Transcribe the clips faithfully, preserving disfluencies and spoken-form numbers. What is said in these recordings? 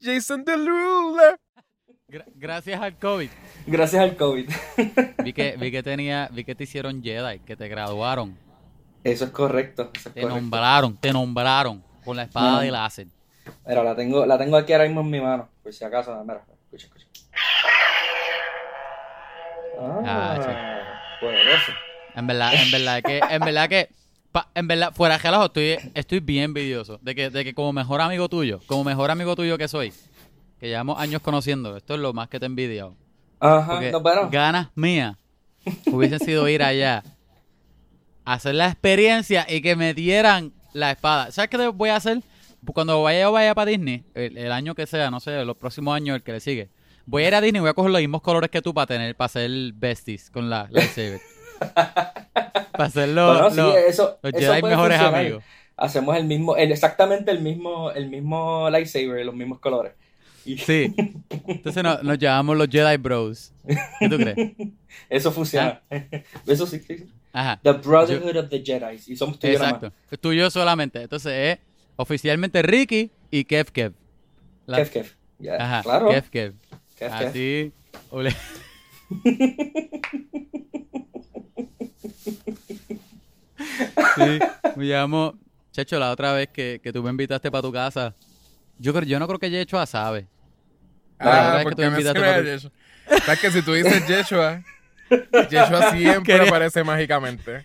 Jason Derulo. Gra- gracias al COVID. Gracias al COVID. Vi que, vi que tenía, vi que te hicieron Jedi, que te graduaron. Eso es correcto. Eso es Te correcto. nombraron, te nombraron con la espada No, no. de láser. Mira, la tengo, la tengo aquí ahora mismo en mi mano. Por si acaso, mira, escucha, escucha. Ah, Ah, poderoso. En verdad, en verdad que, en verdad que, pa- en verdad, fuera de relajo, estoy, estoy bien envidioso de que, de que como mejor amigo tuyo, como mejor amigo tuyo que soy, que llevamos años conociendo, esto es lo más que te he envidiado. Ajá, Porque no, pero. ganas mías hubiesen sido ir allá, hacer la experiencia y que me dieran la espada. ¿Sabes qué te voy a hacer? Cuando vaya yo vaya para Disney, el, el año que sea, no sé, los próximos años, el que le sigue, voy a ir a Disney y voy a coger los mismos colores que tú para tener, para hacer besties con la lightsaber. Para hacer los, Bueno, sí, los, eso, los eso Jedi puede mejores funcionar. amigos. Hacemos el mismo, el, exactamente el mismo, el mismo lightsaber, los mismos colores. Y Sí. Entonces no- nos llamamos los Jedi Bros. ¿Qué tú crees? eso funciona. Eso sí, sí, sí. Ajá. The Brotherhood of the Jedi. Y somos tú y yo nada más. Exacto. Tú y yo solamente. Entonces es oficialmente Ricky y Kev Kev. La- Kev, Kev. Ya, Ajá. claro. Kev Kev. Kev, Kev. Así. ole. Sí, me llamo. Chacho, la otra vez que, que tú me invitaste para tu casa, yo creo, yo no creo que Yechua sabe. La verdad Ah, es que tú porque me me invitaste suena para tu- Yeshua. ¿Sabes que si tú dices Yeshua, Yeshua siempre Quería- aparece mágicamente?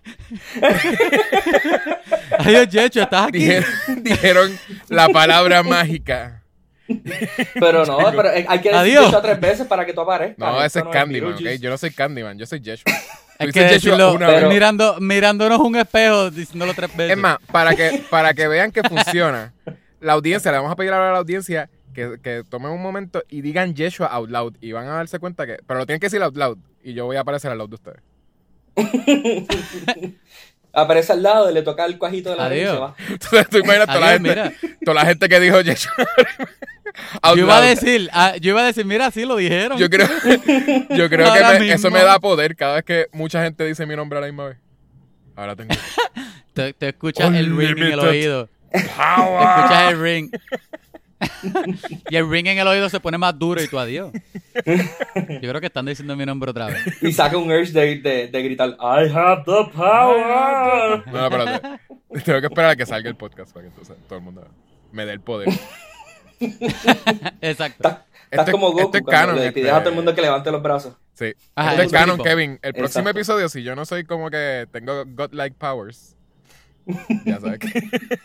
Adiós, Yechua, estás aquí. Dijeron, dijeron la palabra mágica. Pero no, pero hay que decir Adiós. eso tres veces para que tú aparezcas. No, ese Esto es no Candyman, ¿ok? Beetlejuice. Yo no soy Candyman, yo soy Yeshua. Tú Hay que dices Yeshua decirlo una pero- vez. mirando, mirándonos un espejo, diciéndolo tres veces. Es más, para que, para que vean que funciona, la audiencia, le vamos a pedir ahora a la audiencia que, que tomen un momento y digan Yeshua out loud y van a darse cuenta que, pero lo tienen que decir out loud y yo voy a aparecer al lado de ustedes. Aparece al lado y le toca el cuajito de la nariz y se Adiós. va. Entonces tú imaginas toda la Adiós, gente, mira. toda la gente que dijo Yeshua out Yo iba a loud. decir, ah, yo iba a decir, mira, sí lo dijeron. Yo creo, yo creo que Ahora me- eso mismo. me da poder cada vez que mucha gente dice mi nombre a la misma vez. Ahora tengo Te, te escuchas el ring en el Unlimited oído. power. Escuchas el ring. Y el ring en el oído se pone más duro y tú adiós. Yo creo que están diciendo mi nombre otra vez. Y saca un urge de, de, de gritar, I have the power. No, no, espérate. Tengo que esperar a que salga el podcast para que entonces todo el mundo me dé el poder. Exacto. Estás, estás Este- como Goku este es cuando canon, le este- pides a todo el mundo que levante los brazos. Sí. Ajá, Este es el canon, tipo. Kevin. El próximo Exacto. episodio, si yo no soy como que tengo godlike powers, ya sabes que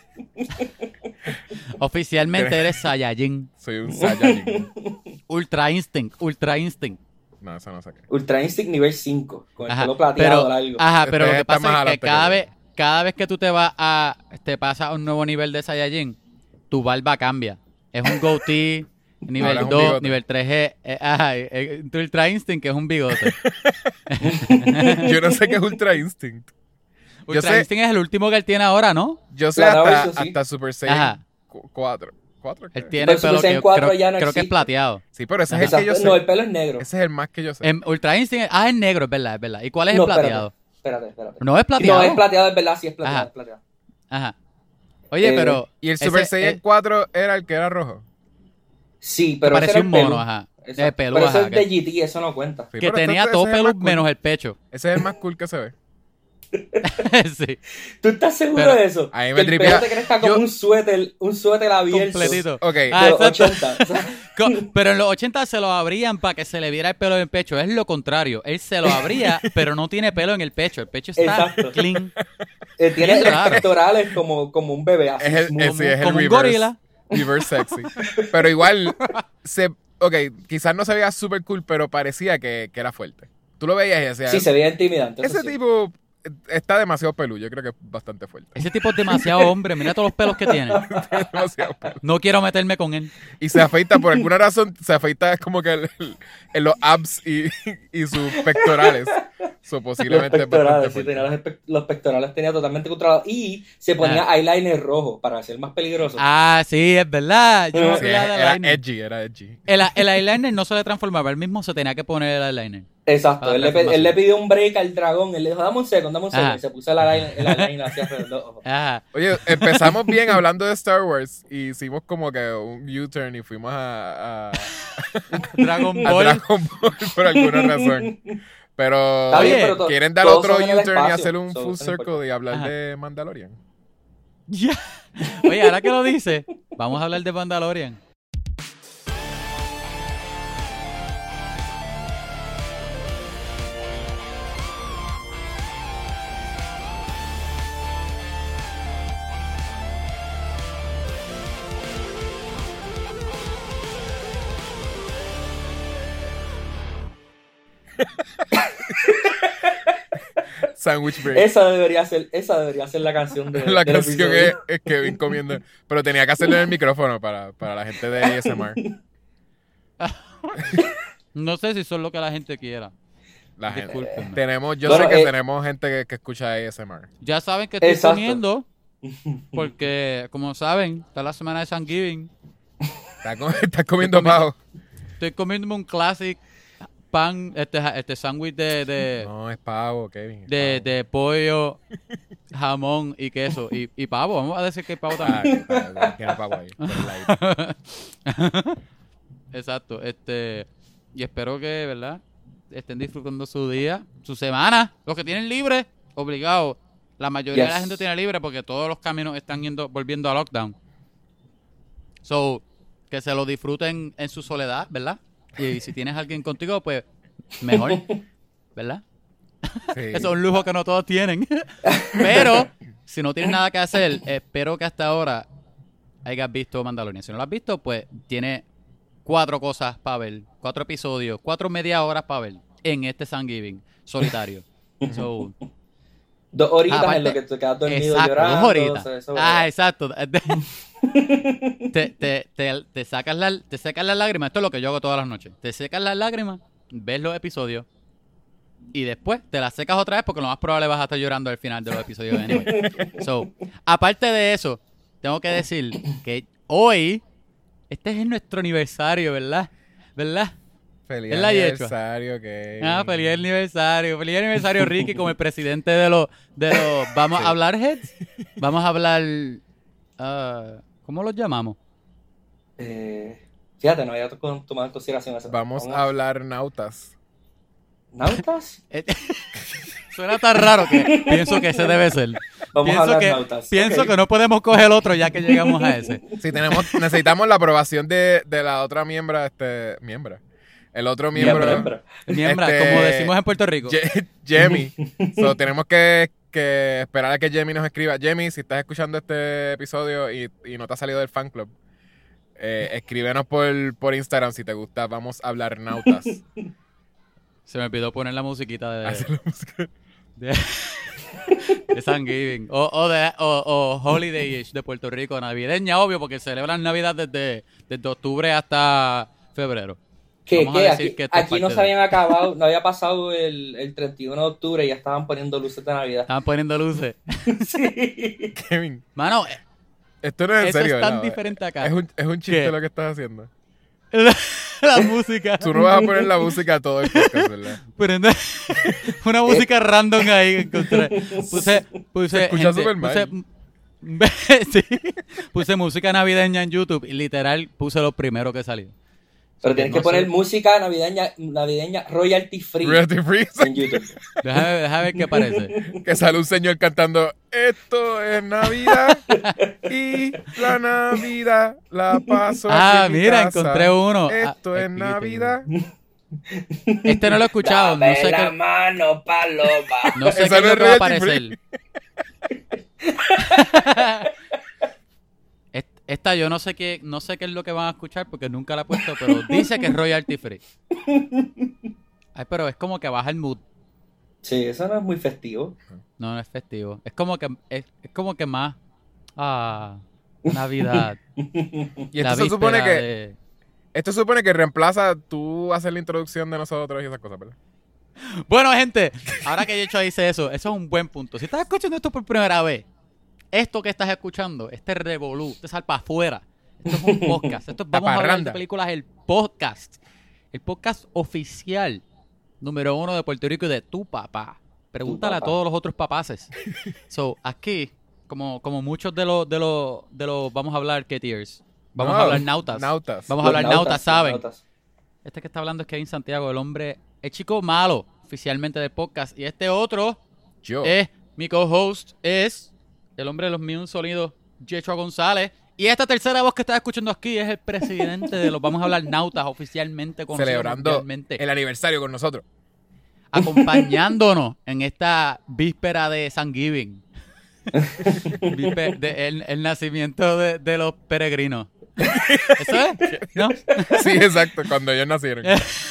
Oficialmente eres Saiyajin. soy un Saiyajin. Ultra Instinct. Ultra Instinct. No, eso no sé qué. Ultra Instinct nivel cinco, con el Ajá, pelo plateado pero, largo. ajá, pero Este lo que está pasa más es que adelante cada que vez, cada vez que tú te vas a, te pasas a un nuevo nivel de Saiyajin, tu barba cambia. Es un goatee, nivel Ahora es un dos, bigote. nivel tres G. eh, ajá, eh, tu Ultra Instinct que es un bigote. Yo no sé qué es Ultra Instinct. Yo Ultra sé, Instinct es el último que él tiene ahora, ¿no? yo sé La nueva hasta, versión, sí. hasta Super Saiyan Ajá. cuatro. ¿cuatro qué? Él tiene el Super pelo que Saiyan yo cuatro creo, ya no creo que es existe. plateado. Sí, pero ese es el Exacto, que yo sé. no, el pelo es negro. Ese es el más que yo sé. En Ultra Instinct, ah, es negro, es verdad, es verdad. ¿Y cuál es No, el plateado? Espérate, espérate. espérate. No es plateado. No, es plateado, es verdad, sí es plateado. Ajá. Es plateado. Ajá. Oye, Eh, pero Y el Super ese- Saiyan eh, cuatro era el que era rojo. Sí, que pero ese parecía era un el mono, pelú. ajá. Exacto. De pelú, Pero eso ajá, es de que- G T, eso no cuenta. Sí, que pero tenía este- todo ese es el pelú más cool. menos el pecho. Ese es el más cool que se ve. Sí, ¿Tú estás seguro Pero de eso? a mí me que el tripea- pelo te crezca como yo- un suéter, un suéter abierto. completito. Ok, Ah, De los exacto. ochenta. O sea, Co- Pero en los ochenta se lo abrían para que se le viera el pelo en el pecho. Es lo contrario. Él se lo abría, pero no tiene pelo en el pecho. El pecho está Exacto. clean. eh, tiene Bien los raro. pectorales como, como un bebé. Así, es el, smooth. ese es el como un reverse, gorila. reverse sexy. Pero igual, se, ok, quizás no se veía super cool, pero parecía que, que era fuerte. Tú lo veías y decías, Sí, se veía intimidante. eso ese sí. tipo está demasiado peludo. Yo creo que es bastante fuerte. Ese tipo es demasiado hombre. Mira todos los pelos que tiene. Demasiado peludo. No quiero meterme con él. Y se afeita, por alguna razón, se afeita como que el- el- en los abs y, y sus pectorales. So, Los posiblemente es bastante pectorales, sí, fuerte. tenía los, espe- los pectorales tenía totalmente controlados. Y se ponía Ah. eyeliner rojo para ser más peligroso. Ah, sí, es verdad. Yo no me Sí, acordaba del era eyeliner. edgy, era edgy. El, el eyeliner no se le transformaba, él mismo se tenía que poner el eyeliner. Exacto, Para él la le, pe- él transformación. le pidió un break al dragón. Él le dijo, dame un segundo, dame un segundo. Ajá. Y se puso el eyeliner, el eyeliner hacia alrededor de los ojos. Ajá. Oye, empezamos bien hablando de Star Wars y hicimos como que un U-turn y fuimos a, a, Dragon a Ball. Dragon Ball por alguna razón. Pero, Está bien, Oye, pero to- ¿quieren dar todos otro son en el U-turn y espacio, hacer un so, full eso no importa. circle y hablar Ajá. de Mandalorian? Ya. Oye, ahora que lo dice, vamos a hablar de Mandalorian. Sandwich break. Esa debería ser, esa debería ser la canción de La del canción episodio. es, es Kevin comiendo. Pero tenía que hacerlo en el micrófono para, para la gente de A S M R. No sé si son lo que la gente quiera. La gente. Discúlpenme. Tenemos, yo Bueno, sé que eh, tenemos gente que, que escucha A S M R. Ya saben que estoy Exacto. comiendo, porque como saben, está la semana de Thanksgiving. Estás com- estás comiendo Estoy comiendo- pavo. Estoy comiéndome un classic pan, este, ja- este sándwich de, de, No, es pavo, Kevin. es de, pavo. de pollo, jamón y queso. Y, y pavo, vamos a decir que hay pavo Ah, también. que pavo, tiene pavo ahí. por el ladito. Exacto, este, y espero que, ¿verdad? Estén disfrutando su día, su semana, los que tienen libre, obligados. La mayoría de la Yes. gente tiene libre porque todos los caminos están yendo, volviendo a lockdown. So, que se lo disfruten en su soledad, ¿verdad? Y si tienes a alguien contigo, pues mejor, ¿verdad? Sí. Eso es un lujo que no todos tienen. Pero, si no tienes nada que hacer, espero que hasta ahora hayas visto Mandalorian. Si no lo has visto, pues tiene cuatro cosas para ver, cuatro episodios, cuatro media horas para ver en este Thanksgiving solitario. So, Dos horitas Aparte- en lo que te quedas dormido exacto, llorando. dos horitas. o sea, eso- Ah, exacto. te, te, te, te sacas la, te secas las lágrimas. Esto es lo que yo hago todas las noches. Te secas las lágrimas, ves los episodios y después te las secas otra vez porque lo más probable vas a estar llorando al final de los episodios. Anyway. So, aparte de eso, tengo que decir que hoy, este es nuestro aniversario, ¿verdad? ¿Verdad? Feliz Es la Yechua. aniversario, Kevin. Ah, feliz aniversario. Feliz aniversario, Ricky, como el presidente de los... De los ¿Vamos Sí. a hablar, Heads? Vamos a hablar... ah, ¿Cómo los llamamos? Eh, fíjate, no había to- tomado en consideración eso. Vamos a hablar nautas. ¿Nautas? Eh, Suena tan raro que pienso que ese debe ser. Vamos pienso a hablar que, nautas. Pienso Ok. que no podemos coger otro ya que llegamos a ese. Sí, tenemos, necesitamos la aprobación de, de la otra miembra, este, miembra. El otro miembro, Miembro, miembro. Miembra, Este, como decimos en Puerto Rico. Je- Jemmy. So, tenemos que, que esperar a que Jemmy nos escriba. Jemmy, si estás escuchando este episodio y, y no te ha salido del fan club, eh, escríbenos por, por Instagram si te gusta. Vamos a hablar nautas. Se me olvidó poner la musiquita de... Hacer la música. de, de Thanksgiving o, o, de, o, o Holiday-ish de Puerto Rico, navideña, obvio, porque celebran Navidad desde, desde octubre hasta febrero. ¿Qué, Vamos a qué? decir Aquí, que esto es aquí no parte se de- habían acabado, no había pasado el, el treinta y uno de octubre y ya estaban poniendo luces de Navidad. Estaban poniendo luces. Sí. Kevin, Mano, eh, esto no es en eso serio, es tan ¿verdad? diferente acá. Es un, es un chiste ¿Qué? lo que estás haciendo. La, la música. Tú no vas a poner la música a todo el podcast, ¿verdad? Pero una música random ahí que encontré. Puse, puse, Se escucha gente, súper mal. puse, sí, puse música navideña en YouTube y literal puse lo primero que salió. Pero tienes No que poner sé. música navideña, navideña royalty free Royalty free. en YouTube. Déjame, déjame ver qué parece. Que sale un señor cantando: esto es Navidad y la Navidad la paso Ah, aquí en mi mira, casa. encontré uno. Esto Ah, es aquí Navidad. Este no lo he escuchado. No Dame sé la qué, mano, paloma. no sé Esa qué no es lo es que va a royalty aparecer. Est- Esta yo no sé qué, no sé qué es lo que van a escuchar porque nunca la he puesto, pero dice que es royalty free. Ay, pero es como que baja el mood. Sí, eso no es muy festivo. No, no es festivo. Es como que es, es como que más ah, Navidad. Y la esto se supone víspera que de- esto se supone que reemplaza tú hacer la introducción de nosotros y esas cosas, ¿verdad? Bueno, gente, ahora que Yecho dice eso, eso es un buen punto. Si estás escuchando esto por primera vez, esto que estás escuchando, este revolú, este sal para afuera, esto es un podcast. Esto es, vamos a hablar de películas, el podcast. El podcast oficial número uno de Puerto Rico y de tu papá. Pregúntale Tu a papá. todos los otros papaces. So, aquí, como, como muchos de los, de los, de los, vamos a hablar, ¿qué tiers? Vamos No, a hablar nautas. nautas. Vamos a hablar Los nautas, los ¿saben? nautas. Este que está hablando es Kevin Santiago, el hombre, el chico malo oficialmente del podcast. Y este otro Yo. es, mi co-host, es el hombre de los mil sonidos, Yeshua González. Y esta tercera voz que estás escuchando aquí es el presidente de los Vamos a hablar nautas, oficialmente conocido Celebrando mundialmente, el aniversario con nosotros. acompañándonos en esta víspera de Thanksgiving. Víspe- de- el, el nacimiento de, de los peregrinos. ¿Eso es? ¿No? Sí, exacto, cuando ellos nacieron.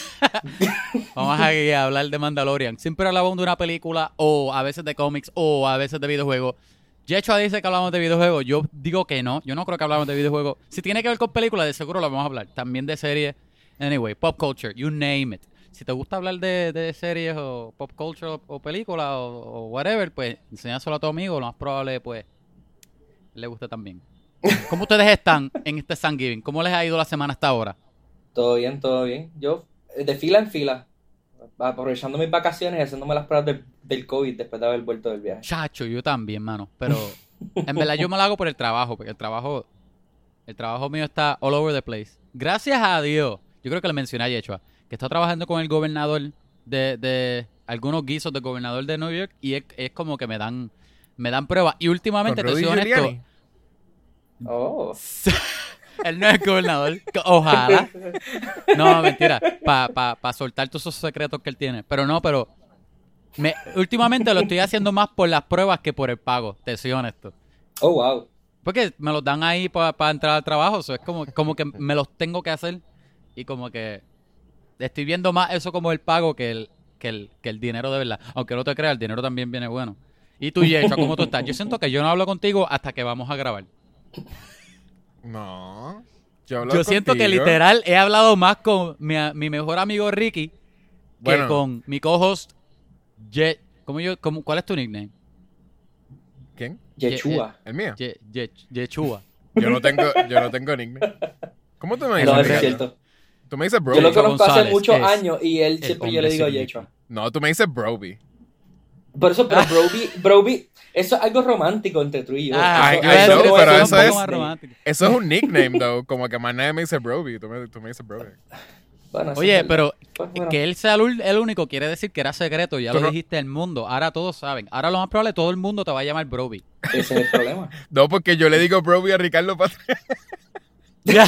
Vamos aquí a hablar de Mandalorian. Siempre hablamos de una película, o a veces de cómics, o a veces de videojuegos. Yeshua dice que hablamos de videojuegos. Yo digo que no. Yo no creo que hablamos de videojuegos. Si tiene que ver con películas, de seguro lo vamos a hablar. También de series. Anyway, pop culture, you name it. Si te gusta hablar de, de series o pop culture o, o películas o, o whatever, pues enséñaselo a tu amigo. Lo más probable, pues, le guste también. ¿Cómo ustedes están en este Thanksgiving? ¿Cómo les ha ido la semana hasta ahora? Todo bien, todo bien. Yo, eh, de fila en fila, aprovechando mis vacaciones y haciéndome las pruebas del, del COVID después de haber vuelto del viaje. Chacho, yo también, mano. Pero en verdad yo me lo hago por el trabajo, porque el trabajo, el trabajo mío está all over the place. Gracias a Dios, yo creo que le mencioné a Yeshua, que está trabajando con el gobernador de, de algunos guisos del gobernador de New York y es, es como que me dan, me dan pruebas. Y últimamente, Con te Rudy soy honesto, Giuliani. Oh. él no es gobernador. Ojalá. No, mentira. Para pa, pa soltar todos esos secretos que él tiene. Pero no, pero me, últimamente lo estoy haciendo más por las pruebas que por el pago. Te soy honesto. Oh, wow. Porque me los dan ahí para entrar al trabajo. O sea, es como, como que me los tengo que hacer. Y como que estoy viendo más eso como el pago que el, que el, que el dinero de verdad. Aunque no te creas, el dinero también viene bueno. Y tú, Yeshua, ¿cómo tú estás? Yo siento que yo no hablo contigo hasta que vamos a grabar. No. Yo, hablo Yo siento que contigo. literal he hablado más con mi, mi mejor amigo Ricky que Bueno. con mi co-host Ye, ¿cómo yo, cómo, ¿cuál es tu nickname? ¿Quién? Yeshua. ¿El mío? Ye, Ye, Yechua. Yo no tengo, yo no tengo nickname. ¿Cómo tú me dices? No, eso es Ricardo? cierto. Tú me dices Yo Broby. lo Yeshua conozco hace González muchos es años y él el siempre yo hombre le digo sin Yeshua. No, tú me dices Broby. Por eso, pero Broby, Broby, eso es algo romántico entre tú y yo. Ah, I- yo iba a I decir know, eso, pero es eso un es- poco más romántico. Eso es un nickname, though. Como que más nadie me dice Broby. Tú me, tú me dices Broby. Bueno, eso Oye, es verdad. pero Pues, bueno. que él sea el, ul- el único quiere decir que era secreto. Ya Tú lo no- dijiste el mundo. Ahora todos saben. Ahora lo más probable todo el mundo te va a llamar Broby. Ese es el problema. No, porque yo le digo Broby a Ricardo Patrick. Ya.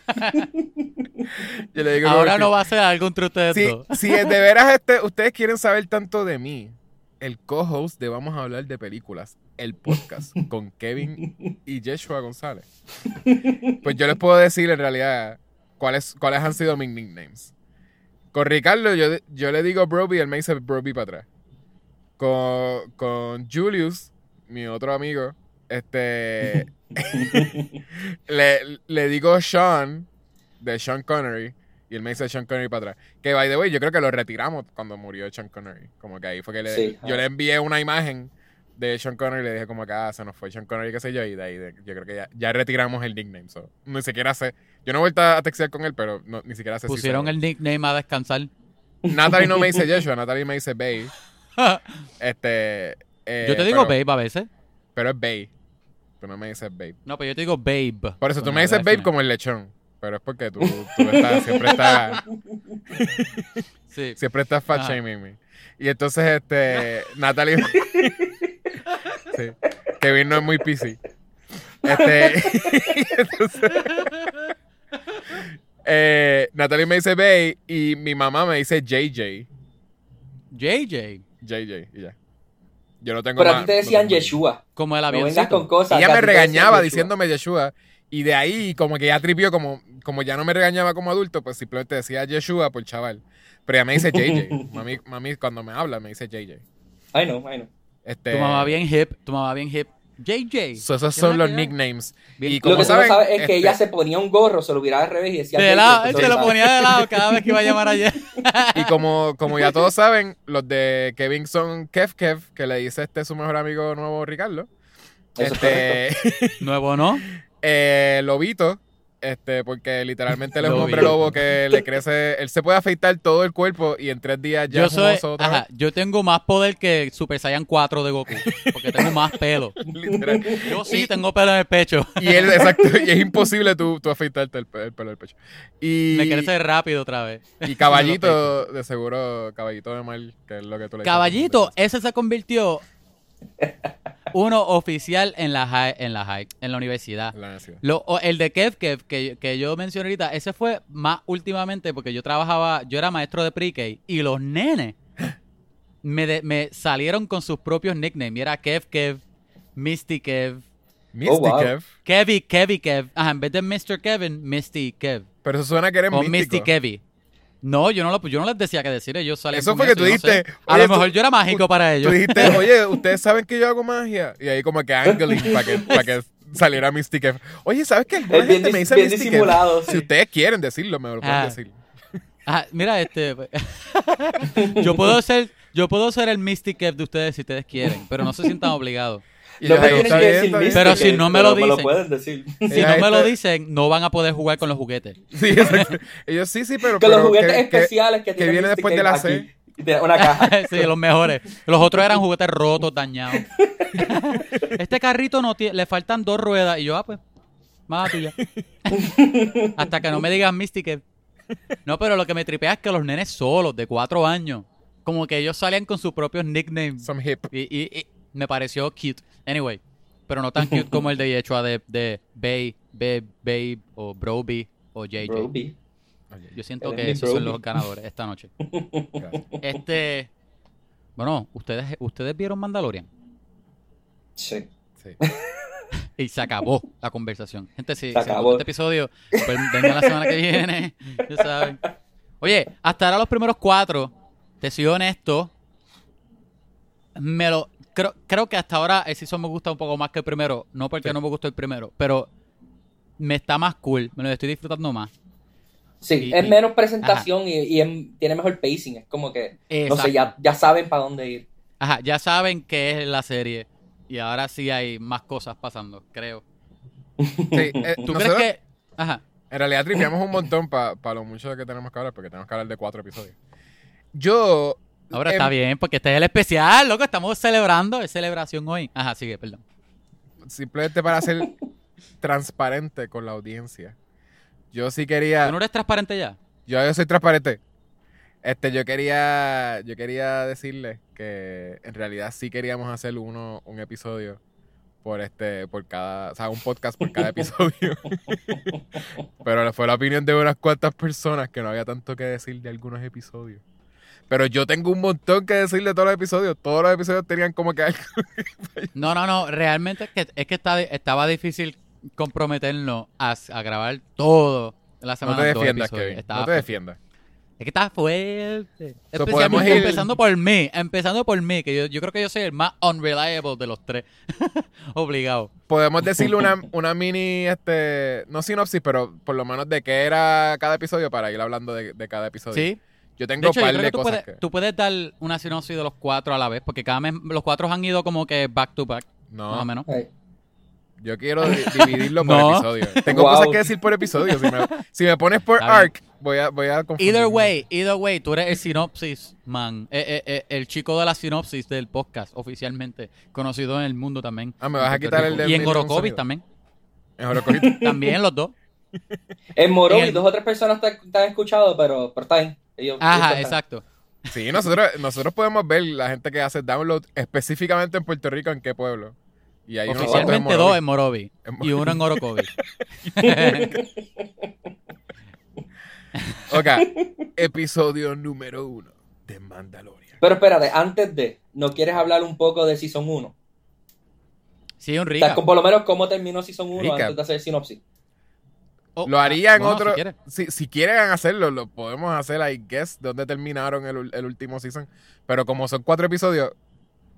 Yo le digo Ahora como no que- va a ser algo entre ustedes Si, dos. si de veras este, ustedes quieren saber tanto de mí, el co-host de Vamos a hablar de películas, el podcast con Kevin y Yeshua González, pues yo les puedo decir en realidad cuáles, cuáles han sido mis nicknames. Con Ricardo yo, yo le digo Broby y él me dice Broby para atrás. Con, con Julius, mi otro amigo, este le, le digo Sean de Sean Connery y él me dice Sean Connery para atrás. Que, by the way, yo creo que lo retiramos cuando murió Sean Connery. Como que ahí fue que le, Sí, yo ah. le envié una imagen de Sean Connery y le dije como que ah, se nos fue Sean Connery, qué sé yo, y de ahí de- yo creo que ya, ya retiramos el nickname. So, ni siquiera sé. Yo no he vuelto a textear con él, pero no, ni siquiera sé Pusieron si el nickname a descansar. Natalie no me dice Yeshua, Natalie me dice Babe. Este... eh, Yo te digo pero, babe a veces. Pero es Babe. Tú no me dices Babe. No, pero yo te digo babe. Por eso tú Con me la dices B al Babe final. como el lechón. Pero es porque tú, tú estás, siempre estás... Sí. Siempre estás fat Ajá. shaming me. Y entonces, este, Natalie. Sí. Kevin no es muy P C. Este. entonces, eh, Natalie me dice Bay y mi mamá me dice J J. J J. J J, y ya. Yo no tengo Pero a más. ti te no decían tengo más. Yeshua. Como el No vengas avioncito. con cosas. Y ella que a me ti te decían regañaba Yeshua. diciéndome Yeshua. Y de ahí, como que ya tripió, como, como ya no me regañaba como adulto, pues simplemente decía Yeshua por chaval. Pero ella me dice J J. Mami, mami cuando me habla, me dice J J. I know, I know. Este, Tu mamá bien hip. Tu mamá bien hip. J J. So, esos ¿Qué son es los la que hay? nicknames. Bien. Y Lo como que tú saben, no sabes es que este, ella se ponía un gorro, se lo viraba al revés y decía... De J J, lado, eso se lo lo sabes. ponía de lado cada vez que iba a llamar ayer. y como, como ya todos saben, los de Kevin son Kev Kev, que le dice este su mejor amigo nuevo Ricardo. Eso es Este, Nuevo, ¿no? eh, Lobito, este, porque literalmente él es un Lobito. hombre lobo que le crece, él se puede afeitar todo el cuerpo y en tres días ya Yo es un soy, oso otra ajá, yo tengo más poder que Super Saiyan cuatro de Goku, porque tengo más pelo. vez, literal. Yo sí tengo pelo en el pecho. Y él, exacto, y es imposible tú, tú afeitarte el, pe- el pelo del pecho. Y, Me crece rápido otra vez. y Caballito, de seguro, Caballito de Mal, que es lo que tú le dices. Caballito, ese se convirtió uno oficial en la high, en la high, en la universidad. La necesidad. Lo, o el de Kev, Kev que, que yo mencioné ahorita, ese fue más últimamente porque yo trabajaba, yo era maestro de pre-K y los nenes me, de- me salieron con sus propios nicknames. Y era Kev, Kev, Misty Kev, Misty Oh, wow. Kev. Kevy, Kevy Kev. Ajá, en vez de mister Kevin, Misty Kev. Pero eso suena que eres O místico. Misty Kevy. No, yo no, lo, yo no les decía qué decir, ellos salían Eso con fue que eso, tú yo no sé. dijiste, A oye, lo mejor tú- yo era mágico para Tú ellos. dijiste, oye, ustedes saben que yo hago magia. Y ahí como que angling para que, para que saliera Misty Kev. Oye, ¿sabes qué? Alguna Es bien gente me dis- dice bien Misty Kev. disimulado, Si sí. ustedes quieren decirlo, me lo pueden Ah. decir. Ajá, mira, este. yo puedo ser, yo puedo ser el Mystic Kev de ustedes si ustedes quieren, pero no se sientan obligados. Y No yo, me "Ay, tienen está que bien, decir está bien". Mister Pero si Kev, no me pero lo me lo dicen. pueden decir. Si Ella no me lo este- dicen, no van a poder jugar con los juguetes. Sí, exacto. Ellos sí, sí, pero. Que los pero juguetes que- especiales que, que tiene viene Misty después de Kev la aquí. C. Y tiene una caja. Sí, los mejores. Los otros eran juguetes rotos, dañados. Este carrito no tiene, le faltan dos ruedas. Y yo, ah, pues, más tuya. Hasta que no me digan Mystic Kev. No, pero lo que me tripea es que los nenes solos, de cuatro años, como que ellos salían con sus propios nicknames. Some hip. Y, y- y me pareció cute. Anyway, pero no tan cute como el de Yechua de, de Babe, Babe, Babe, o Broby, o J J. Broby. Yo siento Él es que mi esos son Broby. los ganadores esta noche. Gracias. Este. Bueno, ¿ustedes, ¿ustedes vieron Mandalorian? Sí. Sí. Y se acabó la conversación. Gente, si Se si les acabó. gustó este episodio, pues vengan la semana que viene. Ya saben. Oye, hasta ahora los primeros cuatro, te soy honesto, me lo creo, creo que hasta ahora el season me gusta un poco más que el primero. No porque Sí. no me gustó el primero, pero me está más cool. Me lo estoy disfrutando más. Sí, Y- es y- menos presentación y, y es- tiene mejor pacing. Es como que, no Exacto. sé, ya, ya saben para dónde ir. Ajá, ya saben qué es la serie. Y ahora sí hay más cosas pasando, creo. Sí, eh, ¿Tú nosotros, crees que...? Ajá. En realidad tripeamos un montón para lo mucho que tenemos que hablar, porque tenemos que hablar de cuatro episodios. Yo. Ahora em, está bien, porque este es el especial, loco. Estamos celebrando, es celebración hoy. Ajá, sigue, perdón. Simplemente para ser transparente con la audiencia. Yo sí quería. ¿Tú no eres transparente ya? Yo, yo soy transparente. Este, yo quería. Yo quería decirles que en realidad sí queríamos hacer uno, un episodio por este, por cada, o sea, un podcast por cada episodio. Pero fue la opinión de unas cuantas personas que no había tanto que decir de algunos episodios. Pero yo tengo un montón que decir de todos los episodios. Todos los episodios tenían como que algo. No, no, no. Realmente es que, es que está, estaba difícil comprometernos a, a grabar todo la No semana. te dos defiendas, episodios. Kevin. Estaba No te fuerte. defiendas. Es que está fuerte. So, Especialmente podemos ir- empezando por mí. Empezando por mí, que yo, yo creo que yo soy el más unreliable de los tres. Obligado. Podemos decirle una, una mini, este, no sinopsis, pero por lo menos de qué era cada episodio para ir hablando de, de cada episodio. Sí. Yo De tengo un hecho, yo par creo de que tú cosas puedes, que... tú puedes dar una sinopsis de los cuatro a la vez, porque cada mes los cuatro han ido como que back to back, más o No, menos. Ay. yo quiero di- dividirlo por No. episodio. Tengo Wow. cosas que decir por episodio. Si me, si me pones por Está bien. arc, voy a, voy a confundirme. Either way, either way, tú eres el sinopsis, man. Eh, eh, eh, el chico de la sinopsis del podcast, oficialmente. Conocido en el mundo también. Ah, me vas a En Puerto quitar el Rico. del Y en mismo Orocovis sonido. también. En Orocovis. También los dos. En Morovi, En el- dos o tres personas te, te han escuchado, pero, pero está bien. Ellos- ellos Ajá, están. exacto. Sí, nosotros, nosotros podemos ver la gente que hace download específicamente en Puerto Rico, en qué pueblo. Y hay unos cuantos en Oficialmente dos en Morovis. Morovi. En Y uno en Orocovis. Ok, episodio número uno de Mandalorian. Pero espérate, antes de, ¿no quieres hablar un poco de Season uno? Sí, un O sea, rica. con- por lo menos cómo terminó Season uno Recap. antes de hacer sinopsis. Oh, Lo haría en bueno, otro. si quieres. Si, si quieren hacerlo, lo podemos hacer, I guess, donde terminaron el, ul- el último season. Pero como son cuatro episodios,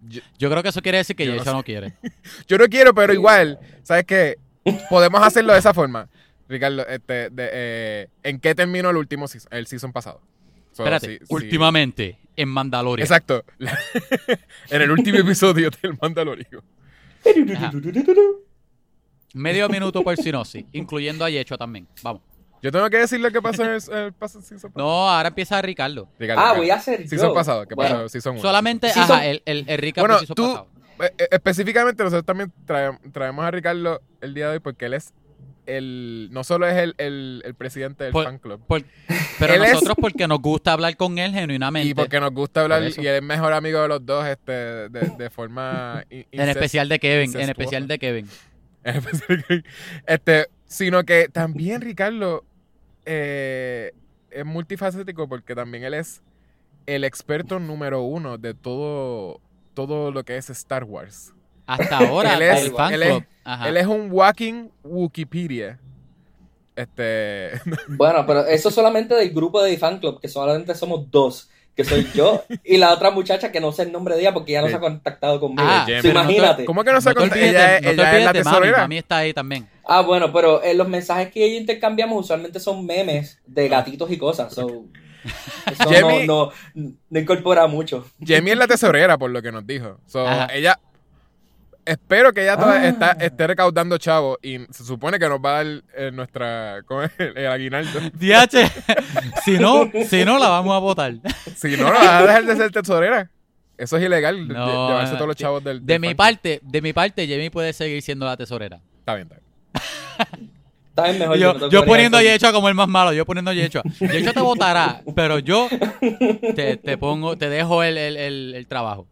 Yo, Yo creo que eso quiere decir que Yo no Yecho sé. no quiere. yo no quiero, pero igual, ¿sabes qué? Podemos hacerlo de esa forma. Ricardo, este, de, eh, ¿en qué terminó el último season, el season pasado? So, Espérate, sí, sí. últimamente, en Mandalorian. Exacto. La- en el último episodio del Mandaloriano. Ajá. Medio minuto por sinopsis, incluyendo a Yecho también. Vamos. Yo tengo que decir lo que pasó en el, el pas- season pasado. No, ahora empieza Ricardo. Ricardo, Ah, Ricardo. voy a hacer Season yo. pasado, ¿qué Bueno, pasó? Season uno. Solamente, Sí, ajá, son- el, el, el recap Bueno, del season tú, pasado. eh, eh, específicamente nosotros también trae- traemos a Ricardo el día de hoy porque él es el, no solo es el, el, el presidente del Por- fan club, Por- pero Él es- nosotros porque nos gusta hablar con él genuinamente. y porque nos gusta hablar, Por eso. y él es mejor amigo de los dos, este, de, de forma in- en especial de Kevin, en incestuosa. especial de Kevin. En especial que- este, sino que también Ricardo eh, es multifacético porque también él es el experto número uno de todo, todo lo que es Star Wars. Hasta ahora, Él es- el fan él es- club. Ajá. Él es un walking Wikipedia. Este, Bueno, pero eso solamente del grupo de fan club, que solamente somos dos, que soy yo y la otra muchacha que no sé el nombre de ella porque ya no Sí. se ha contactado conmigo. Ah, Jamie. So, pero no te- imagínate. ¿cómo que no se No te acuerda? olvides Ella, de- es- no te ella es olvides la de Mami. tesorera. Mami está ahí también. Ah, bueno, pero eh, los mensajes que ellos intercambiamos usualmente son memes de gatitos y cosas. So, eso Jamie- no, no, no incorpora mucho. Jamie es la tesorera, por lo que nos dijo. So, Ajá. ella. Espero que ella toda- Ah. está, esté recaudando chavos y se supone que nos va a dar eh, nuestra. ¿cómo es? El aguinaldo. D H, si no, si no la vamos a votar. Si no, no vas a dejar de ser tesorera. Eso es ilegal, de- No, llevarse no, todos los de- chavos del. De del mi fan club. parte, de mi parte, Jamie puede seguir siendo la tesorera. Está bien, está bien. Está bien mejor. Yo, me toco yo ver poniendo a eso. Yecho como el más malo, yo poniendo a Yecho. Yecho te votará, pero yo te, te pongo, te dejo el, el, el, el trabajo.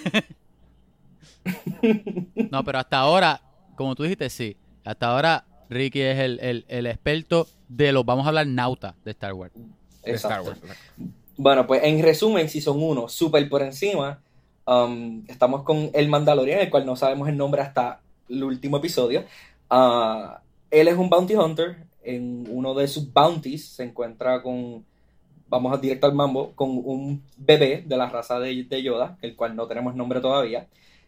No, pero hasta ahora, como tú dijiste, sí. Hasta ahora Ricky es el, el, el experto de los, vamos a hablar nauta de Star Wars. De Star Exacto. Wars. exacto. Bueno, pues en resumen, Season uno, súper por encima. Um, estamos con el Mandalorian, el cual no sabemos el nombre hasta el último episodio. Ah, él es un bounty hunter. En uno de sus bounties se encuentra con, vamos a directo al mambo, con un bebé de la raza de, de Yoda, el cual no tenemos nombre todavía.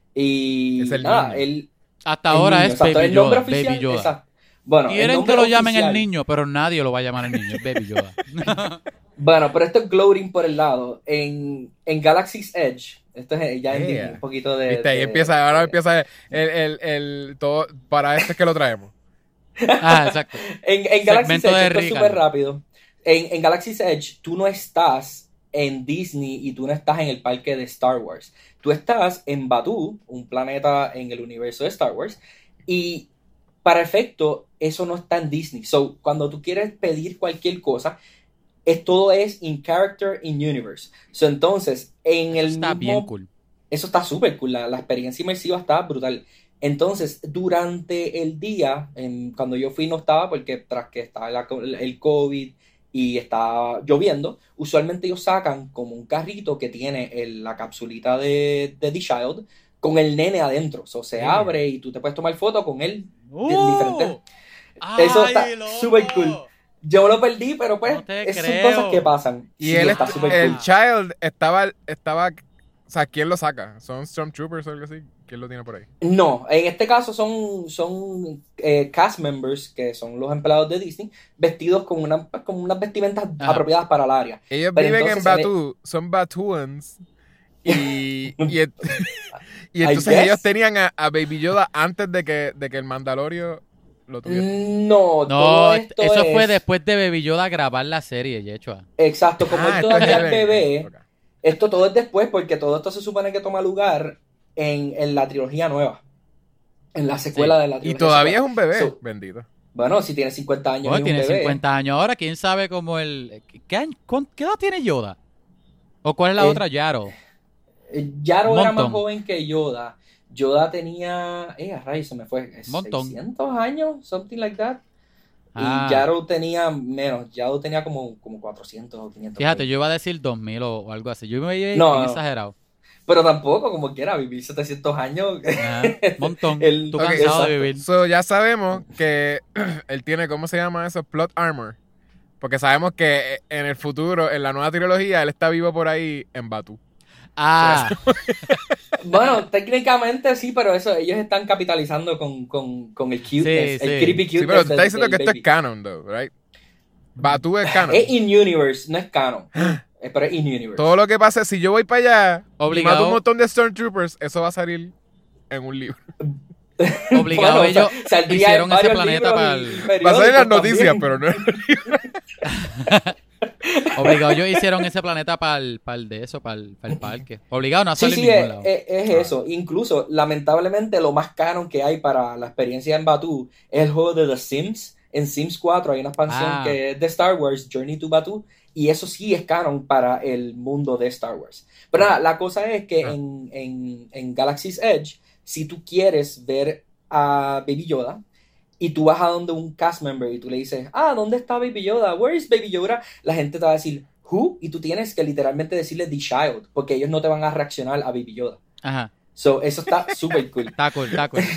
Y Es el nada, niño. él... Hasta el ahora niño, es exacto, Baby el nombre Yoda. oficial, Baby Yoda. exacto. Bueno, el Quieren nombre que lo llamen oficial- el niño, pero nadie lo va a llamar el niño. Es Baby Yoda. Bueno, pero esto es gloating por el lado. En, en Galaxy's Edge, esto es ya en Yeah. Disney, un poquito de... Viste, ahí de- empieza, ahora de- empieza el, el, el, todo, para esto es que lo traemos. Ah, exacto. En, en Galaxy's Segmento Edge, de esto es Ricardo. súper rápido. En, en Galaxy's Edge, tú no estás en Disney y tú no estás en el parque de Star Wars. Tú estás en Batuu, un planeta en el universo de Star Wars, y para efecto, eso no está en Disney. So, cuando tú quieres pedir cualquier cosa, es, todo es in character, in universe. So, entonces, en el Está mismo... bien cool. Eso está súper cool, la, la experiencia inmersiva está brutal. Entonces, durante el día, en- cuando yo fui no estaba, porque tras que estaba la co- el COVID y estaba lloviendo, usualmente ellos sacan como un carrito que tiene el- la capsulita de, de The Child con el nene adentro. O sea, se Mm. abre y tú te puedes tomar foto con él. ¡Uh! diferentes- ¡Ay, Eso está loco! súper cool. Yo lo perdí, pero pues, No te esas son creo. cosas que pasan. Y Sí, él, está est- súper el cool. child estaba, estaba, o sea, ¿quién lo saca? ¿Son Stormtroopers o algo así? ¿Quién lo tiene por ahí? No, en este caso son, son eh, cast members, que son los empleados de Disney, vestidos con, una, con unas vestimentas Ajá. apropiadas para el área. Ellos Pero viven en entonces, en Batuu, son Batuans. Y, y, et- y entonces guess. ellos tenían a, a Baby Yoda antes de que, de que el Mandalorio lo tuviera. No, todo No, esto eso es... fue después de Baby Yoda grabar la serie, Yechua. Exacto, como Ah, él esto todavía es es el- bebé, ok. esto todo es después, porque todo esto se supone que toma lugar en, en la trilogía nueva. En la secuela Sí. de la Y trilogía todavía es secuela. un bebé, So, bendito. bueno, si tiene cincuenta años Bueno, y es un tiene bebé. cincuenta años ahora, quién sabe cómo el... ¿Qué, año- cuán- qué edad tiene Yoda? ¿O cuál es la Eh, otra, Yaro? Eh, Yaro Un era más montón. joven que Yoda. Yoda tenía, eh, a rayos, se me fue, eh, Montón. seiscientos años, something like that. Ah. Y Yaro tenía menos, Yaro tenía como, como cuatrocientos o quinientos. Fíjate, yo iba a decir dos mil o, o algo así. Yo me iba No, bien no. exagerado. Pero tampoco, como quiera, vivir setecientos años. Ajá, montón. El- Tú Ok, cansado exacto. de vivir. So, ya sabemos que él tiene, ¿cómo se llama eso? Plot armor. Porque sabemos que en el futuro, en la nueva trilogía, él está vivo por ahí en Batuu. Ah, Bueno, técnicamente sí, pero eso ellos están capitalizando con, con, con el cuteness, Sí, el sí. creepy cuteness. Sí, pero tú del- estás diciendo del que esto baby. es canon, though, right? Batu es canon. Es in-universe, no es canon. Eh, pero es in-universe. Todo lo que pasa, si yo voy para allá y Obligado. mato un montón de Stormtroopers, eso va a salir en un libro. obligado Bueno, ellos sa- saldría hicieron en ese varios planeta libros para y el... Va a salir en las periódicos noticias, también. pero no en el libro. Obligado, ellos hicieron ese planeta para el, para el de eso, para el, para el parque. Obligado no a Sí, salir sí, en ningún es, lado. es- es Ah. eso. Incluso, lamentablemente, lo más canon que hay para la experiencia en Batuu es el juego de The Sims. En Sims cuatro hay una expansión Ah. que es de Star Wars, Journey to Batuu, y eso sí es canon para el mundo de Star Wars. Pero nada, la cosa es que Ah. en, en, en Galaxy's Edge, si tú quieres ver a Baby Yoda, y tú vas a donde un cast member y tú le dices, ah, ¿dónde está Baby Yoda? Where is Baby Yoda? La gente te va a decir, who? Y tú tienes que literalmente decirle the child, porque ellos no te van a reaccionar a Baby Yoda. Ajá. So, eso está súper cool. Está cool, está cool.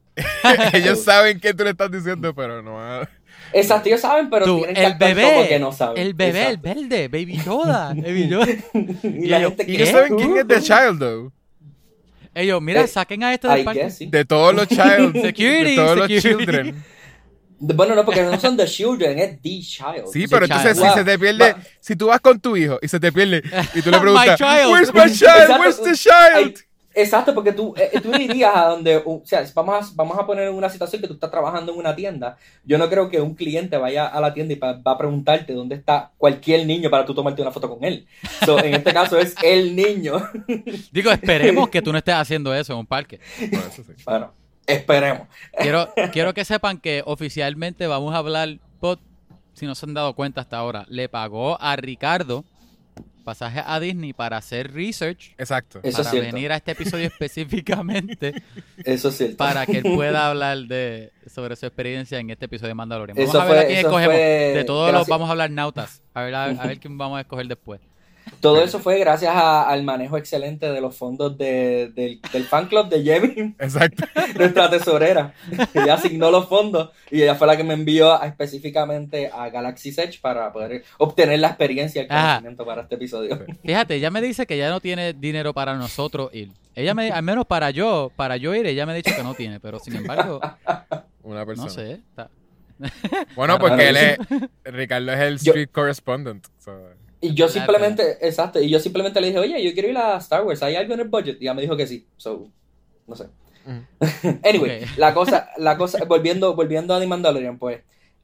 Ellos saben qué tú le estás diciendo, pero no van a... Exacto, ellos saben, pero Tú, tienen que el actuar bebé, como que no saben. el bebé, el Exacto. verde, Baby Yoda, Baby Yoda. Y Y la ellos, gente Y que ellos saben quién es The Child, though. Ellos, mira, Eh, saquen a este del I parque. guess, sí. De todos los child. Security, de todos security. los children. Bueno, no, porque no son the children, es the child. Sí, The pero entonces child. si se te pierde, Va- si tú vas con tu hijo y se te pierde y tú le My preguntas, child. Where's my child? Exacto. Where's the Ay, child? exacto, porque tú, eh, tú irías a donde, o sea, vamos a, vamos a poner en una situación que tú estás trabajando en una tienda. Yo no creo que un cliente vaya a la tienda y pa- va a preguntarte dónde está cualquier niño para tú tomarte una foto con él. So, en este caso es el niño. Digo, esperemos que tú no estés haciendo eso en un parque. Bueno, eso sí. Bueno, esperemos. Quiero, quiero que sepan que oficialmente vamos a hablar, Pod, si no se han dado cuenta hasta ahora, le pagó a Ricardo pasaje a Disney para hacer research, Exacto. Eso para es cierto. venir a este episodio específicamente, Eso es cierto. para que él pueda hablar de sobre su experiencia en este episodio de Mandalorian. Vamos Eso a ver a fue- quién eso escogemos. fue De todos los gracias- vamos a hablar nautas. A ver, a, a ver quién vamos a escoger después. Todo eso fue gracias a- al manejo excelente de los fondos de- del, del fan club de Jamie, Exacto. nuestra tesorera. Ella asignó los fondos y ella fue la que me envió a- específicamente a Galaxy's Edge para poder obtener la experiencia y el Ajá. conocimiento para este episodio. Fíjate, ella me dice que ya no tiene dinero para nosotros ir. Ella me, al menos para yo, para yo ir, ella me ha dicho que no tiene, pero sin embargo, Una persona. no sé. Está... Bueno, Claro, porque él sí. es, Ricardo es el Yo- street correspondent. so, Y yo Claro. simplemente, exacto, y yo simplemente le dije, oye, yo quiero ir a Star Wars, ¿hay algo en el budget? Y ella me dijo que sí, so, no sé. ujú. Anyway, Ok. la cosa, la cosa, volviendo, volviendo a The Mandalorian, pues,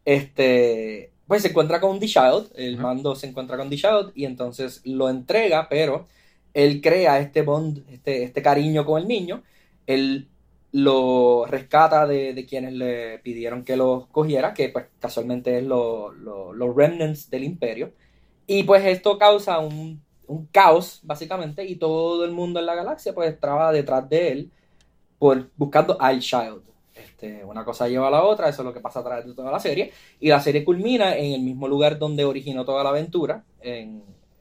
este, pues se encuentra con The Child, el Ajá. mando se encuentra con The Child y entonces lo entrega, pero él crea este bond, este, este cariño con el niño, él lo rescata de, de quienes le pidieron que lo cogiera, que pues casualmente es lo- lo- los remnants del imperio, y pues esto causa un, un caos, básicamente, y todo el mundo en la galaxia pues estaba detrás de él, por, buscando al Child. Este, una cosa lleva a la otra, eso es lo que pasa a través de toda la serie. Y la serie culmina en el mismo lugar donde originó toda la aventura. En,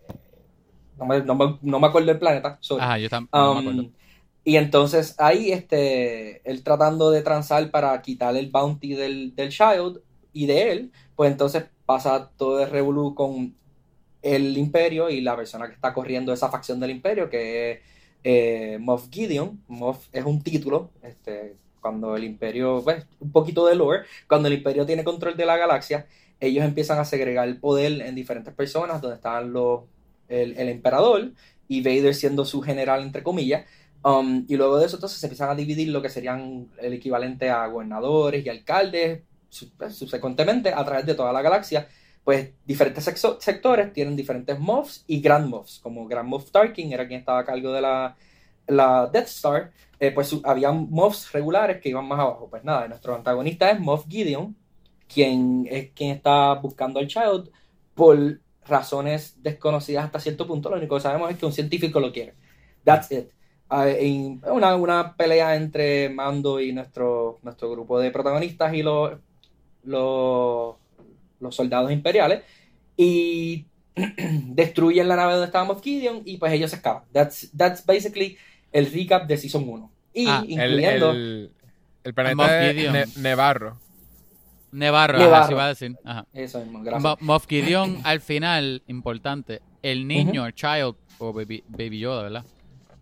no, me, no, me, no me acuerdo del planeta, sorry. Ajá, yo tampoco no me Um, acuerdo. y entonces ahí, este, él tratando de transar para quitar el bounty del, del Child y de él, pues entonces pasa todo el revolú con el Imperio y la persona que está corriendo esa facción del Imperio, que es eh, Moff Gideon. Moff es un título, este, cuando el Imperio, pues, un poquito de lore, cuando el Imperio tiene control de la galaxia, ellos empiezan a segregar el poder en diferentes personas, donde estaban los, el, el emperador y Vader siendo su general, entre comillas. Um, y luego de eso entonces se empiezan a dividir lo que serían el equivalente a gobernadores y alcaldes, su- pues, subsecuentemente a través de toda la galaxia. Pues diferentes sexo- sectores tienen diferentes Moffs y Grand Moffs, como Grand Moff Tarkin era quien estaba a cargo de la, la Death Star. Eh, pues su- había Moffs regulares que iban más abajo. Pues nada, nuestro antagonista es Moff Gideon, quien es quien está buscando al Child por razones desconocidas hasta cierto punto. Lo único que sabemos es que un científico lo quiere. That's it. Ah, en una, una pelea entre Mando y nuestro, nuestro grupo de protagonistas y los, los, los soldados imperiales, y destruyen la nave donde estaba Moff Gideon y pues ellos se escapan. That's, that's basically el recap de Season uno. Y Ah, El, incluyendo... el, el Moff planeta de Gideon. Ne- Nevarro. Nevarro, Nevarro. ajá, así iba a decir. Ajá. Eso mismo, gracias. Mo- Moff Gideon, al final, importante, el niño, el child, o baby, baby Yoda, ¿verdad?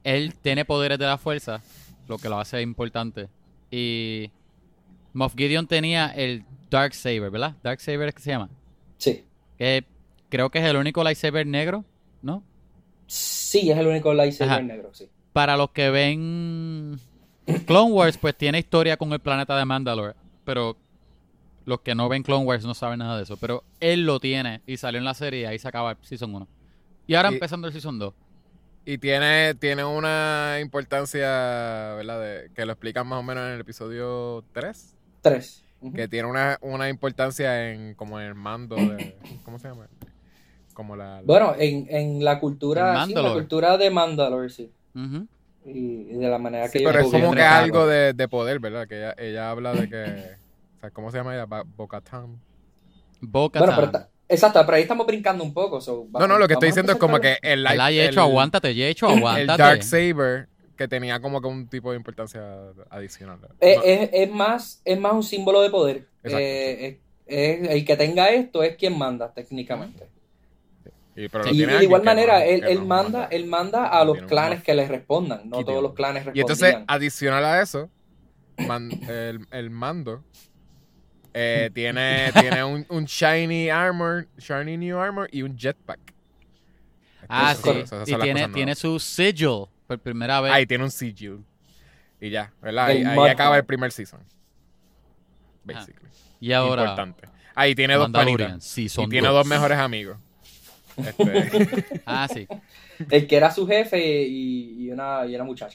él tiene poderes de la fuerza, lo que lo hace importante. Y Moff Gideon tenía el Darksaber, ¿verdad? Darksaber es que se llama. Sí. Que creo que es el único lightsaber negro, ¿no? Sí, es el único lightsaber Ajá. negro, sí. Para los que ven Clone Wars, pues tiene historia con el planeta de Mandalore. Pero los que no ven Clone Wars no saben nada de eso. Pero él lo tiene y salió en la serie y ahí se acaba el Season uno. Y ahora Y- empezando el Season dos. Y tiene, tiene una importancia, ¿verdad? De, que lo explican más o menos en el episodio tres. Tres. Ujú. Que tiene una, una importancia en como en el mando de... ¿Cómo se llama? Como la... la- Bueno, en, en la cultura, En sí, en la Mandalore. cultura de Mandalore, sí. Ujú. Y, y de la manera Sí, que pero es ellos como que gobiernan. algo de, de poder, ¿verdad? Que ella, ella habla de que... O sea, ¿cómo se llama ella? Ba- Bo-Katan. Bo-Katan. Bueno, pero ta- exacto, pero ahí estamos brincando un poco. so, No, no, lo que estoy vamos a diciendo es como que empezar el... El light- hay hecho, el- aguántate, Yecho, El aguántate. Darksaber que tenía como que un tipo de importancia adicional. Es, No, es, es más, es más un símbolo de poder. Exacto, Eh, es- es- el que tenga esto es quien manda, técnicamente. y, pero lo Y, y tiene de alguien igual que manera, no- él, que él no manda, él manda a los Tiene un clanes buff. que le respondan. No Gideon. todos los clanes Y entonces, respondían. adicional a eso, man- el, el mando eh, tiene, tiene un, un shiny armor, shiny new armor y un jetpack. Ah, Esas sí. son- esas son Y las tiene, cosas tiene nuevas. su sigil por primera vez. Ahí tiene un sigil. Y ya, ¿verdad? Ahí, El ahí mod acaba card. el primer season. Basically. y ahora, Importante. Ahí tiene dos Mandalorian, panitas. sí, Y son tiene dos mejores amigos. Este, Ah, sí. El que era su jefe y, y una, y una muchacha.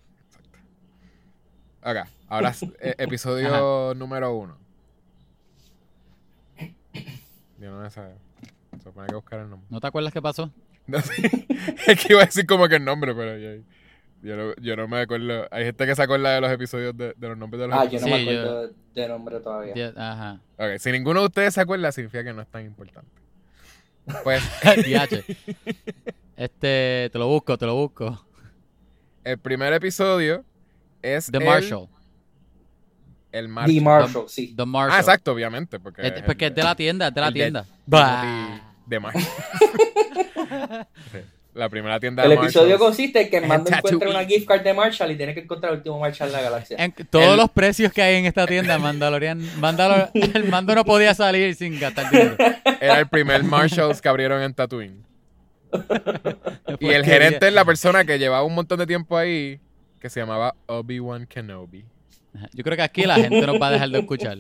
acá, ahora eh, episodio número uno. Yo no me sabe. Se supone que buscar el nombre. ¿No te acuerdas qué pasó? No sé. Es que iba a decir como que el nombre, pero yo, yo, no, yo no me acuerdo. Hay gente que se acuerda de los episodios de, de los nombres de los Ah, yo no episodios. me Sí, acuerdo de nombre todavía. Die- Ajá. Ok, si ninguno de ustedes se acuerda, significa que no es tan importante. Pues D H. Este, te lo busco, te lo busco. el primer episodio es The el, Marshall. el Marshall. The Marshall, sí. The Marshall. Ah, exacto, obviamente. Porque Es, porque es de la tienda, es de la el de- tienda. Timothy Bah. de Marshall. Sí, la primera tienda El de episodio Marshalls. consiste en que el en mando encuentra Tatooine. una gift card de Marshall y tiene que encontrar el último Marshall de la galaxia. En todos El- los precios que hay en esta tienda, Mandalorian, Mandalor- el mando no podía salir sin gastar dinero. Era el primer Marshalls que abrieron en Tatooine. Y el Porquería. gerente es la persona que llevaba un montón de tiempo ahí, que se llamaba Obi-Wan Kenobi. Yo creo que aquí la gente nos va a dejar de escuchar.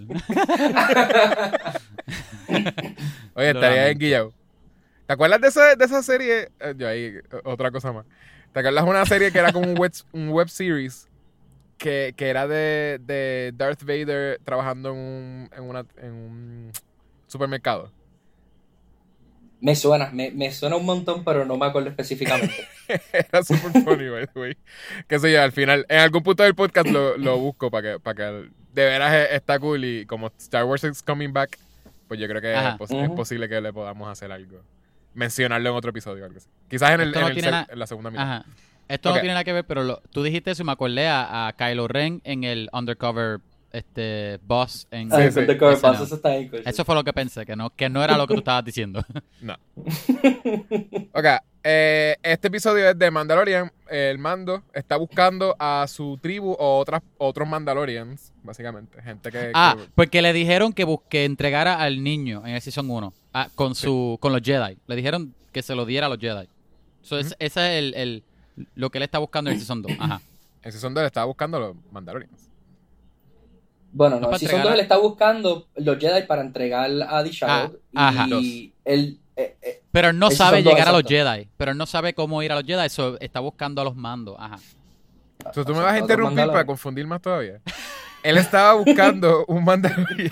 Oye, Lo estaría lamento. en Guillao. ¿Te acuerdas de esa, de esa serie? Eh, yo ahí, o- otra cosa más. ¿Te acuerdas de una serie que era como un web, un web series? Que, que era de, de Darth Vader trabajando en un, en una, en un supermercado. Me suena, me, me suena un montón, pero no me acuerdo específicamente. Era super funny, by the way. Qué sé yo, al final, en algún punto del podcast lo, lo busco para que, para que de veras e- está cool y como Star Wars is coming back, pues yo creo que es, Ajá. pos- es Ujú. posible que le podamos hacer algo. Mencionarlo en otro episodio o algo así. Quizás en, el, Esto en, no el tiene seg- nada- en la segunda mitad. Ajá. Esto Ok. no tiene nada que ver, pero lo- tú dijiste eso y me acordé a, a Kylo Ren en el Undercover este, Boss en Ah, sí. The Cover S N L. Pass, eso está bien cool. Eso fue lo que pensé, que no, que no era lo que tú estabas diciendo. No. Ok, eh, este episodio es de Mandalorian. El mando está buscando a su tribu o otras, otros Mandalorians, básicamente. Gente que... Ah, que- porque le dijeron que busque entregara al niño en el Season uno ah, con su con los Jedi. Le dijeron que se lo diera a los Jedi. So, es- ese es el, el- lo que él está buscando en el Season dos. Ajá. ese son de estaba buscando a los Mandalorians. Bueno, No no, para si son entregar dos, a- él está buscando los Jedi para entregar a The Shadow. Ah, ajá. y él, eh, eh, Pero él no Esos sabe son dos, llegar a los exacto. Jedi. Pero él no sabe cómo ir a los Jedi. So, está buscando a los mandos. Ajá. O sea, tú o me sea, vas a otros interrumpir para Mandalorian. confundir más todavía. Él estaba buscando un Mandalorian.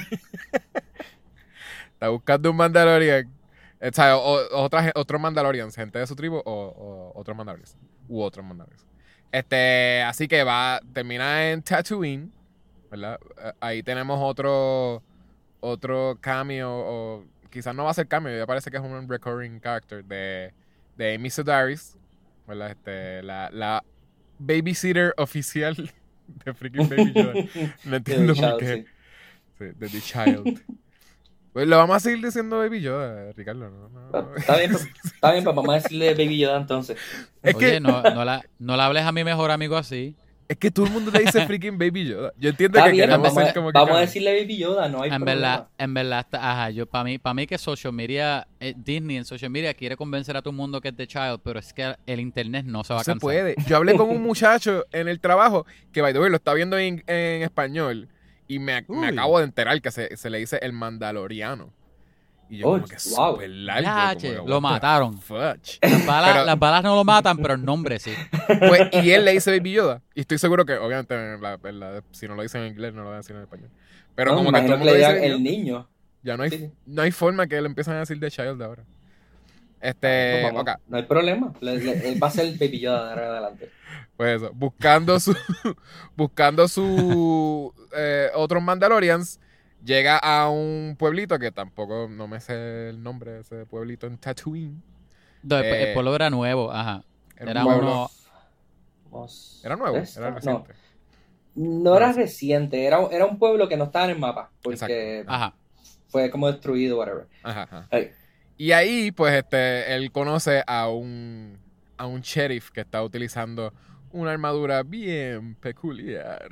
Está buscando un Mandalorian. O sea, o, o otras, otros Mandalorians, gente de su tribu o, o otros Mandalorians. U otros Mandalorians. Este, así que va, termina en Tatooine, ¿verdad? Eh, Ahí tenemos otro, otro cameo, o quizás no va a ser cameo, ya parece que es un recurring character de, de Amy Sedaris, ¿verdad? Este, la, la babysitter oficial de freaking Baby Yoda. No entiendo The por Shadow, qué. sí. Sí, de The Child. Pues lo vamos a seguir diciendo Baby Yoda, Ricardo. No, no, no. Está bien, pues, está bien, pues vamos a decirle Baby Yoda entonces. Es Oye, que, no, no, la, no la hables a mi mejor amigo así. es que todo el mundo te dice freaking Baby Yoda. Yo entiendo Está que bien, queremos vamos, ser a, como que vamos a canon. decirle Baby Yoda, no hay En problema. verdad, en verdad, está- ajá, yo para mí, para mí que social media, eh, Disney en social media quiere convencer a todo el mundo que es The Child, pero es que el internet no se va No a se cansar. puede. Yo hablé con un muchacho en el trabajo que, by the way, lo está viendo en, en español y me, me Uy. acabo de enterar que se, se le dice el mandaloriano. Y yo Oh, como que es wow. súper largo. Ya, como che, que, lo what the mataron. fudge. Las balas, Pero- las balas no lo matan, pero el nombre sí. Pues, y él le dice Baby Yoda. Y estoy seguro que, obviamente, en la- en la- si no lo dicen en inglés, no lo van a decir en español. Pero No, como que todo imagino el que mundo le dice digan Baby el Yoda. niño. Ya no hay, Sí, sí. no hay forma que le empiecen a decir The Child ahora. Pues Este, vamos, ok. no hay problema. Le- le- él va a ser Baby Yoda de ahora en adelante. Pues eso, buscando su buscando su eh, otros Mandalorians, llega a un pueblito que tampoco no me sé el nombre de ese pueblito en Tatooine. No, el, Eh, el pueblo era nuevo, ajá. Era, Era un pueblo- uno- Mos- era nuevo, ¿Esta? era No, reciente. no era Ah, sí. reciente, era, era un pueblo que no estaba en el mapa, porque Ajá. fue como destruido, whatever. Ajá, ajá. Ay, Y ahí, pues, este, él conoce a un a un sheriff que está utilizando una armadura bien peculiar.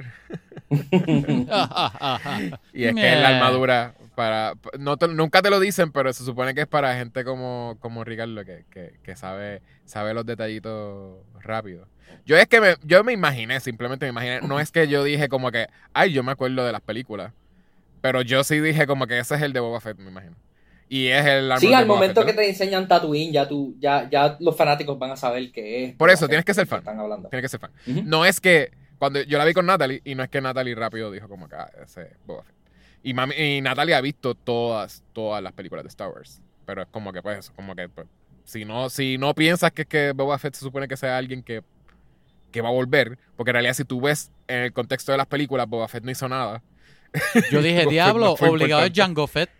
Y es que es la armadura para... No te- nunca te lo dicen, pero se supone que es para gente como, como Ricardo, que, que, que sabe, sabe los detallitos rápido. Yo es que me, yo me imaginé, simplemente me imaginé. No es que yo dije como que, ay, yo me acuerdo de las películas. Pero yo sí dije como que ese es el de Boba Fett, me imagino. Y es el armadura sí, de al Boba momento Fett, que ¿verdad? te enseñan Tatooine, ya tú, ya, ya los fanáticos van a saber qué es. Por eso, tienes que ser de fan. qué están hablando. Tiene que ser fan. Ujú. No es que... Cuando yo la vi con Natalie, y no es que Natalie rápido dijo como que ah, ese es Boba Fett. Y, mami, y Natalie ha visto todas, todas las películas de Star Wars. Pero es como que, pues, eso, como que, pues, si no, si no piensas que es que Boba Fett se supone que sea alguien que, que va a volver, porque en realidad si tú ves en el contexto de las películas, Boba Fett no hizo nada. Yo dije, Boba Fett diablo, no fue obligado es importante. Jango Fett,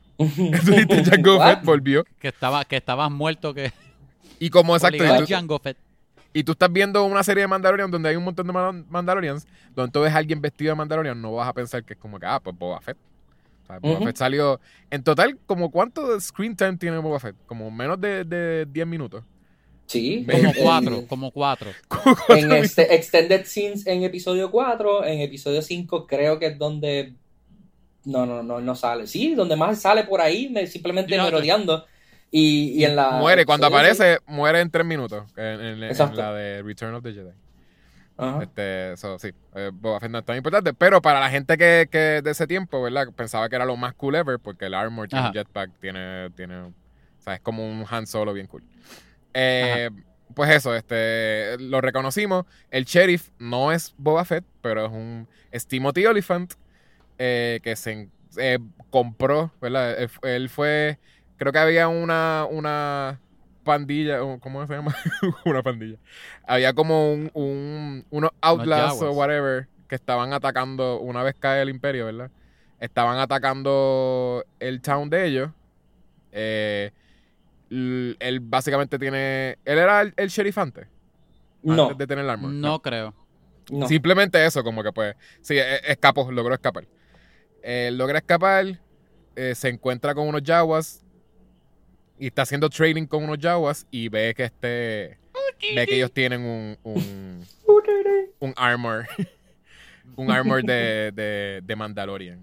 Tú dijiste, Jango What? Fett volvió. que estaba, que estaba muerto que Y como exacto, obligado y es tú, Jango Fett. y tú estás viendo una serie de Mandalorian donde hay un montón de Man- Mandalorians, donde tú ves a alguien vestido de Mandalorian, no vas a pensar que es como que, ah, pues Boba Fett. O sea, Boba Ujú. Fett salió... En total, ¿como cuánto de screen time tiene Boba Fett? Como menos de, de diez minutos. Sí. Como el- cuatro, como cuatro. En este Extended Scenes en episodio cuatro, en episodio cinco creo que es donde... No, no, no, no sale. Sí, donde más sale por ahí, me- simplemente Fíjate. merodeando. Y, y en la... muere, cuando episodio aparece, muere en tres minutos. En, en- en Exacto. la de Return of the Jedi. seis- Ajá. Este, so, sí, eh, Boba Fett no es tan importante. Pero para la gente que, que de ese tiempo, ¿verdad? Pensaba que era lo más cool ever, porque el armor tiene Ajá. un jetpack, tiene, tiene, o sea, es como un Han Solo bien cool. Eh, pues eso, este, lo reconocimos. El sheriff no es Boba Fett, pero es un es Timothy Olyphant, eh, que se eh, compró, ¿verdad? Él, él fue, creo que había una, una pandilla, o ¿cómo se llama? Una pandilla. Había como un, un unos outlaws o Jawas. whatever que estaban atacando, una vez cae el imperio, ¿verdad? Estaban atacando el town de ellos. Eh, l- él básicamente tiene... Él era el, el sheriff antes, No, antes de tener el armor. No creo. no. Simplemente eso, como que pues... Sí, e- escapó, logró escapar. Eh, logra escapar, eh, se encuentra con unos Jawas y está haciendo training con unos Jawas y ve que este... Ve que ellos tienen un... un, un armor. un armor de, de, de Mandalorian.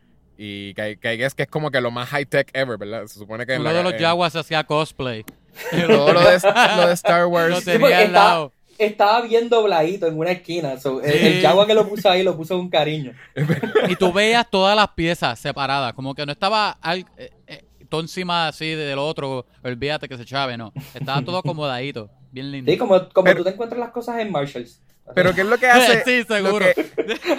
Y que, que I guess que es como que lo más high-tech ever, ¿verdad? Se supone que... en Uno la- de los en- Jaguars hacía cosplay. Todo lo de, lo de Star Lo Wars. Sí, porque tenía al está- lado. Estaba bien dobladito en una esquina. so, el, Sí. el Jaguar que lo puso ahí lo puso con cariño. Y tú veías todas las piezas separadas, como que no estaba al- eh, eh, todo encima así de- del otro, olvídate que se chave, no. Estaba todo acomodadito, bien lindo. Sí, como, como Pero- tú te encuentras las cosas en Marshalls. Pero ¿qué es lo que hace? Sí, lo seguro. que-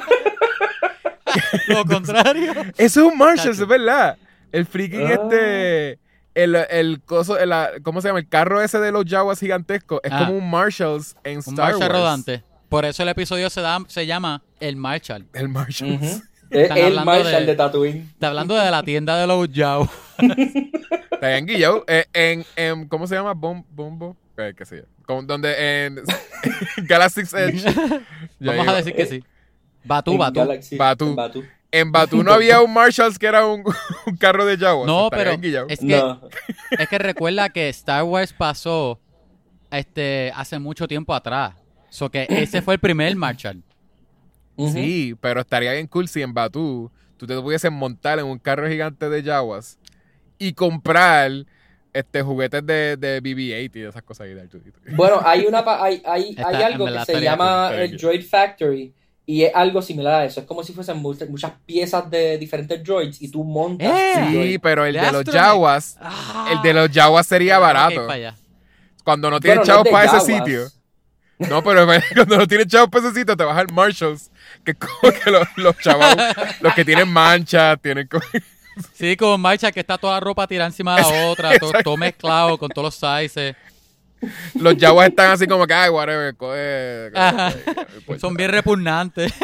Lo contrario. Eso es un Marshall, Chacho. es verdad. El freaking Ah. este... El, el coso, el- la- ¿cómo se llama? El carro ese de los Jaguars gigantescos. Es Ah. como un Marshalls en Un Star Marshall Wars. rodante. Por eso el episodio se, da, se llama El Marshall. El Marshalls. Ujú. Es Están el hablando Marshall de- de, Tatooine. Está hablando de la tienda de los Jaguars. Está bien guillado. Eh, en, en, ¿cómo se llama? Bom, Bombo. Eh, qué sé yo. Como- donde en Galaxy's Edge. Yo Vamos digo, a decir que sí. Batú, En Batú. Galaxy, Batuu. en Batuu. En Batu no había un Marshalls que era un, un carro de Jaguars. No, estaría pero enguillado. es que, No. es que recuerda que Star Wars pasó este hace mucho tiempo atrás. So que ese fue el primer Marshall. Ujú. Sí, pero estaría bien cool si en Batu tú te pudieses montar en un carro gigante de Jaguars y comprar este juguetes de, de B B ocho y de esas cosas ahí de Arturito. Bueno, hay una pa- hay, hay, Está- hay en algo que verdad se estaría llama cool, el estaría Droid Factory y es algo similar a eso. Es como si fuesen muchas, muchas piezas de diferentes droids y tú montas ¡Eh! tu Sí, droid. pero el De de los Astromech. Jaguars, Ah, el de los Jaguars sería tengo que ir barato. para allá. Cuando no tienes Bueno, no chavos es de para ese Jaguars. sitio. No, pero cuando no tienes chavos para ese sitio, te vas al Marshalls, que es como que los, los chavos, los que tienen manchas, tienen como... Sí, con marcha que está toda la ropa tirada encima de la otra, todo, todo mezclado con todos los sizes. Los Jaguars están así como que, ay, whatever, coge... coge, Ajá. coge, no importa. Son bien repugnantes.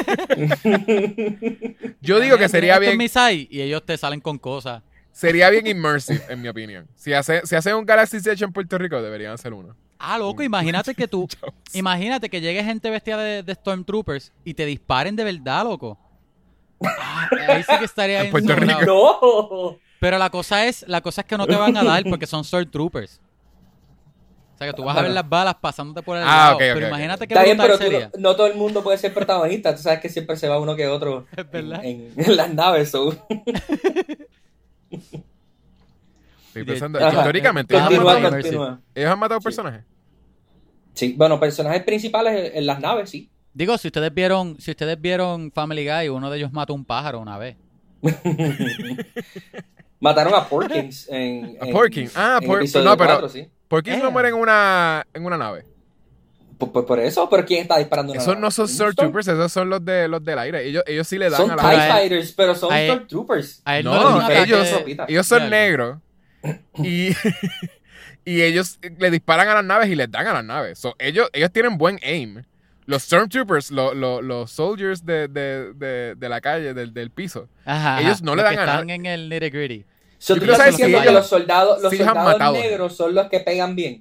Yo digo que sería Esto es bien, mi size, y ellos te salen con cosas. sería bien immersive, en mi opinión. Si hace, si hace un Galaxy Edge en Puerto Rico, deberían hacer uno. Ah, loco, imagínate que tú, imagínate que llegue gente vestida de, de Stormtroopers y te disparen de verdad, loco. Ah, ahí sí que estaría En bien Puerto sobrado. No. Pero la cosa es, la cosa es que no te van a dar porque son Stormtroopers. O sea que tú vas a ver Bueno. las balas pasándote por el Ah, lado. ok, pero ok, ok. imagínate qué Está bien, brutal pero tú sería. no, no todo el mundo puede ser protagonista. Tú sabes que siempre se va uno que otro Es en, verdad. en- en las naves. so. Estoy pensando, Ajá. históricamente, ellos han Continúa, matado, Immersive. continúa. ellos han matado Sí. personajes. Sí, bueno, personajes principales en, en las naves, sí. Digo, si ustedes vieron, si ustedes vieron Family Guy, uno de ellos mató un pájaro una vez. Mataron a Porkins en, A en- Porkins. Ah, en Por- episodio no, pero- cuatro, sí. ¿Por qué Eh. no mueren en una, en una nave? Pues, pues por eso, pero ¿quién está disparando una Esos nave? no son ¿Un Stormtroopers, esos son los de los del aire. Ellos, ellos sí le dan Son a TIE la Pero a él- Fighters, pero son a él- Stormtroopers. A él no, No, le dio un diferentes ellos- ataque- ropitas. Ellos son de algo. negros y, y ellos le disparan a las naves y les dan a las naves. So, ellos, ellos tienen buen aim. Los Stormtroopers, lo- lo- los soldiers de, de, de, de la calle, del, del piso, Ajá, ellos ajá, no le los dan que a están nada. en el nitty gritty. So, Yo tú creo estás que diciendo sí, que ellos- los soldados, los sí los han soldados matado. negros son los que pegan bien.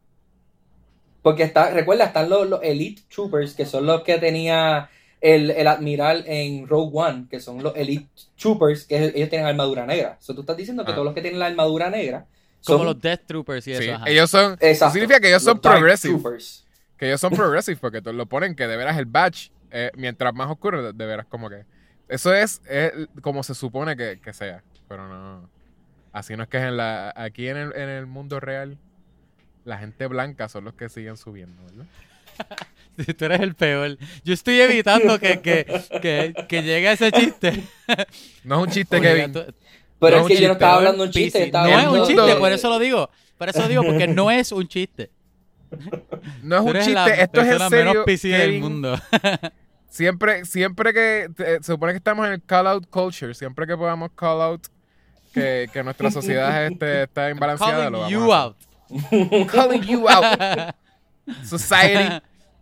Porque está, recuerda, están los, los Elite Troopers, que son los que tenía el, el admiral en Rogue One, que son los Elite Troopers, que ellos tienen armadura negra. So, tú estás diciendo que Ah. todos los que tienen la armadura negra Como son los Death Troopers y eso. Sí, Ajá. ellos son, eso exacto, significa que ellos son los Dark progressive, Troopers. que ellos son progressive porque te lo ponen que de veras el badge, eh, mientras más oscuro, de, de veras como que, eso es, es como se supone que, que sea, pero no, así no es que es en la, aquí en el, en el mundo real, la gente blanca son los que siguen subiendo, ¿verdad? Si tú eres el peor. Yo estoy evitando que, que, que, que llegue ese chiste. No es un chiste, Oye, Kevin. tú- Pero No es un que yo no chiste, estaba ¿no? hablando de un chiste, Pisi. estaba No es hablando un chiste, de- por eso lo digo. Por eso lo digo, porque no es un chiste. No es Tú un eres chiste, la esto es en persona menos serio, P C del Kevin. mundo. Siempre, siempre que te- se supone que estamos en el call out culture, siempre que podamos call out que, que nuestra sociedad este, está imbalanceada, lo Calling vamos you a out. hacer. Calling you out. Society.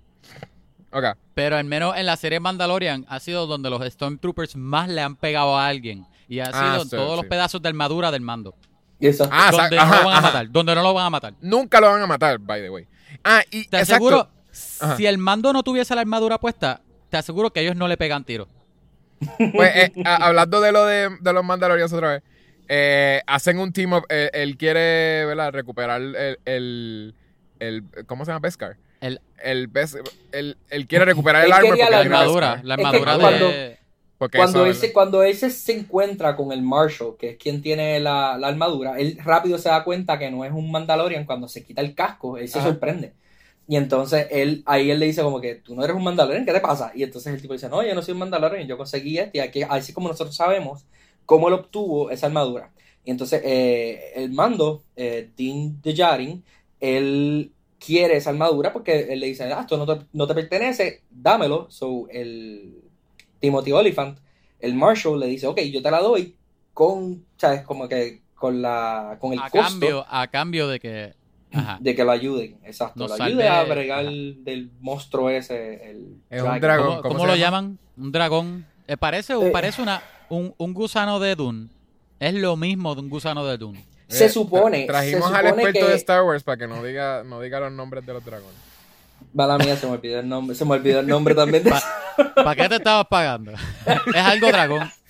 Ok. Pero al menos en la serie Mandalorian ha sido donde los Stormtroopers más le han pegado a alguien. Y ha Ah, sido sí, todos sí. los pedazos de armadura del mando. Exacto. Ah, donde sa- no ajá, lo van a ajá. matar. Donde no lo van a matar. Nunca lo van a matar, by the way. Ah, y Te exacto. aseguro, Ajá. si el mando no tuviese la armadura puesta, te aseguro que ellos no le pegan tiros. Pues, eh, a- hablando de lo de, de los Mandalorians otra vez, eh, hacen un team up. eh, él quiere, ¿verdad? Recuperar el, el, el- ¿cómo se llama? Beskar. El- El, Bes- él, él quiere recuperar el Él armor quería porque la La tiene armadura, Beskar. la Es que armadura cuando- de... Porque Cuando eso, él, se, cuando él se, se encuentra con el Marshal, que es quien tiene la, la armadura, él rápido se da cuenta que no es un Mandalorian. Cuando se quita el casco, él se Ajá. sorprende. Y entonces él ahí él le dice como que tú no eres un Mandalorian, ¿qué te pasa? Y entonces el tipo dice, no, yo no soy un Mandalorian, yo conseguí este, y aquí, así como nosotros sabemos cómo él obtuvo esa armadura. Y entonces eh, el mando, eh, Din Djarin, él quiere esa armadura porque él le dice, ah, esto no te, no te pertenece, dámelo. So el Timothy Olyphant, el Marshal, le dice, ok, yo te la doy con, ¿sabes? Como que con la con el A costo cambio, a cambio de que... Ajá. de que lo ayuden, exacto, Nos lo salve- ayude a bregar ajá. del monstruo ese, el Es un dragon. dragón. ¿Cómo, ¿cómo cómo se lo llama? llaman? Un dragón. Eh, parece Eh. parece una, un, un gusano de Dune. Es lo mismo de un gusano de Dune. Se Eh, supone, tra- Trajimos se al supone experto que- de Star Wars para que no diga, no diga los nombres de los dragones. Mala mía, se me olvidó el nombre, se me olvidó el nombre también. de- Pa- ¿Para qué te estabas pagando? Es algo dragón.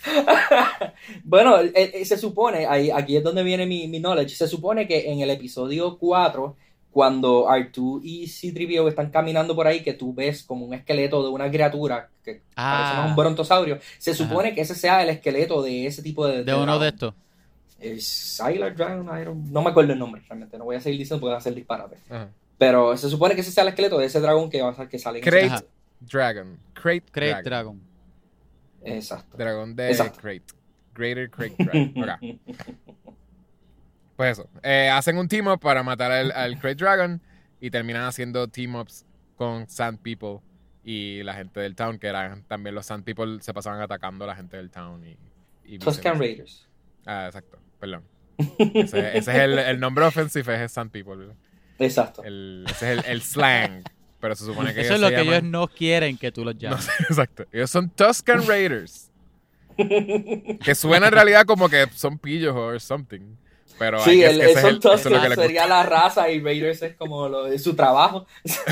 Bueno, eh, eh, se supone, ahí, aquí es donde viene mi, mi knowledge, se supone que en el episodio cuatro, cuando R dos y C tres P O están caminando por ahí, que tú ves como un esqueleto de una criatura que Ah. parece más un brontosaurio, se supone Ajá. que ese sea el esqueleto de ese tipo de... De uno dragón. de estos. El Sylar Dragon, I don't- no me acuerdo el nombre realmente, no voy a seguir diciendo porque va a ser disparate. Ajá. Pero se supone que ese sea el esqueleto de ese dragón que va a ser que sale en ese Crate Ajá. episodio. Dragon. Crate Crate Dragon. Dragon. Exacto. Dragón de Exacto. Crate. Greater Crate Dragon. Ok. Pues eso. Eh, hacen un team up para matar al, al Crate Dragon y terminan haciendo team ups con Sand People y la gente del town, que eran también los Sand People, se pasaban atacando a la gente del town. Y, y Tuscan viceversa. Raiders. Ah, exacto. Perdón. Ese, ese es el, el nombre ofensivo, es Sand People. ¿verdad? Exacto. El, ese es el, el slang. Pero se supone que Eso es ellos lo se que llaman- ellos no quieren que tú los No llames. sé, exacto. Ellos son Tuscan Raiders. Que suena en realidad como que son pillos o something. Pero Sí, I guess el, que ese es son el- eso es lo que Tuscans les sería gusta. la raza y Raiders es como lo de su trabajo.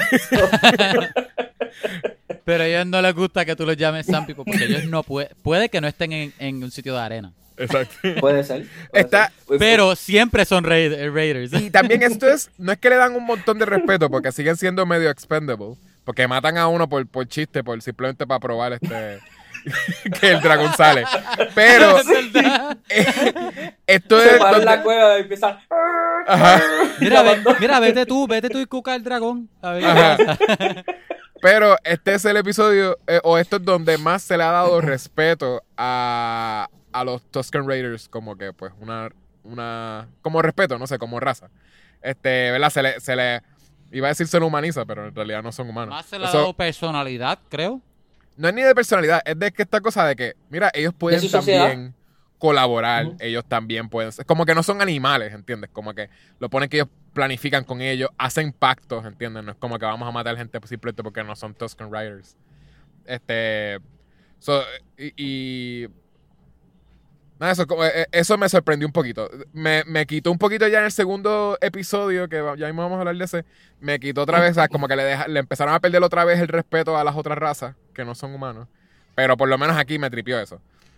Pero a ellos no les gusta que tú los llames Sand People porque ellos no pueden. Puede que no estén en, en un sitio de arena. Exacto. Puede ser. puede Está- ser. Pero siempre son Raid- eh, Raiders. Y también esto es, no es que le dan un montón de respeto porque siguen siendo medio expendable. Porque matan a uno por, por chiste, por simplemente para probar este que el dragón sale. Pero Es verdad. eh, esto es Se para en donde- la cueva y empieza. Ajá. Mira, ve- mira, vete tú, vete tú y cuca al dragón. A ver qué Ajá. pasa. Pero este es el episodio, eh, o esto es donde más se le ha dado respeto a, a los Tuscan Raiders, como que pues una, una, como respeto, no sé, como raza. Este, ¿verdad? Se le, se le, iba a decir se le humaniza, pero en realidad no son humanos. Más se le ha Eso dado personalidad, creo. no es ni de personalidad, es de que esta cosa de que, mira, ellos pueden su sociedad. también colaborar, Ujú. ellos también pueden ser, como que no son animales, ¿entiendes? Como que lo ponen que ellos planifican con ellos, hacen pactos, ¿entiendes? No es como que vamos a matar gente simplemente porque no son Tuscan Riders. Este, so, y, y nada, eso, como, eh, eso me sorprendió un poquito. Me, me quitó un poquito ya en el segundo episodio, que va- ya mismo vamos a hablar de ese, me quitó otra vez, o sea, como que le, deja- le empezaron a perder otra vez el respeto a las otras razas que no son humanos. Pero por lo menos aquí me tripió eso.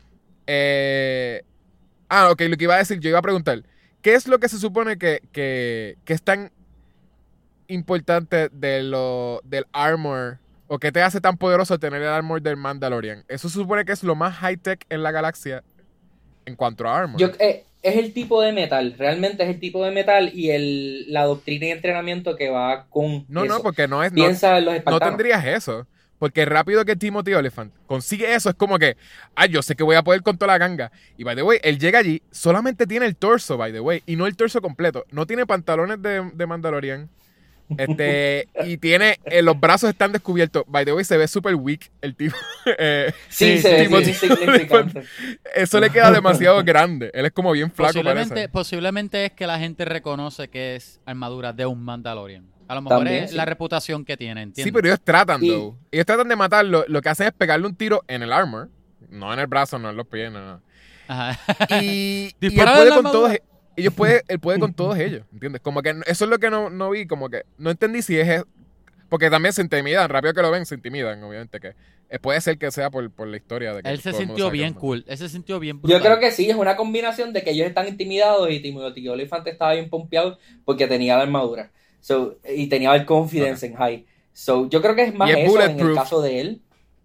Eh, ah, ok, lo que iba a decir, yo iba a preguntar, ¿qué es lo que se supone que, que, que es tan importante de lo, del armor? ¿O qué te hace tan poderoso tener el armor del Mandalorian? Eso se supone que es lo más high-tech en la galaxia en cuanto a armor. Yo, eh, es el tipo de metal, realmente es el tipo de metal y el, la doctrina y entrenamiento que va con no, eso. no, porque no es... No, Piensa en los no espartanos. tendrías eso. Porque rápido que Timothy Olyphant consigue eso, es como que, ah, yo sé que voy a poder con toda la ganga. Y by the way, él llega allí, solamente tiene el torso, by the way, y no el torso completo. No tiene pantalones de, de Mandalorian. Este, y tiene, eh, los brazos están descubiertos. By the way, se ve súper weak el tipo. Eh, Sí, Sí, se ve Timothy bien insignificante. eso le queda demasiado grande. Él es como bien flaco, Posiblemente, parece. posiblemente es que la gente reconoce que es armadura de un Mandalorian. A lo mejor También, es sí. la reputación que tiene, ¿entiendes? Sí, pero ellos tratan, Y- though. Ellos tratan de matarlo. Lo que hacen es pegarle un tiro en el armor. No en el brazo, no en los pies, no, no. Ajá. Y, y él Dispárale puede la con armadura. todos ellos puede, él puede con todos ellos, ¿entiendes? Como que eso es lo que no, no vi, como que no entendí si es es- porque también se intimidan, rápido que lo ven, se intimidan, obviamente que eh, puede ser que sea por, por la historia de que Él se todo el mundo sintió sabe que bien es un- cool. Él se sintió bien brutal. Yo creo que sí, es una combinación de que ellos están intimidados y Timothy Olyphant estaba bien pompeado porque tenía la armadura. So, y tenía el confidence en high. So, yo creo que es más Y es eso en el bulletproof. caso de él.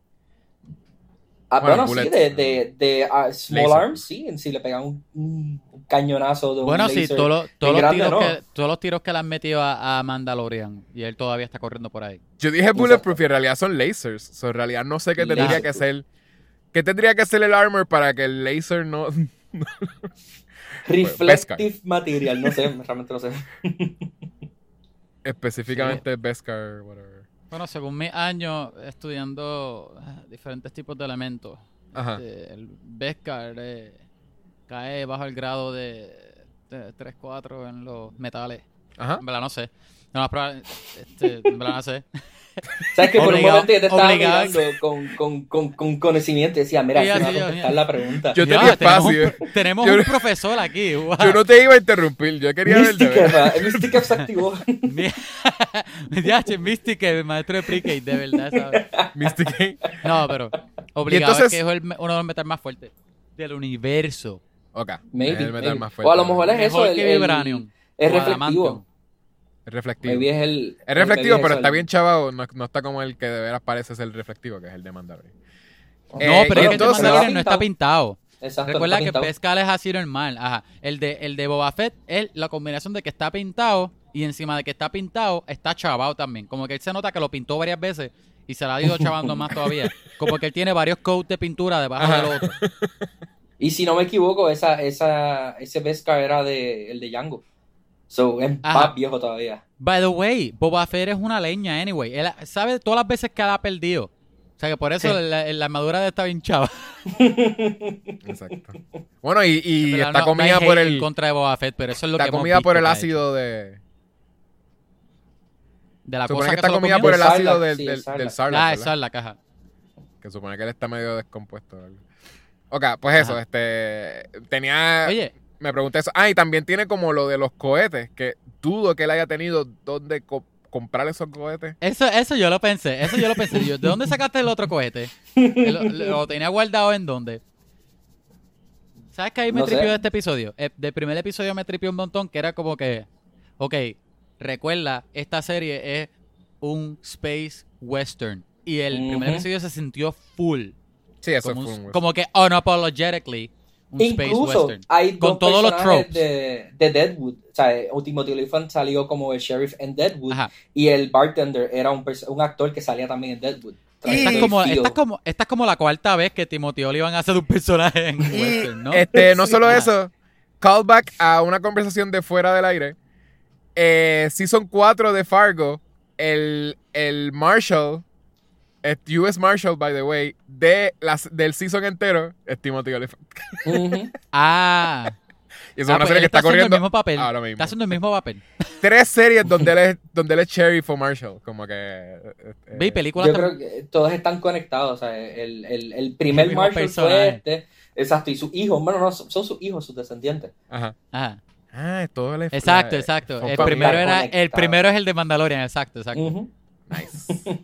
Ah, Bueno, bueno, sí, bullets, de, de, de ah, Small laser. Arms, sí, en sí le pegan un, un- un cañonazo de un Bueno, sí, laser todos los, todos, bien los grande, tiros ¿no? que, todos los tiros que le han metido a, a Mandalorian y él todavía está corriendo por ahí. Yo dije bulletproof y en realidad son lasers. So, en realidad no sé qué tendría Laser. que ser. ¿Qué tendría que ser el armor para que el laser no. Reflective material, no sé, realmente no sé. específicamente Beskar, whatever. Bueno, según mis años estudiando eh, diferentes tipos de elementos, Ajá. este, el Beskar eh, cae bajo el grado de, de tres cuatro en los metales. Ajá. En verdad no sé. No, más probable, este, en verdad no sé. ¿Sabes que por un Obligado- momento yo te estaba obligado. mirando con, con, con, con conocimiento y decía, mira, Sí, así me así va a yo, contestar mira. la pregunta? Yo Ya, tenía tenemos un, espacio. pro- tenemos Yo- un profesor aquí. Wow. Yo no te iba a interrumpir, yo quería ver de Mystic, verdad. Eva, Mystic se activó. Mi- Ya, che, Mystic, el maestro de pre-K, de verdad, ¿sabes? Mystic. No, pero obligado entonces- es que es el me- uno de los metales más fuertes. del universo. Ok, Maybe, es el metal maybe. más fuerte. O a lo mejor es eso, Mejor el, que el- Vibranium. es o reflectivo. Adamantium. Es reflectivo. Maybe es el, Es reflectivo, maybe pero eso, está el- bien chavado. No, no está como el que de veras parece ser reflectivo, que es el de Mandalorian. No, Eh, pero y es que el de entonces- Mandalorian no está pintado. Exacto, Recuerda está que pintado. Beskar es así normal. Ajá. El de, el de Boba Fett es la combinación de que está pintado y encima de que está pintado está chavado también. Como que él se nota que lo pintó varias veces y se la ha ido chavando más todavía. Como que él tiene varios coats de pintura debajo Ajá. del otro. Y si no me equivoco, esa, esa, ese Beskar era de, el de Django. So, es Ajá. más viejo todavía. By the way, Boba Fett es una leña, anyway. Él sabe todas las veces que él ha perdido. O sea que por eso Sí. la, la armadura de él está bien chava. Exacto. Bueno, y, y Pero está no- no comida hay por hate el... en contra de Boba Fett, pero eso es lo Está que hemos comida por visto el que ha ácido de... hecho. De la Supone cosa que que está se lo comida comió. por el Del ácido Sarlacc, del, sí, del, el Sarlacc. del Sarlacc, Ah, ¿verdad? esa es la caja. Que supone que él está medio descompuesto. o algo. Ok, pues eso, Ajá. este... Tenía... Oye, Me pregunté eso. Ah, y también tiene como lo de los cohetes, que dudo que él haya tenido dónde co- comprar esos cohetes. eso, eso yo lo pensé. Eso yo lo pensé. Yo, ¿de dónde sacaste el otro cohete? ¿Lo, lo tenía guardado en dónde? ¿Sabes qué ahí me No tripió sé. de este episodio? Eh, del primer episodio me tripió un montón, que era como que... Ok, recuerda, esta serie es un space western. Y el primer Ujú. episodio se sintió full. Sí, eso Como, fue un- un... como que unapologetically un space Incluso western. hay Con dos todos los personajes tropes. de, de Deadwood. O sea, Timothy Olyphant salió como el sheriff en Deadwood. Ajá. Y el bartender era un, perso- un actor que salía también en Deadwood. Esta es, Trayendo como, el esta, feel. es como, esta es como la cuarta vez que Timothy Olyphant hace de un personaje en Y, western, ¿no? este, no Sí. solo Ajá. eso, callback a una conversación de fuera del aire. Eh, season cuatro de Fargo, el, el Marshall, el U S Marshal, by the way, de las, del season entero, es Timothy Olyphant. Ujú. Ah. Y eso Ah, es una pues serie él que está haciendo corriendo el mismo papel. ahora mismo. Está haciendo el mismo papel. Tres series donde él es, donde él es sheriff o Marshall. Como que... eh, eh, Ve, películas Yo también. creo que todos están conectados. O sea, el, el, el primer El mismo Marshall personaje. fue este. Exacto. Y sus hijos. Bueno, no, son son sus hijos, sus descendientes. Ajá. Ajá. Ah, todo el... Exacto, la- exacto. son El familia. primero, era, el conectado. primero es el de Mandalorian, exacto, exacto. Ujú. Nice.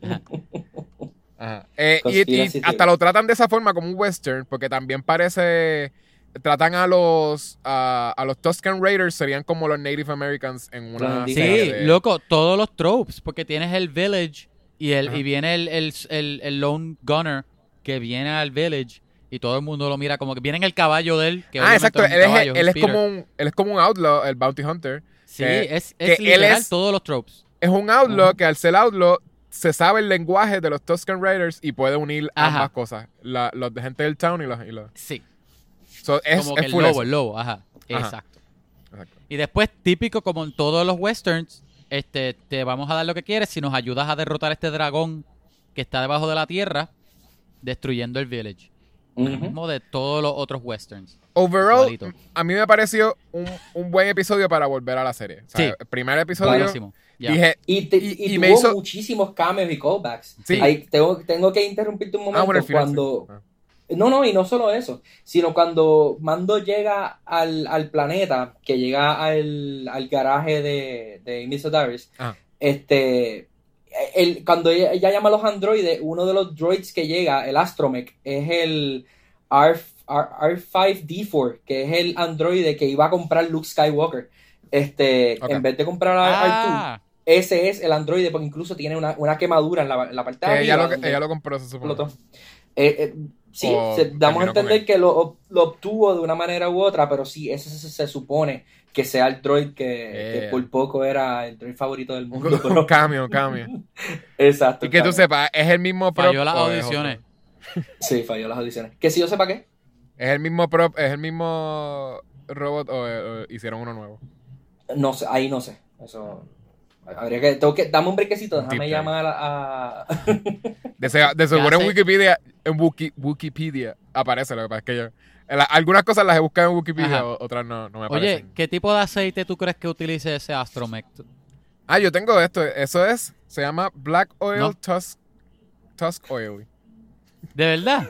Ajá. Eh, y, y Conspiracy hasta theory. lo tratan de esa forma como un western, porque también parece... Tratan a los a, a los Tusken Raiders, serían como los Native Americans en Los una... indígenas. serie Sí, de- loco, todos los tropes, porque tienes el village y el Ajá. y viene el, el, el, el lone gunner que viene al village y todo el mundo lo mira como que viene en el caballo de él. Que Ah, exacto. obviamente Él es un es, caballo, él es Peter. como un, él es como un outlaw, el bounty hunter. Sí, que- es, que es él literal es- todos los tropes. Es un outlaw Ujú. que al ser outlaw se sabe el lenguaje de los Tusken Raiders y puede unir Ajá. ambas cosas. La- los de gente del town y los... Y los Sí, so, es, como es que el full lobo, eso. el lobo, ajá, Ajá. exacto. Exacto. Y después, típico como en todos los westerns, este, te vamos a dar lo que quieres si nos ayudas a derrotar a este dragón que está debajo de la tierra, destruyendo el village. Lo Ujú. mismo de todos los otros westerns. Overall, Igualito. a mí me pareció un, un buen episodio para volver a la serie. O sea, Sí. el primer episodio, Buenísimo. Ya. dije... Y, te- Y- y y tuvo me hizo- muchísimos cameos y callbacks. Sí. Ahí tengo, tengo que interrumpirte un momento Ah, bueno, el final, cuando... sí. Ah. No, no, y no solo eso, sino cuando Mando llega al, al planeta, que llega al, al garaje de, de Miss Darius, Ah. este, el, cuando ella, ella llama a los androides, uno de los droids que llega, el Astromech, es el R, R, R5 D cuatro, que es el androide que iba a comprar Luke Skywalker. Este, Ok. en vez de comprar a R dos, Ah, ese es el androide, porque incluso tiene una, una quemadura en la, en la parte de Que ella, arriba. lo, donde ella lo compró, se supone. explotó. Eh, eh, sí, O se- damos a terminó con entender él. que lo, ob- lo obtuvo de una manera u otra, pero sí, ese se, se supone que sea el droid que, que Yeah. por poco era el droid favorito del Un, mundo. un pero- cambio, un cambio. Exacto. Y que tú claro. sepas, ¿es el mismo prop? falló las o es audiciones. otro? Sí, falló las audiciones. Que si yo sepa qué. ¿Es el mismo prop? ¿Es el mismo robot o, o hicieron uno nuevo? No sé, ahí no sé. Eso. Habría que. Tengo que dame un brequecito, Deep déjame dive. llamar a. a- De, se- de seguro en hace? Wikipedia, en Wiki- Wikipedia aparece, lo que pasa es que yo... en la- algunas cosas las he buscado en Wikipedia, Ajá. o- otras no, no me Oye, aparecen. ¿qué tipo de aceite tú crees que utilice ese Astromech? Ah, yo tengo esto. Eso es, se llama Black Oil No. Tusk, Tusk Oil. ¿De verdad?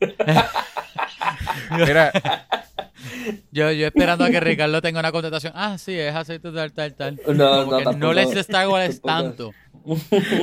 Mira, Yo, yo esperando a que Ricardo tenga una contestación. Ah, sí, es aceite tal, tal, tal. No, Como no, que tampoco- no les Star Wars tampoco. tanto.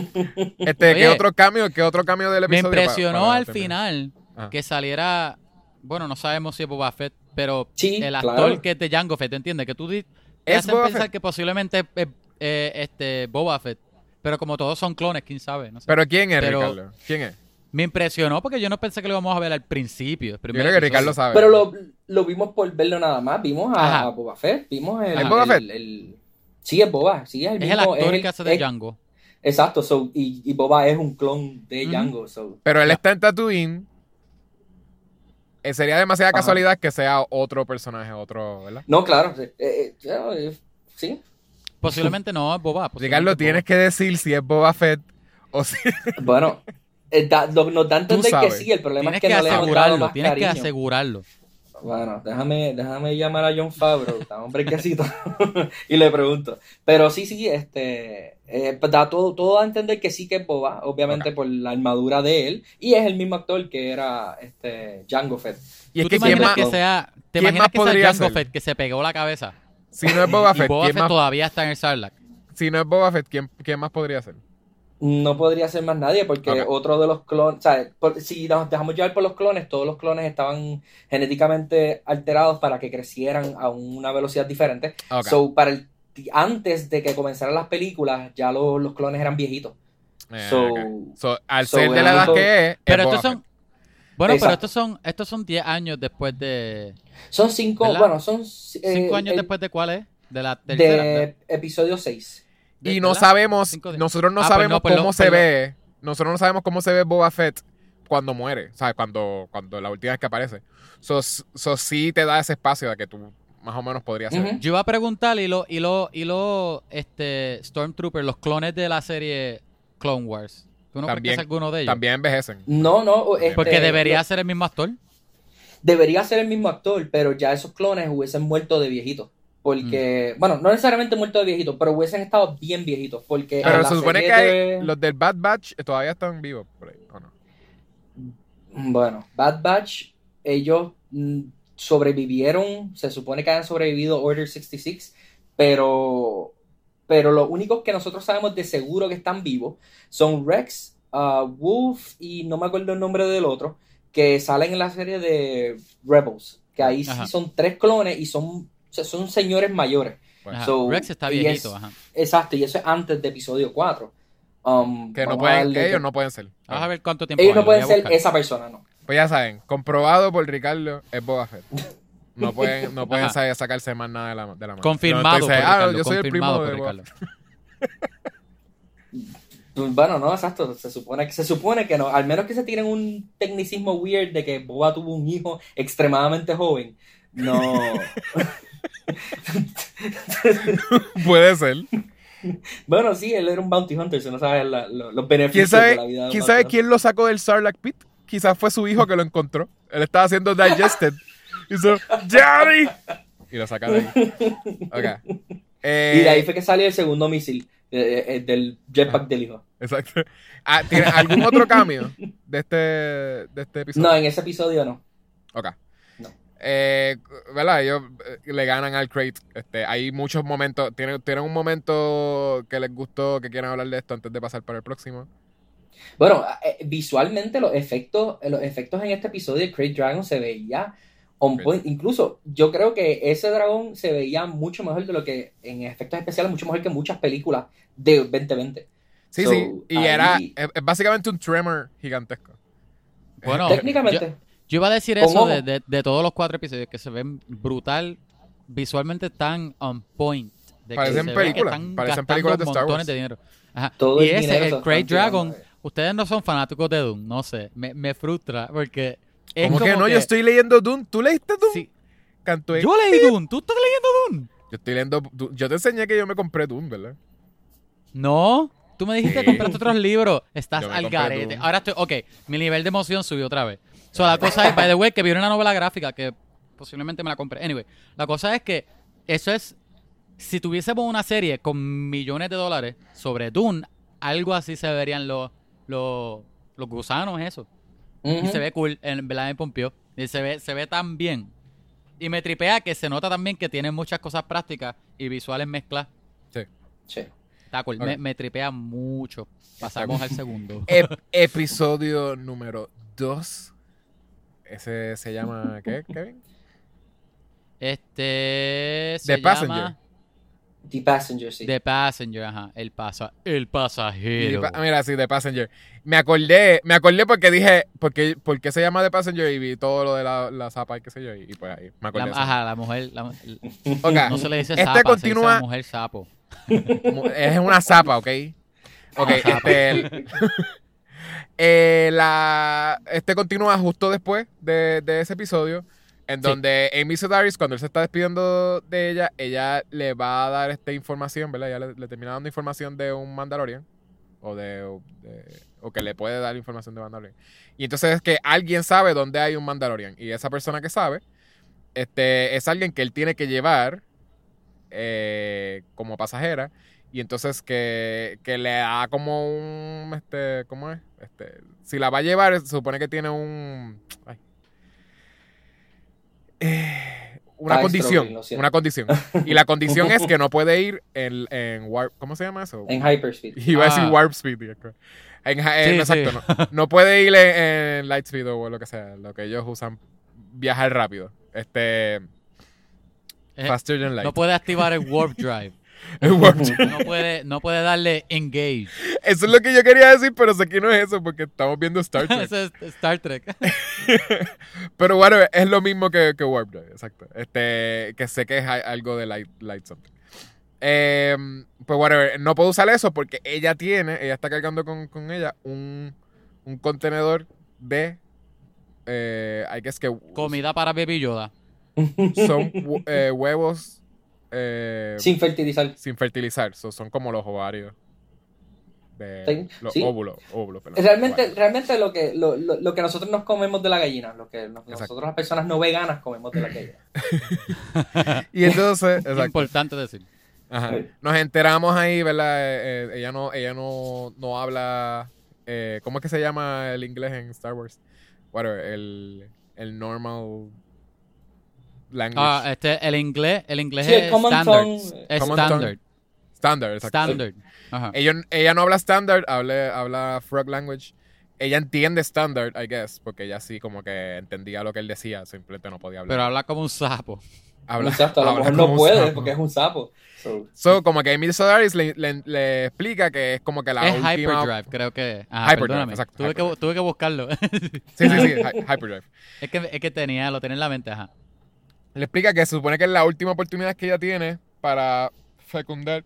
este, ¿qué Oye, otro cambio? ¿Qué otro cambio del Me episodio? pa- impresionó para al terminar? final Ajá. que saliera Bueno, no sabemos si es Boba Fett, pero Sí, el actor claro. que es de Jango Fett, ¿entiendes? Que tú di- te Es hacen Boba pensar Fett. que posiblemente es eh, este, Boba Fett. Pero como todos son clones, quién sabe, no sé. Pero ¿quién es, Pero- Ricardo? ¿Quién es? Me impresionó porque yo no pensé que lo íbamos a ver al principio. el Yo primer creo que Ricardo episodio. sabe. Pero lo, lo vimos por verlo nada más. Vimos a, Ajá. a Boba Fett. Vimos el. ¿Es Boba el- Fett? el- sí, es Boba. Sí, es el Es el mismo. actor es el- que hace de es- Django. Exacto. So, y, y Boba es un clon de Ujú. Django. So. Pero él Ya. está en Tatooine. Eh, sería demasiada Ajá. casualidad que sea otro personaje, otro, ¿verdad? No, claro. eh, eh, eh, sí. Posiblemente no es Boba. posiblemente Ricardo, es tienes Boba. que decir si es Boba Fett o si... Bueno, eh, da- lo- nos da a entender que sabes. sí. El problema Tienes es que, que no le hemos dado asegurarlo, más tienes que cariño. asegurarlo. Bueno, déjame, déjame llamar a John Favreau, dame un brequecito y le pregunto. Pero sí, sí, este, eh, pues da todo, todo a entender que sí que es Boba, obviamente Ok. por la armadura de él, y es el mismo actor que era este Jango Fett. Y es ¿Tú que te ¿quién imaginas más, que sea, te quién imaginas más que sea podría Jango ser? Fett que se pegó la cabeza? si no es Boba Y Fett, Boba ¿quién Fett más, todavía está en el Sarlacc. si no es Boba Fett, ¿quién, quién más podría ser? No podría ser más nadie porque Ok. otro de los clones, o sea, por- si nos dejamos llevar por los clones, todos los clones estaban genéticamente alterados para que crecieran a una velocidad diferente. Ok. So, para el, antes de que comenzaran las películas, ya los, los clones eran viejitos. Eh, So, ok. So, al so, ser de la edad eso- que es, Pero es estos Boba son... Bueno, pero Exacto. estos son estos son diez años después de... Son cinco, ¿Verdad? bueno, son eh, ¿Cinco años el- después de cuál es? De la tercera. de episodio seis. Y de- no ¿verdad? sabemos, Cinco de- nosotros no Ah, pues sabemos no, pues cómo lo- se pues lo- ve, nosotros no sabemos cómo se ve Boba Fett cuando muere, o sea, cuando, cuando la última vez que aparece. So, so sí te da ese espacio de que tú más o menos podrías ser. Ujú. Yo iba a preguntar y lo, y lo, y lo, este, Stormtrooper, los clones de la serie Clone Wars. ¿Tú no crees que También- es alguno de ellos? También envejecen. No, no, este, Porque debería lo- ser el mismo actor. debería ser el mismo actor, pero ya esos clones hubiesen muerto de viejitos. Porque, Mm. bueno, no necesariamente muerto de viejitos, pero hubiesen estado bien viejitos. Porque Pero en la se supone serie que hay- de- los del Bad Batch todavía están vivos por ahí, ¿o no? Bueno, Bad Batch, ellos mm, sobrevivieron, se supone que han sobrevivido Order sesenta y seis, pero, pero los únicos que nosotros sabemos de seguro que están vivos son Rex, uh, Wolf y no me acuerdo el nombre del otro, que salen en la serie de Rebels, que ahí Ajá. sí son tres clones y son, o sea, son señores mayores. Bueno, Ajá. So, Rex está y viejito, es- ajá. Exacto, y eso es antes de episodio cuatro. Um, que no vamos a pueden, darle que ellos que- no pueden ser. Vamos a ver cuánto tiempo ellos hay, no lo pueden voy a ser buscar. esa persona, no. Pues ya saben, comprobado por Ricardo, es Boba Fett. No pueden, no pueden Ajá. sa- sacarse más nada de la, de la mano. Confirmado No, por entonces, ah, Ricardo, yo soy el primo confirmado de por Boba Ricardo. Pues, bueno, no, exacto. Se supone que se supone que no. Al menos que se tiren un tecnicismo weird de que Boba tuvo un hijo extremadamente joven. No. Puede ser. Bueno, sí, él era un bounty hunter, si no sabes la- lo- los ¿Quién beneficios de sabe, la vida de un ¿quién bounty sabe hunter. quién lo sacó del Sarlacc Pit? Quizás fue su hijo que lo encontró. Él estaba haciendo digested. Hizo, ¡Daddy! Y lo saca de ahí. Ok. Eh, Y de ahí fue que salió el segundo misil eh, eh, del jetpack del hijo. Exacto. Ah, ¿tiene algún otro cambio de este, de este episodio? No, en ese episodio no. Ok. No. Eh, ¿Verdad? Ellos eh, le ganan al Crate. Este, hay muchos momentos. ¿Tienen, ¿Tienen un momento que les gustó, que quieran hablar de esto antes de pasar para el próximo? Bueno, eh, visualmente los efectos, eh, los efectos en este episodio de Crate Dragon se veía on Great. point. Incluso yo creo que ese dragón se veía mucho mejor de lo que en efectos especiales, mucho mejor que muchas películas de veinte veinte. Sí, So, sí. Y ahí- era es, es básicamente un tremor gigantesco. Bueno, Técnicamente. Yo iba a decir Con eso ojo. de, de- de todos los cuatro episodios, que se ven brutal, visualmente tan on point. De que Parecen se ve que películas, están parecen gastando películas de Star montones Wars. de dinero. Ajá. Todo Y el ese, dinero se el lo Great están tirando, Dragon, eh. ustedes no son fanáticos de Doom, no sé, me, me frustra porque es ¿Cómo que como no? Yo estoy leyendo Dune. ¿Tú leíste Dune? sí, Canto ahí. yo leí Doom, ¿tú estás leyendo Doom? Yo estoy leyendo Dune. Yo te enseñé que yo me compré Dune, ¿verdad? No, tú me dijiste Sí. que compraste otros libros, estás Yo me al compré garete. Doom. Ahora estoy, ok, mi nivel de emoción subió otra vez. So, la cosa es, by the way, que vi una novela gráfica que posiblemente me la compré. Anyway, la cosa es que eso es, si tuviésemos una serie con millones de dólares sobre Dune, algo así se verían los, los, los gusanos, eso. Y Ujú. se ve cool, en verdad me pompió. Y se ve, se ve tan bien. Y me tripea que se nota también que tiene muchas cosas prácticas y visuales mezcladas. Sí. Sí. Está cool. Ok. Me, me tripea mucho. Pasamos al segundo. Ep- episodio número dos. ese se llama, ¿qué, Kevin? Este se The Passenger. llama The Passenger, sí. The Passenger, ajá. El, pasa, el pasajero. Pa- mira, sí, The Passenger. Me acordé, me acordé porque dije, porque, ¿por qué se llama The Passenger? Y vi todo lo de la, la zapa y qué sé yo, y, y pues ahí me acordé La- de eso. ajá, la mujer. la- Ok, no se le dice este zapa, continúa- se dice la mujer sapo. mu- es una zapa, ¿ok? Ok, Ah, zapa. este... el- eh, la, este continúa justo después de, de ese episodio, en Sí. donde Amy Sedaris, cuando él se está despidiendo de ella, ella le va a dar esta información, ¿verdad? Ella le, le termina dando información de un Mandalorian, o de, o de- o que le puede dar información de Mandalorian. Y entonces es que alguien sabe dónde hay un Mandalorian, y esa persona que sabe, este, es alguien que él tiene que llevar eh, como pasajera, y entonces que, que le da como un, este, ¿cómo es? Este, si la va a llevar, se supone que tiene un, ay. Eh, una Está condición, struggling, lo siento. una condición. Y la condición es que no puede ir en, en warp, ¿cómo se llama eso? En Hyperspeed. Iba a decir Ah. warp speed. En, en- Sí, exacto, sí. No, no puede ir en, en light speed o lo que sea, lo que ellos usan, viajar rápido. Este, Eh, faster than light. No puede activar el Warp Drive. El warp speed. No puede, no puede darle Engage. Eso es lo que yo quería decir, pero sé que no es eso porque estamos viendo Star Trek. Ese es Star Trek. Pero bueno, es lo mismo que, que Warp Drive, exacto. Este, que sé que es a- algo de Light, light something. Eh, pues whatever, no puedo usar eso porque ella tiene, ella está cargando con, con ella un, un contenedor de, eh, I guess que Comida para Baby Yoda. son hu- eh, huevos eh, Sin fertilizar. sin fertilizar, so, son como los ovarios. De, Sí, los sí. óvulos, óvulos, perdón, Realmente, ovarios. realmente lo que, lo, lo, lo que nosotros nos comemos de la gallina, lo que nos- Exacto. nosotros las personas no veganas comemos de la gallina. Y entonces, exacto. Importante decir. Ajá. Sí. Nos enteramos ahí, ¿verdad? Eh, eh, ella no, ella no, no habla. Eh, ¿Cómo es que se llama el inglés en Star Wars? Whatever, el, el normal language. Ah, este, el inglés, el inglés Sí, el es common standard. tongue. Es Common standard. tongue. Standard, exacto. Standard. Ajá. Ella, ella no habla standard, habla, habla frog language. Ella entiende standard, I guess, porque ella sí como que entendía lo que él decía, simplemente no podía hablar. Pero habla como un sapo. Habla- Exacto, a lo habla mejor como no un puede sapo. porque es un sapo. So, So, como que Emil Solaris le, le, le explica que es como que la es última... Hyperdrive, creo que. Ah, Hyperdrive, perdóname. exacto, Tuve, que, Hyperdrive. tuve que buscarlo. Sí, sí, sí, Hy- Hyperdrive. es, que, es que tenía, lo tenía en la mente, ajá. Le explica que se supone que es la última oportunidad que ella tiene para fecundar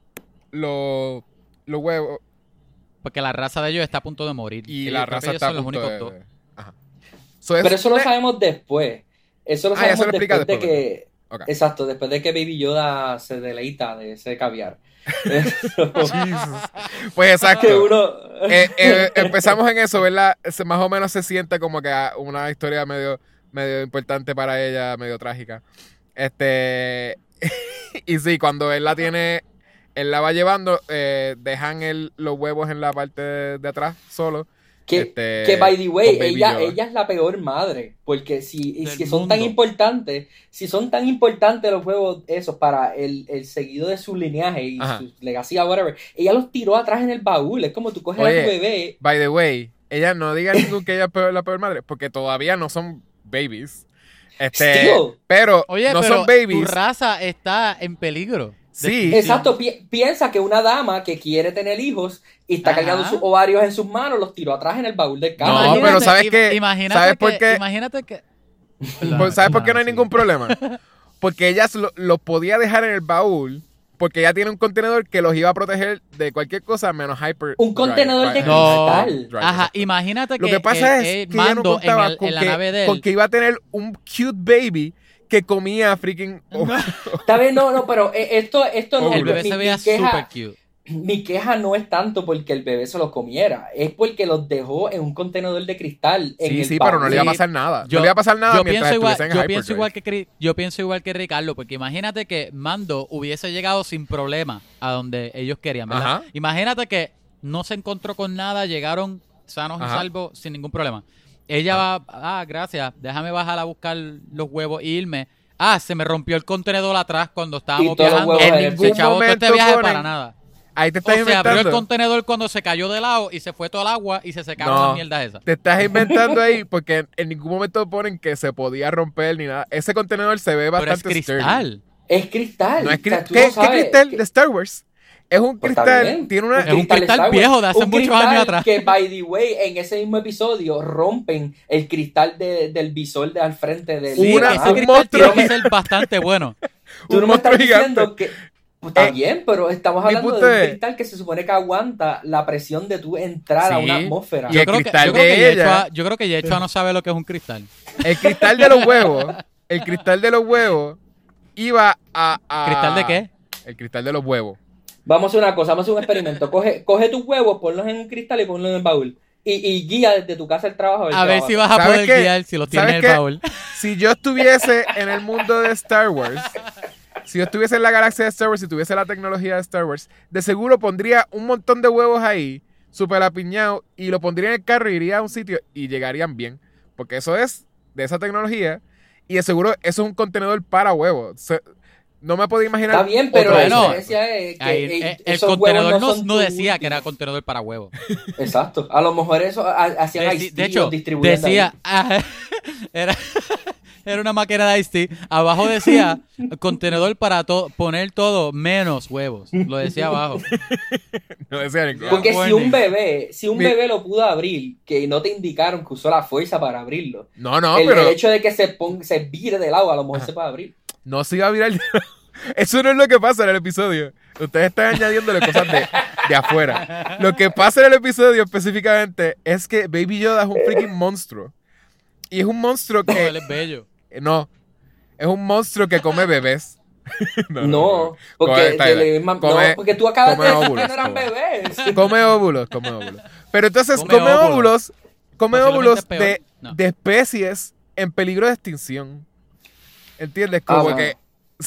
los los huevos Porque la raza de ellos está a punto de morir. y Ellos- la creo que raza ellos está a son los punto únicos de... dos. de- Ajá. So, es pero eso lo una- sabemos después. Eso lo Ah, ya se sabemos lo explica después, de después, que... Ok. Exacto, después de que Baby Yoda se deleita de ese caviar. Jesus. Pues exacto. que uno... Eh, eh, empezamos en eso, ¿verdad? Se- más o menos se siente como que ah, una historia medio, medio importante para ella, medio trágica. Este... y sí, cuando él la tiene... Él la va llevando, eh, dejan el, los huevos en la parte de, de atrás solo. Que, Este, que, by the way, con Baby ella, Yoda. ella es la peor madre. Porque si, y Del si son tan mundo. importantes, si son tan importantes los huevos esos para el, el seguido de su lineaje y Ajá. su legacía, whatever, ella los tiró atrás en el baúl. Es como tú coges Oye, a tu bebé. By the way, ella no diga ningún que ella es peor- la peor madre, porque todavía no son babies. Este, Still. pero Oye, no pero son babies. tu raza está en peligro. Sí. Exacto, pi- piensa que una dama que quiere tener hijos y está Ajá. cargando sus ovarios en sus manos, los tiró atrás en el baúl del carro. No, Imagínate- pero ¿sabes im- qué? Imagínate ¿Sabes que, por qué? Imagínate que... Pues, ¿sabes por qué no hay Sí. ningún problema? Porque ella lo, lo podía dejar en el baúl, porque ella tiene un contenedor que los iba a proteger de cualquier cosa menos hyper. Un contenedor de No. cristal. Ajá, imagínate que Lo que pasa el- es el que ella no Mando en, contaba el- con, en la que, nave de él... con que iba a tener un cute baby que comía freaking... Está bien, no, no, pero eh, esto, esto no el bebé mi- se mi veía queja- super cute. Mi queja no es tanto porque el bebé se lo comiera, es porque los dejó en un contenedor de cristal. En Sí, el sí, pero no le iba a baúl. pasar nada. Yo- no le iba a pasar nada yo mientras pienso igual, estuviese en yo hyperdrive. pienso igual que Cri- yo pienso igual que Ricardo, porque imagínate que Mando hubiese llegado sin problema a donde ellos querían, ¿verdad? Ajá. Imagínate que no se encontró con nada, llegaron sanos Ajá. y salvos sin ningún problema. Ella va, ah, gracias, déjame bajar a buscar los huevos e irme. Ah, se me rompió el contenedor atrás cuando estábamos Y todos los viajando. huevos en en el ningún Se chavó todo este momento viaje ponen- para nada. Ahí te estás O sea, inventando. abrió el contenedor cuando se cayó del lado y se fue todo el agua y se secaron No. las mierdas esas. Te estás inventando ahí porque en, en ningún momento ponen que se podía romper ni nada. Ese contenedor se ve Pero es bastante sturdy. cristal. Es cristal. No es O sea, cri- tú ¿Qué, no qué sabes cristal que- de Star Wars? Es un Pues está cristal, bien. tiene una... Es un cristal de Star Wars. viejo de hace Un muchos cristal años atrás. Que, by the way, en ese mismo episodio rompen el cristal de- del visor de al frente del. Sí, Una- ese un cristal monstruo. tiene que ser bastante bueno. Tú un no me estás monstruo gigante. diciendo que. Pues, está Eh, bien, pero estamos mi hablando punto de un es- cristal que se supone que aguanta la presión de tu entrar a Sí. una atmósfera. Y Yo el creo, que, cristal yo, creo de que ella- Yechua, yo creo que Yechua no sabe lo que es un cristal. El cristal de los huevos, el cristal de los huevos iba a... a- ¿Cristal de qué? El cristal de los huevos. Vamos a hacer una cosa, vamos a hacer un experimento. Coge, coge tus huevos, ponlos en un cristal y ponlos en el baúl. Y, y guía desde tu casa al trabajo. A ver si vas a ¿Sabes poder qué? guiar si los tienes en ¿Sabes el qué? baúl. Si yo estuviese en el mundo de Star Wars, si yo estuviese en la galaxia de Star Wars, si tuviese la tecnología de Star Wars, de seguro pondría un montón de huevos ahí, súper apiñados, y lo pondría en el carro y iría a un sitio y llegarían bien. Porque eso es de esa tecnología y de seguro eso es un contenedor para huevos. Se- no me puedo imaginar. Está bien, pero otro la Bueno, diferencia es que Ahí, eh, eh, el esos contenedor huevos no, son no tu decía que era último. contenedor para huevos. Exacto. A lo mejor eso ha- hacían Deci- Ice-T de hecho, los distribuían de decía, ahí. ah, era, era una máquina de Ice-T. Abajo decía contenedor para to- poner todo menos huevos. Lo decía abajo. No decía ningún- Porque si warning. un bebé, si un Mi- bebé lo pudo abrir, que no te indicaron que usó la fuerza para abrirlo. No, no, el, pero el hecho de que se ponga, se vire del agua, a lo mejor Ajá. se puede abrir. no se iba a virar. Eso no es lo que pasa en el episodio. Ustedes están añadiéndole cosas de, de afuera. Lo que pasa en el episodio específicamente es que Baby Yoda es un freaking monstruo. Y es un monstruo No, que... él es bello. No, es un monstruo que come bebés. No, porque, Come- está de bien. la misma- Come- no, porque tú acabas come de decir óvulos, que no eran come. bebés. Come óvulos, come óvulos. Pero entonces Come come, óvulos. óvulos, come Posiblemente óvulos peor. de, No. de especies en peligro de extinción. ¿Entiendes? Como Ah, bueno. que...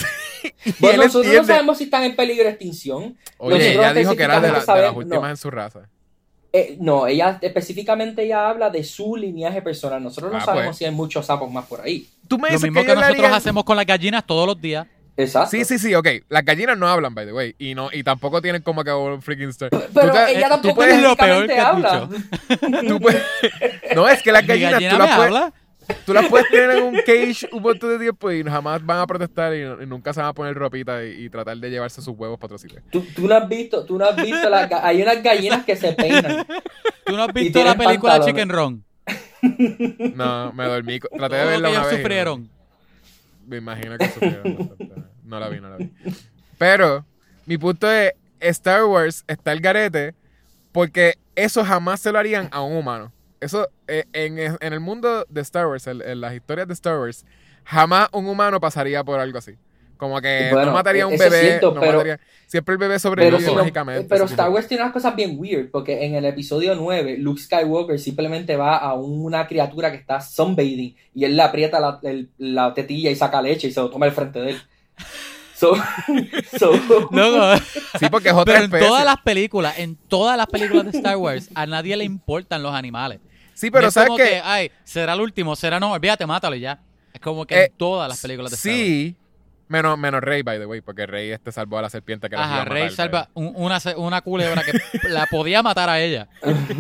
y Bueno, él nosotros no entiende- sabemos si están en peligro de extinción. Oye, Nosotros ella dijo que era de, la- de las específicamente últimas sabemos- en su raza. Eh, no, ella específicamente ella habla de su lineaje personal. Nosotros no Ah, sabemos pues. si hay muchos sapos más por ahí. Tú me Lo dices mismo que ellos le nosotros harían- hacemos con las gallinas todos los días. Exacto. Sí, sí, sí, ok. Las gallinas no hablan, by the way. Y no y tampoco tienen como que un freaking star. Pero Tú te- ella eh, tampoco tú puedes, lo peor específicamente que has habla. tú puedes- No, es que las Mi gallinas gallina tú me las, puedes, habla. tú las puedes tener en un cage un montón de tiempo y jamás van a protestar y, y nunca se van a poner ropita y, y tratar de llevarse sus huevos para otro sitio. Tú, tú no has visto, tú no has visto las ga- hay unas gallinas que se peinan. ¿Tú no has Y visto la tienen película pantalones. Chicken Run? No, me dormí. co- Traté de Todo lo verla que una ellos vez. y no- sufrieron. Me imagino que sufrieron bastante. No la vi, no la vi. Pero, mi punto es, Star Wars está el garete porque eso jamás se lo harían a un humano. Eso, eh, en, en el mundo de Star Wars, en, en las historias de Star Wars, jamás un humano pasaría por algo así. Como que Bueno, no mataría a un eso es bebé, cierto, no pero- mataría... Siempre el bebé Pero, sobrevive si no- mágicamente. pero ese Star tipo. Wars tiene unas cosas bien weird, porque en el episodio nueve, Luke Skywalker simplemente va a una criatura que está sunbathing y él le aprieta la, el- la tetilla y saca leche y se lo toma al frente de él. So, so- Loco. Sí, porque es otra Pero en especie. todas las películas, en todas las películas de Star Wars, a nadie le importan los animales. Sí, No pero es ¿sabes como qué? que, ay, será el último, será no, olvídate, mátalo y ya. Es como que Eh, en todas las películas de Star Wars. Sí, menos, menos Rey, by the way, porque Rey este salvó a la serpiente que la iba Ajá, a matar, Rey by the salva way. un- una, ce- una culebra que la podía matar a ella.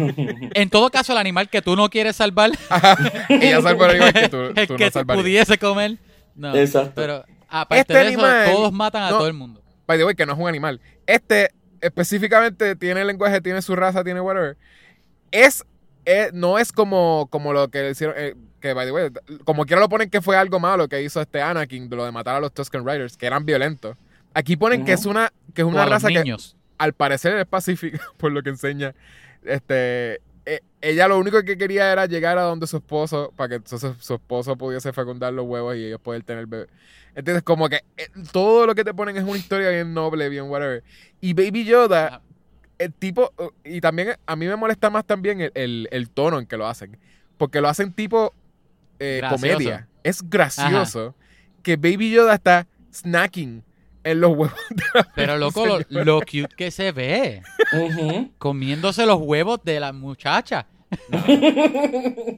En todo caso, el animal que tú no quieres salvar, Ella salvó a Rey que tú, el tú que no te salvarías. pudiese comer. No, Exacto. pero aparte Este de animal- eso, todos matan a no. todo el mundo. By the way, que no es un animal. Este específicamente tiene lenguaje, tiene su raza, tiene whatever. Es, eh, no es como, como lo que hicieron, eh, que by the way, como quiera lo ponen que fue algo malo que hizo este Anakin, de lo de matar a los Tusken Riders, que eran violentos. Aquí ponen que Ujú. es una, que es O una a los raza que niños. al parecer es pacífica, por lo que enseña. Este, eh, ella lo único que quería era llegar a donde su esposo, para que entonces su esposo pudiese fecundar los huevos y ellos poder tener bebé. Entonces, como que eh, todo lo que te ponen es una historia bien noble, bien whatever. Y Baby Yoda, Ajá. el tipo, uh, y también a mí me molesta más también el, el, el tono en que lo hacen. Porque lo hacen tipo eh, Gracioso. comedia. Es gracioso que Baby Yoda está snacking en los huevos de la Pero loco, lo, señora. lo cute que se ve. Ujú. Comiéndose los huevos de la muchacha.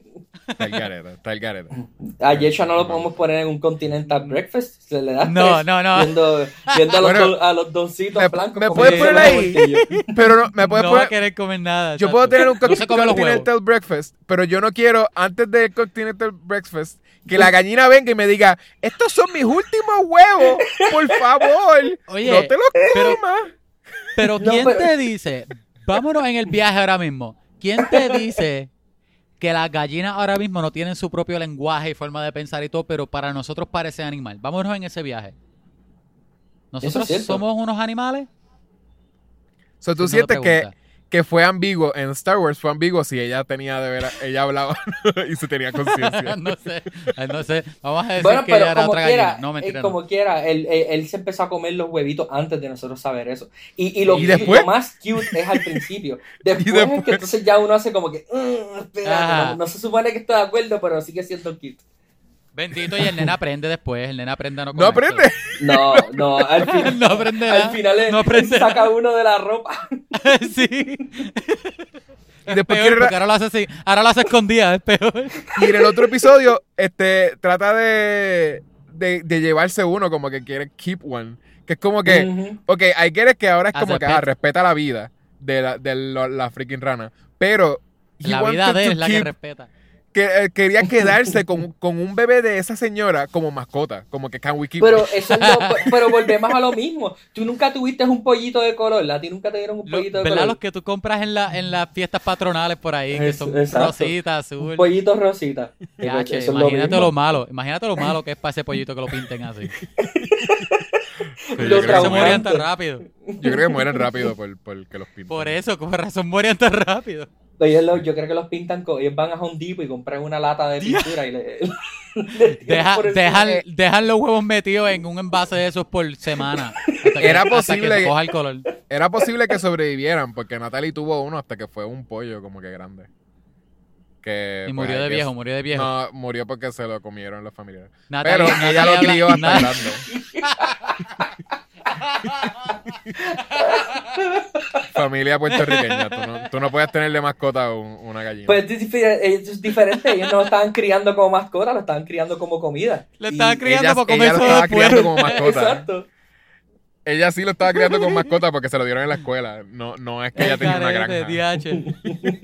Está el gareta, está el gareta. A Yesha no lo podemos poner en un Continental Breakfast. Se le da No, estrés no, no. Viendo, viendo a, los Bueno, don- a los doncitos me- blancos. me comiendo puedes poner los ahí. bolsillos. Pero no, me puedes No va a poner... querer comer nada. Yo exacto. puedo tener un No se come los Continental huevos. Breakfast, pero yo no quiero, antes del Continental Breakfast, que la gallina venga y me diga, estos son mis últimos huevos, por favor, Oye, no te los pero- comas. Pero No, ¿quién pero- te dice? Vámonos en el viaje ahora mismo. ¿Quién te dice que las gallinas ahora mismo no tienen su propio lenguaje y forma de pensar y todo, pero para nosotros parece animal? Vámonos en ese viaje. ¿Nosotros es cierto. somos unos animales? So, tú Si no te sientes que, preguntas. que fue ambiguo, en Star Wars fue ambiguo si ella tenía de veras, ella hablaba y se tenía conciencia. no sé, ay, no sé. Vamos a decir Bueno, que pero ella era como otra quiera, gallina. No, eh, mentira, como no. quiera, él, él, él se empezó a comer los huevitos antes de nosotros saber eso. Y, y, lo, ¿Y después? lo más cute es al principio. Después, es después? que entonces ya uno hace como que, "Mm, espérate, Ajá. no, no se supone que está de acuerdo, pero sigue siendo cute. Bendito, y el nene aprende después. El nene aprende a no ¿No comer aprende? esto. No, no, al, fin- No aprende al nada. final él, No aprende él saca uno de la ropa. Sí. Y después Peor, quiere porque ahora lo hace así. Ahora lo hace escondida, es peor. Y en el otro episodio, este, trata de, de, de llevarse uno, como que quiere keep one. Que es como que, Ujú. ok, hay que que ahora es As como a que pet. ah, respeta la vida de la, de lo- la freaking rana. Pero he La vida wanted de él to es la que keep- respeta. que, eh, quería quedarse con, con un bebé de esa señora como mascota. Como que can we keep Pero it? eso es lo, pero volvemos a lo mismo. Tú nunca tuviste un pollito de color, ¿la? A ti nunca te dieron un Lo- pollito de ¿Verdad? color. Los que tú compras en, la, en las fiestas patronales por ahí, que Es- son exacto. rositas, azul. Un pollito rosita. Ya, Eso che, es lo imagínate mismo. lo malo. Imagínate lo malo que es para ese pollito que lo pinten así. Pero Lo yo, creo Se que traumante. morían mueren, tan rápido. yo creo que mueren rápido por, por que los pintan. Por eso, con razón morían tan rápido. Ellos lo- yo creo que los pintan con... Ellos van a Home Depot y compran una lata de pintura y le... le tiran Deja- por encima. dejan, dejan los huevos metidos en un envase de esos por semana. Hasta que, Era hasta posible que que- coja el color. Era posible que sobrevivieran, porque Natalie tuvo uno hasta que fue un pollo como que grande. Que, Y pues, murió hay de que- viejo, murió de viejo. No, murió porque se lo comieron los familiares. Natalie- Pero Natalie ella lo habla- crió hasta Na- grande. Familia puertorriqueña. Tú no, tú no puedes tener de mascota un- una gallina. Pues es difer- es diferente. Ellos no lo estaban criando como mascota, lo estaban criando como comida. Le Y- estaban criando ella, para ella lo comerse estaba después. criando como mascota. Exacto. Ella sí lo estaba criando como mascota porque se lo dieron en la escuela. No, no es que ella tenía una Carete, granja. D H.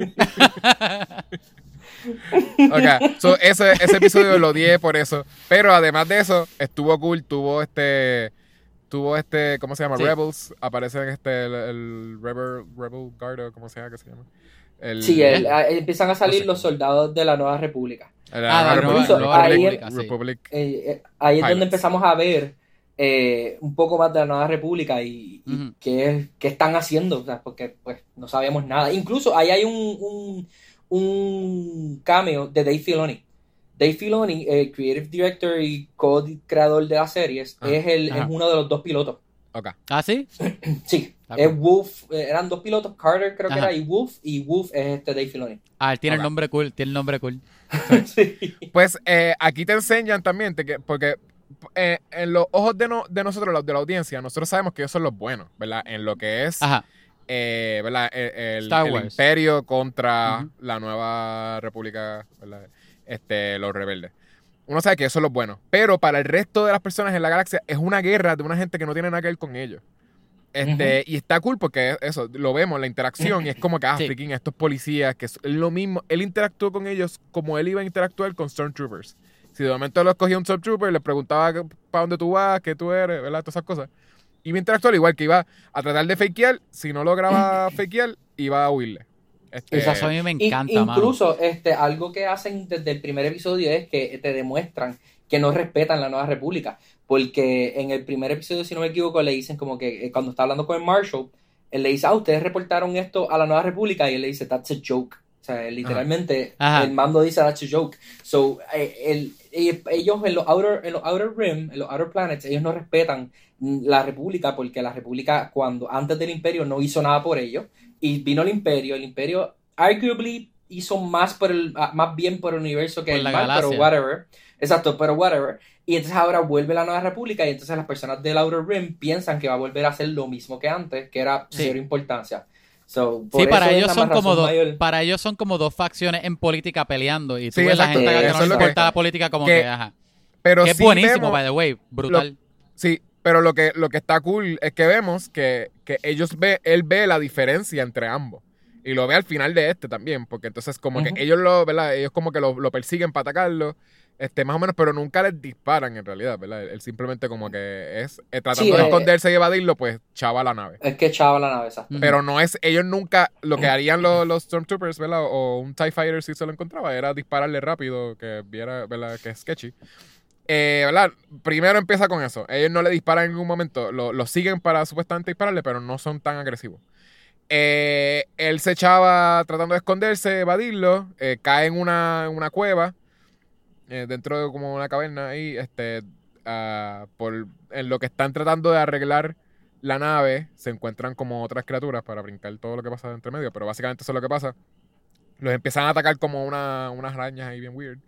Ok, so ese, ese episodio lo odié por eso. Pero además de eso, estuvo cool. Tuvo este. Tuvo este. ¿Cómo se llama? Sí. Rebels. Aparece en este. El, el Rebel, Rebel Guard, o ¿cómo se llama? ¿Qué se llama? El, Sí, el- a- empiezan a salir sé. los soldados de la Nueva República. el- Ah, la nueva- Republic- nueva Republic- República, sí. Republic. Eh, eh, ahí es donde Pilots. empezamos a ver eh, un poco más de la Nueva República y, y Ujú. qué, es- qué están haciendo, o sea, porque pues no sabíamos nada. Incluso ahí hay un, un, un cameo de Dave Filoni. Dave Filoni, el creative director y co-creador de las series, Ah, es, el, ajá. es uno de los dos pilotos. Ok. ¿Ah, sí? Sí, Ah, es cool. Wolf, eh, eran dos pilotos, Carter creo que Ajá. era, y Wolf, y Wolf es este Dave Filoni. Ah, él tiene Ok. el nombre cool, tiene el nombre cool. Sí. Pues eh, aquí te enseñan también, te que, porque eh, en los ojos de, no- de nosotros, los de la audiencia, nosotros sabemos que ellos son los buenos, ¿verdad? En lo que es, Ajá. eh, ¿verdad? El, el- Star el Wars. imperio contra Ujú. la nueva república, ¿verdad? Este, los rebeldes. Uno sabe que ellos son los buenos, pero para el resto de las personas en la galaxia es una guerra de una gente que no tiene nada que ver con ellos. Este, Y está cool porque eso, lo vemos, la interacción, y es como que, ah, Sí. freaking, estos policías, que es lo mismo. Él interactuó con ellos como él iba a interactuar con Stormtroopers. Si de momento lo escogía un Stormtrooper, le preguntaba para dónde tú vas, qué tú eres, ¿verdad? Todas esas cosas. Iba a interactuar igual, que iba a tratar de fakear. Si no lograba fakear, iba a huirle. Este, Eso a mí me In- encanta, mano. incluso este, algo que hacen desde el primer episodio es que te demuestran que no respetan la Nueva República. Porque en el primer episodio, si no me equivoco, le dicen como que eh, cuando está hablando con el Marshall, él le dice, ah, ustedes reportaron esto a la Nueva República, y él le dice, that's a joke. O sea, él literalmente, Ajá. el mando dice, that's a joke. So, eh, el- eh, ellos en los, outer, en los Outer Rim, en los Outer Planets, ellos no respetan mm, la República, porque la República, cuando antes del Imperio, no hizo nada por ellos. Y vino el Imperio, el Imperio arguably hizo más por el, ah, más bien por el universo que Por el la mal, pero galaxia. whatever. Exacto, pero whatever. Y entonces ahora vuelve la Nueva República, y entonces las personas del Outer Rim piensan que va a volver a hacer lo mismo que antes, que era Sí. cero importancia. So, por Sí, eso para es ellos la son más como razón dos, mayor. para ellos son como dos facciones en política peleando y tú Sí, ves la exacto. gente acá que Eso no es le lo que- importa la política como que- que, ajá. Pero Que es sí buenísimo, vemos- by the way, brutal. Sí, pero lo que, lo que está cool es que vemos que, que ellos ve, él ve la diferencia entre ambos. Y lo ve al final de este también, porque entonces como Ujú. que ellos lo, ¿verdad? Ellos como que lo, lo persiguen para atacarlo, este, más o menos, pero nunca les disparan en realidad, ¿verdad? Él, él simplemente como que es eh, tratando Sí, de eh, esconderse y evadirlo, pues chava la nave. Es que echaba la nave, exacto. Ujú. Pero no es, ellos nunca, lo que harían los, los Stormtroopers, ¿verdad? O un TIE Fighter si se lo encontraba, era dispararle rápido, que viera, ¿verdad? Que es sketchy. Eh, ¿verdad? Primero empieza con eso. Ellos no le disparan en ningún momento. Lo, lo siguen para supuestamente dispararle, pero no son tan agresivos. Eh, él se echaba tratando de esconderse, evadirlo. Eh, cae en una, en una cueva. Eh, dentro de como una caverna ahí. Este, ah, por, en lo que están tratando de arreglar la nave, se encuentran como otras criaturas para brincar todo lo que pasa entre medio. Pero básicamente eso es lo que pasa. Los empiezan a atacar como una, unas arañas ahí bien weird.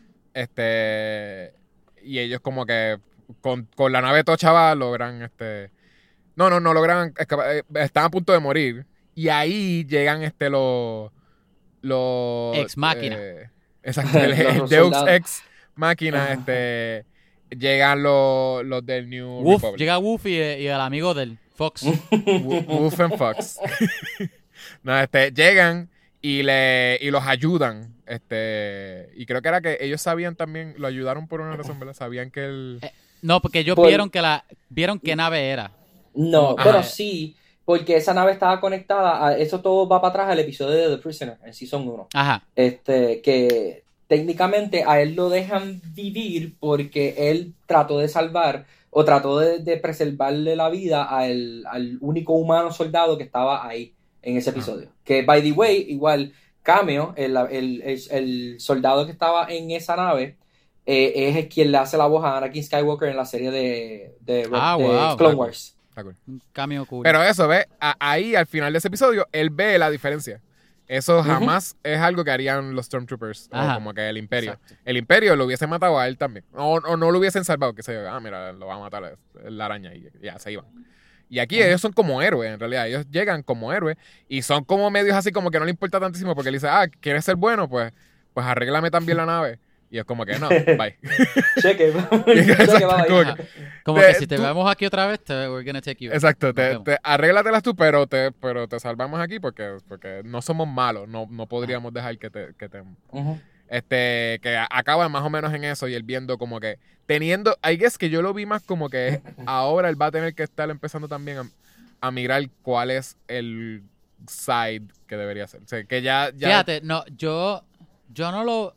Este. Y ellos como que con, con la nave tochava logran este. No, no, no logran escapar. eh, Están a punto de morir. Y ahí llegan este los. Los. Ex máquina. eh, exacto. El, Los el soldados. Deus Ex máquina. Ajá. Este. Llegan los, los del New Wolf, Republic. llega Wolf y, y el amigo del Fox. Wo- Wolf and Fox. No, este, llegan y le y los ayudan. Este. Y creo que era que ellos sabían también. Lo ayudaron por una razón, ¿verdad? Sabían que el. Eh, No, porque ellos Por- vieron que la vieron qué nave era. No, Ajá. bueno, sí, porque esa nave estaba conectada a, eso todo va para atrás al episodio de The Prisoner, en Season uno. Ajá. Este, que técnicamente a él lo dejan vivir porque él trató de salvar o trató de, de preservarle la vida al, al único humano soldado que estaba ahí en ese episodio. Que, by the way, igual, Cameo, el, el, el, el soldado que estaba en esa nave, eh, es quien le hace la voz a Anakin Skywalker en la serie de, de, Ah, de wow. Clone Wars. Está cool. Un cambio cool. Pero eso, ve, a- ahí al final de ese episodio, él ve la diferencia. Eso jamás es algo que harían los Stormtroopers o Ajá. como que el Imperio. Exacto. El Imperio lo hubiese matado a él también. O, o no lo hubiesen salvado, que se ah, mira, lo va a matar es la araña y ya se iban. Y aquí ellos son como héroes, en realidad. Ellos llegan como héroes y son como medios así como que no le importa tantísimo porque él dice, ah, ¿quieres ser bueno? Pues, pues arréglame también la nave. Y es como que no, bye. Cheque, Exacto, cheque, va, como va. que- Como te- que si te tú- vemos aquí otra vez, te, we're gonna take you. Exacto, Nos te, vemos. te, arréglatelas tú, pero te, pero te salvamos aquí porque, porque no somos malos, no, no podríamos dejar que te, que te Ujú. este, que a- acaba más o menos en eso y él viendo como que, teniendo, I guess que yo lo vi más como que ahora él va a tener que estar empezando también a, a mirar cuál es el side que debería ser. O sea, que ya, ya Fíjate, no, yo, yo no lo,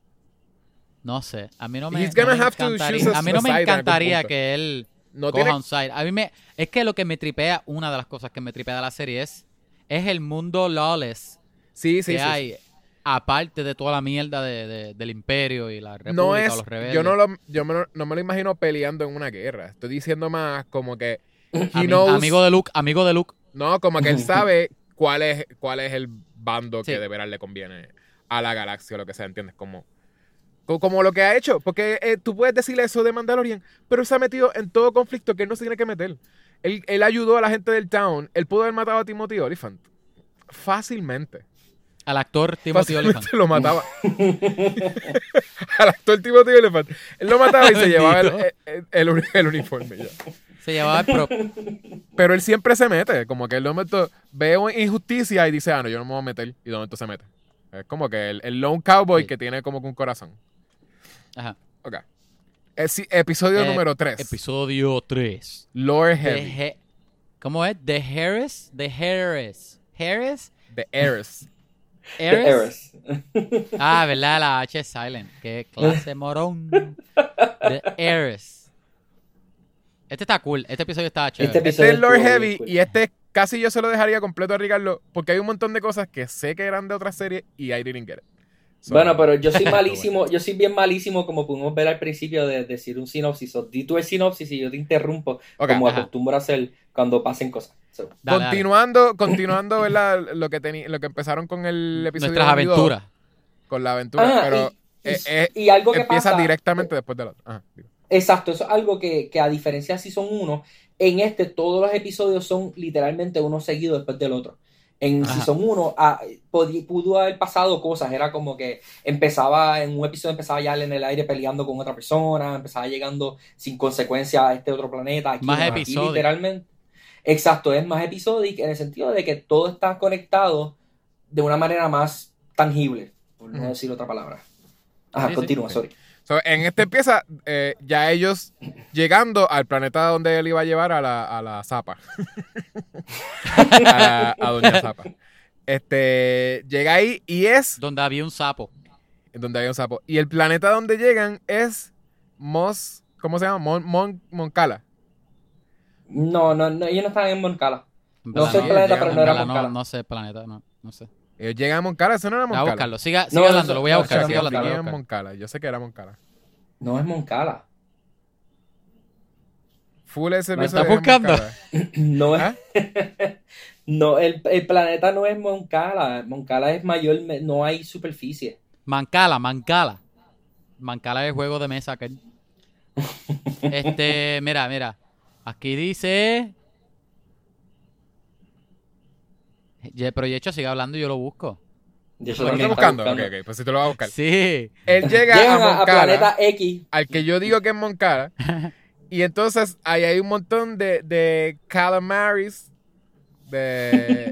no sé, a mí no me, He's no gonna me have to encantaría, choose a- a mí no a me side en algún encantaría punto. que él no coja tiene, un side. A mí me, es que lo que me tripea, una de las cosas que me tripea de la serie es, es el mundo lawless sí, sí, que sí. hay, aparte de toda la mierda de, de- del imperio y la república No o es, los rebeldes. yo no lo, yo me lo- no me lo imagino peleando en una guerra. Estoy diciendo más como que he Ami- knows, amigo de Luke, amigo de Luke. no, como que él sabe cuál es, cuál es el bando Sí. que de veras le conviene a la galaxia o lo que sea, ¿entiendes? Como, co- como lo que ha hecho. Porque eh, tú puedes decirle eso de Mandalorian, pero él se ha metido en todo conflicto que él no se tiene que meter. Él, él ayudó a la gente del town. Él pudo haber matado a Timothy Olyphant. Fácilmente. Al actor Timothy Fácilmente Olyphant. lo mataba. Al actor Timothy Olyphant. Él lo mataba y se llevaba el, el, el uni- el uniforme ya. Se llevaba el prop. Pero él siempre se mete. Como que él de momento ve una injusticia y dice, ah, no, yo no me voy a meter. Y de momento se mete. Es como que el, el lone cowboy Sí. que tiene como que un corazón. Ajá. Ok. El si- episodio Eh, número tres. Episodio tres. Lord De Heavy. He- ¿Cómo es? The Harris. The Harris. Harris. The Heiress. The Harris. Heiress. Ah, ¿verdad? La H es silent. Qué clase morón. The Harris. Este está cool. Este episodio estaba chévere. Este Este es Lord estuvo bien Heavy cool. y este casi yo se lo dejaría completo a Ricardo porque hay un montón de cosas que sé que eran de otras series y I didn't get it. So, Bueno, pero yo soy malísimo, yo soy bien malísimo, como pudimos ver al principio, de decir un sinopsis. O di tú el sinopsis y yo te interrumpo, Ok, como ajá. acostumbro a hacer cuando pasen cosas. So, Dale, dale. continuando, continuando, ¿verdad? Lo que teni- lo que empezaron con el episodio Nuestras uno y dos, aventuras. con la aventura, Ah, pero y, y- eh, eh, y algo que empieza pasa, directamente después de la Ajá, digo. exacto, eso es algo que, que a diferencia de Season uno, en este todos los episodios son literalmente uno seguido después del otro. En Ajá. Season uno ah, podí- pudo haber pasado cosas, era como que empezaba, en un episodio empezaba ya en el aire peleando con otra persona, empezaba llegando sin consecuencia a este otro planeta, aquí, Más no, aquí episódico. literalmente, exacto, es más episódico en el sentido de que todo está conectado de una manera más tangible, por no Ujú. decir otra palabra. Ajá, Sí, sí. continúa, Sí. sorry. So, en este empieza eh, ya ellos llegando al planeta donde él iba a llevar a la, a la Zapa. a, la- a Doña Zapa. Este, llega ahí y es Donde había un sapo. donde hay un sapo. Y el planeta donde llegan es Mos, ¿cómo se llama? Mon, Mon- Moncala. No, no, no, ellos no estaban en Moncala. En No verdad, sé el sí, planeta, llegan pero a no era verdad, Moncala. no, no sé el planeta, no, no sé. Ellos llegan a Moncala, eso no era Voy a Moncala. buscarlo. Siga, siga No, hablando, eso- lo voy a no, buscar. eso Siga no es hablando, lo voy a Llegan a buscar. Moncala. Yo sé que era Moncala. No es Moncala. Full ese ¿Me episodio estás es buscando? Moncala. No es. ¿Ah? No, el, el planeta no es Moncala. Moncala es mayor, me- no hay superficie. Mancala, Mancala. Mancala es el juego de mesa aquel. Este, mira, mira. Aquí dice. Ye- Pero Yecho sigue hablando y yo lo busco. Yo ¿Lo solo estás me buscando? estaba Ok, ok, pues si te lo vas a buscar. Sí. Él llega Llegan a a, a Moncala, planeta X. al que yo digo que es Moncala, y entonces ahí hay un montón de, de calamaris, de...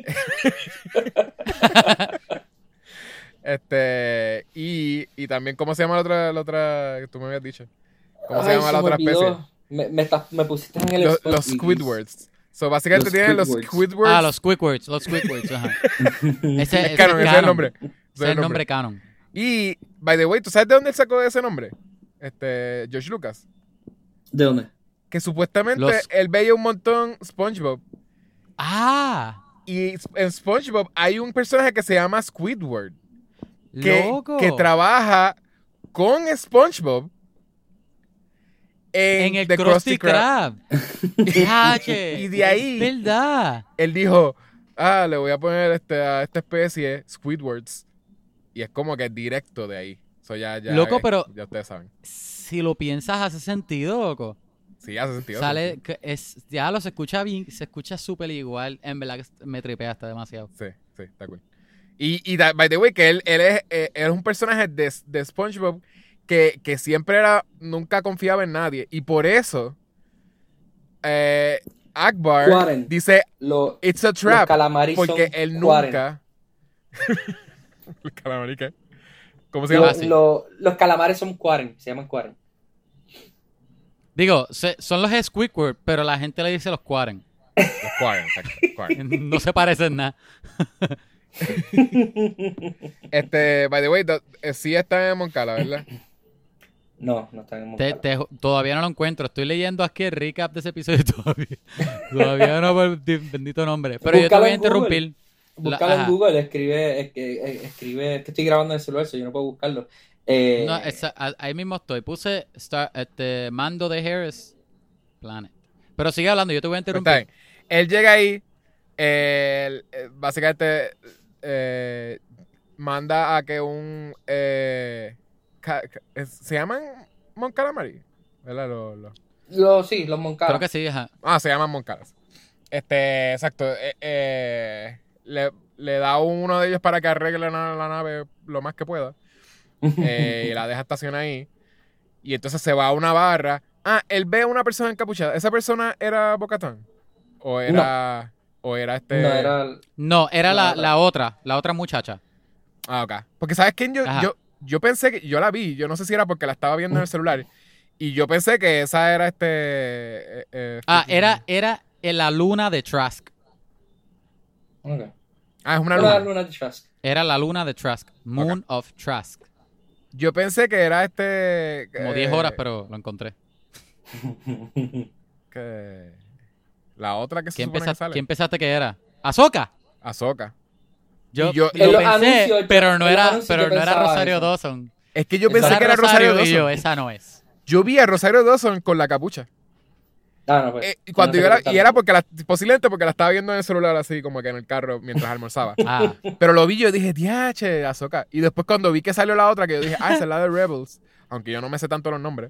este, y, y también, ¿cómo se llama la otra, la otra que tú me habías dicho? ¿Cómo se Ay, llama la me otra olvidó. especie? Me, me, estás- me pusiste en el Los, spot los y- Squidwards. So, básicamente Los tienen los Squidwards. Squidwards. Ah, los Squidwards, los Squidwards, ajá. Ese, es ese canon, ese es el nombre. Ese es el nombre canon. Y, by the way, ¿tú sabes de dónde él sacó ese nombre? Este, George Lucas. ¿De dónde? Que supuestamente Los- él veía un montón SpongeBob. Ah, Y en SpongeBob hay un personaje que se llama Squidward. Que, loco. que trabaja con SpongeBob en, En el The Krusty Krab. Yache, Y de ahí- es verdad. Él dijo, ah, le voy a poner este, a esta especie Squidwards. Y es como que es directo de ahí. So ya, ya, Loco, eh, pero- ya ustedes saben. Si lo piensas, hace sentido, loco. Sí, hace sentido. Sale, que es, ya lo se escucha bien, se escucha súper igual. En verdad que me tripea hasta demasiado. Sí, sí, está cool. Y, y da- by the way, que él, él, es, eh, él es un personaje de, de SpongeBob que, que siempre era, nunca confiaba en nadie. Y por eso, eh, Akbar Quarren. dice, Lo- it's a los trap. calamares Porque son él Quarren. nunca... ¿El calamari qué? ¿Cómo se Lo- llama? Ah, sí. lo- los calamares son Quarren, se llaman Quarren. Digo, se- son los Squidward, pero la gente le dice los Quarren. Los Quarren, exacto, Quarren. No se parecen nada. Este, by the way, do- eh, sí está en Moncala, ¿verdad? No, no están en Te- Moncala. te- todavía no lo encuentro. Estoy leyendo aquí el recap de ese episodio todavía. Todavía no, por di- bendito nombre. Pero yo te Búscalo voy a en Google. interrumpir. Búscalo La- en ajá. Google, escribe, es que, eh, escribe, es que estoy grabando en el celular, so yo no puedo buscarlo. Eh, No, esa- a- ahí mismo estoy. Puse Star, este, Mando de Harris Planet. Pero sigue hablando, yo te voy a Pues está interrumpir. bien. Él llega ahí, eh, él, eh, básicamente eh, manda a que un... eh, ca- ca- es- ¿se llaman Moncalamari? ¿Verdad? Los- los- lo, sí, los Moncala. Creo que sí, ajá. Ah, se llaman Moncalas. Este, exacto. eh, eh, le, le da uno de ellos para que arregle la, la nave lo más que pueda. eh, y la deja estacionar ahí. Y entonces se va a una barra. Ah, él ve a una persona encapuchada. ¿Esa persona era Bocatán? ¿O era, o era este...? No, era... No, era La la, otra. la otra, la otra muchacha. Ah, ok. Porque ¿sabes quién? Yo, Ajá. yo, yo pensé que... Yo la vi. Yo no sé si era porque la estaba viendo en el celular. Y yo pensé que esa era este... eh, eh, Ah, era, era en la luna de Trask. Ok. Ah, es una Era luna. la luna de Trask. Era la luna de Trask. Moon of Trask. Yo pensé que era este... Como eh, diez horas, pero lo encontré. Que... La otra que se ¿Quién, supone que pensaste, sale. ¿Quién pensaste que era? ¿Ahzoka? Ahsoka. Yo, Y yo- lo En los pensé, anuncios, yo- pero no en los era, anuncios pero yo no era pensaba Rosario eso. Dawson. Es que yo Esa pensé era que era Rosario y yo, Dawson. esa no es. Yo vi a Rosario Dawson con la capucha. Ah, no, pues. Eh, y cuando no sé yo qué la- tal. y era porque la, posiblemente porque la estaba viendo en el celular así como que en el carro mientras almorzaba. Ah, Pero lo vi yo y dije, diache, Ahsoka. Y después cuando vi que salió la otra, que yo dije, ah, esa es la de Rebels. Aunque yo no me sé tanto los nombres.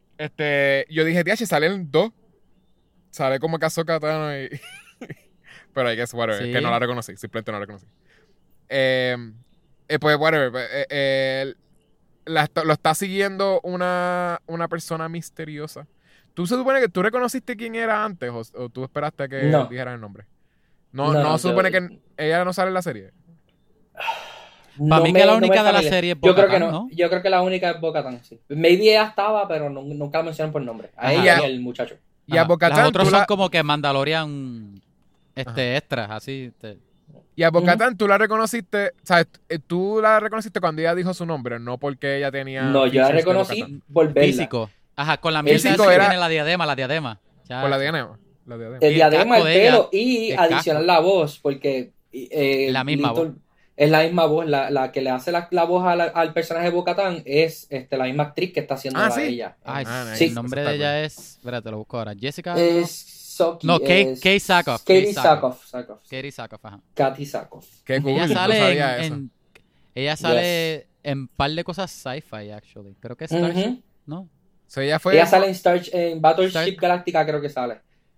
Este, yo dije, diache, salen dos. Sale como que Ahsoka Tano y... Pero I guess, whatever, Sí. que no la reconocí. Simplemente no la reconocí. Eh, eh, pues, whatever. eh, eh, la está- lo está siguiendo una, una persona misteriosa. ¿Tú se supone que tú reconociste quién era antes o, o tú esperaste a que No. dijeran el nombre? No, No, no, no, se supone yo- que ella no sale en la serie. No mí me- que la no me única de la familiar. serie es Yo creo que Bo-Katan, no. ¿no? Yo creo que la única es Bo-Katan, sí. Maybe ella estaba, pero no- nunca la mencionan por nombre. A Ajá. ella Ya. y al muchacho. Y a Ajá. Bo-Katan, Las otras tú son la- como que Mandalorian este, Ajá. extras, así. este. Y a Bo-Katan tú la reconociste, ¿sabes? Tú la reconociste cuando ella dijo su nombre, no porque ella tenía. No, yo la features de reconocí Bo-Katan. por verla. Físico. Ajá, con la El mierda físico esa que era- tiene la diadema, la diadema. Ya. Por la diadema. La diadema. El Y el diadema, casco el de ella, pelo y el adicional la voz, porque eh, La misma Little- voz. es la misma voz, la, la que le hace la, la voz a la- al personaje de Bo-Katan es este, la misma actriz que está haciendo Ah, la ¿sí? de ella. Ay, Ah, sí, nice. el nombre Eso de está ella es. Espérate, lo busco ahora. Jessica. Es Soki. No, Kate- es- Kate Sackhoff, Katie Kate Sackhoff. Sackhoff. Sackhoff. Katie Sackhoff, ajá. Katy Sackhoff. Qué cool, Ella no sale sabía en, eso. en- Ella sale en un par de cosas sci-fi, actually. Creo que es Starship, Ujú. ¿no? So, ella fue. Ella sale en, Star, en Battleship Star- Galactica, creo que sale.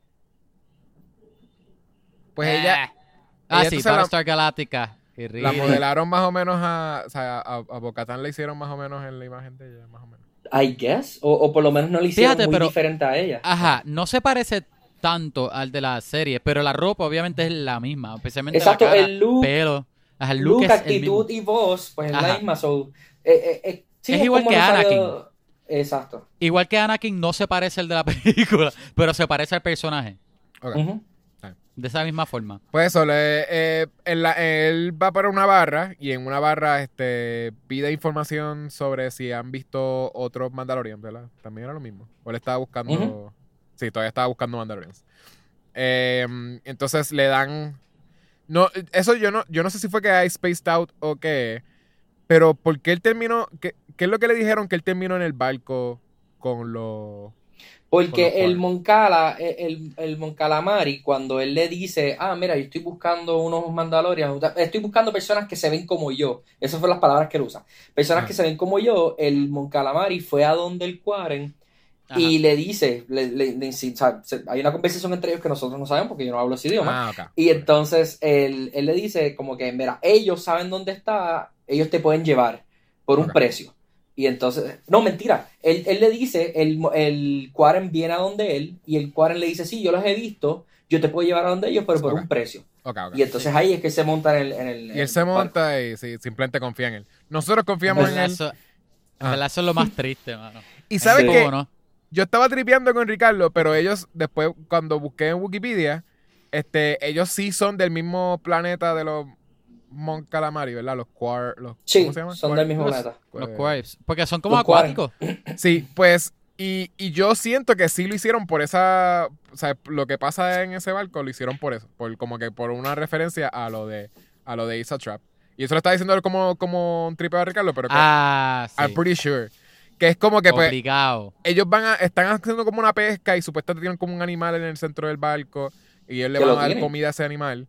Pues ella. Ah, ella sí, entonces la- Battlestar Galactica. Qué La rico. modelaron más o menos a. O sea, a, a Bo-Katan le hicieron más o menos en la imagen de ella, más o menos. I guess. O, o por lo menos no le hicieron Fíjate, muy pero- diferente a ella. Ajá, no se parece tanto al de la serie, pero la ropa obviamente es la misma, especialmente Exacto, la cara, el look- pelo. Ajá, el look, Look, es el actitud mismo. y voz, pues es Ajá. la misma. So, eh, eh, eh, sí, Es igual como que Rosario- Exacto. Igual que Anakin no se parece al de la película, pero se parece al personaje. Ok. Ujú. De esa misma forma. Pues eso, le, eh, en la- él va para una barra y en una barra este, pide información sobre si han visto otros Mandalorians, ¿verdad? También era lo mismo. O él estaba buscando. Ujú. Sí, todavía estaba buscando Mandalorians. Eh, entonces le dan. No, eso yo no, yo no sé si fue que hay spaced out o qué. Pero ¿por qué él terminó? ¿Qué, qué es lo que le dijeron que él terminó en el barco con los. Con los Porque el cuadros. Moncala, el, el Moncalamari, cuando él le dice, ah, mira, yo estoy buscando unos Mandalorians, estoy buscando personas que se ven como yo. Esas fueron las palabras que él usa. Personas Ah. que se ven como yo, el Moncalamari fue a donde el Quarren Ajá. y le dice, le, le- le- sí, o sea, se- hay una conversación entre ellos que nosotros no sabemos porque yo no hablo ese idioma. Ah, ok. Y entonces él, él le dice como que, mira, ellos saben dónde está, ellos te pueden llevar por un Ok. precio. Y entonces, no, mentira, él, él le dice, el, el Quarren viene a donde él y el Quarren le dice, sí, yo los he visto, yo te puedo llevar a donde ellos, pero por Ok. un precio. Ok, ok. Y entonces ahí es que se monta en el... En el Y él se monta y sí, simplemente confía en él. Nosotros confiamos En en verdad, él. eso, en Ah. verdad eso es lo más triste, mano. Y sabes Sí. que ¿Cómo no? yo estaba tripeando con Ricardo, pero ellos después, cuando busqué en Wikipedia, este, ellos sí son del mismo planeta de los Mon Calamari, ¿verdad? Los Quar... Los, Sí, ¿Cómo se llama? son Quar- del mismo Los- planeta. Los Eh, Quarks. Porque son como Los Quarren. acuáticos. Sí, pues, y, y yo siento que sí lo hicieron por esa... O sea, lo que pasa en ese barco lo hicieron por eso. Por, como que por una referencia a lo de a lo de It's a Trap. Y eso lo está diciendo él como, como un tripeo a Ricardo, pero que Ah, sí. I'm pretty sure. Que es como que pues, Obligado. ellos van a, están haciendo como una pesca y supuestamente tienen como un animal en el centro del barco y ellos le Que van lo a dar tienen. comida a ese animal.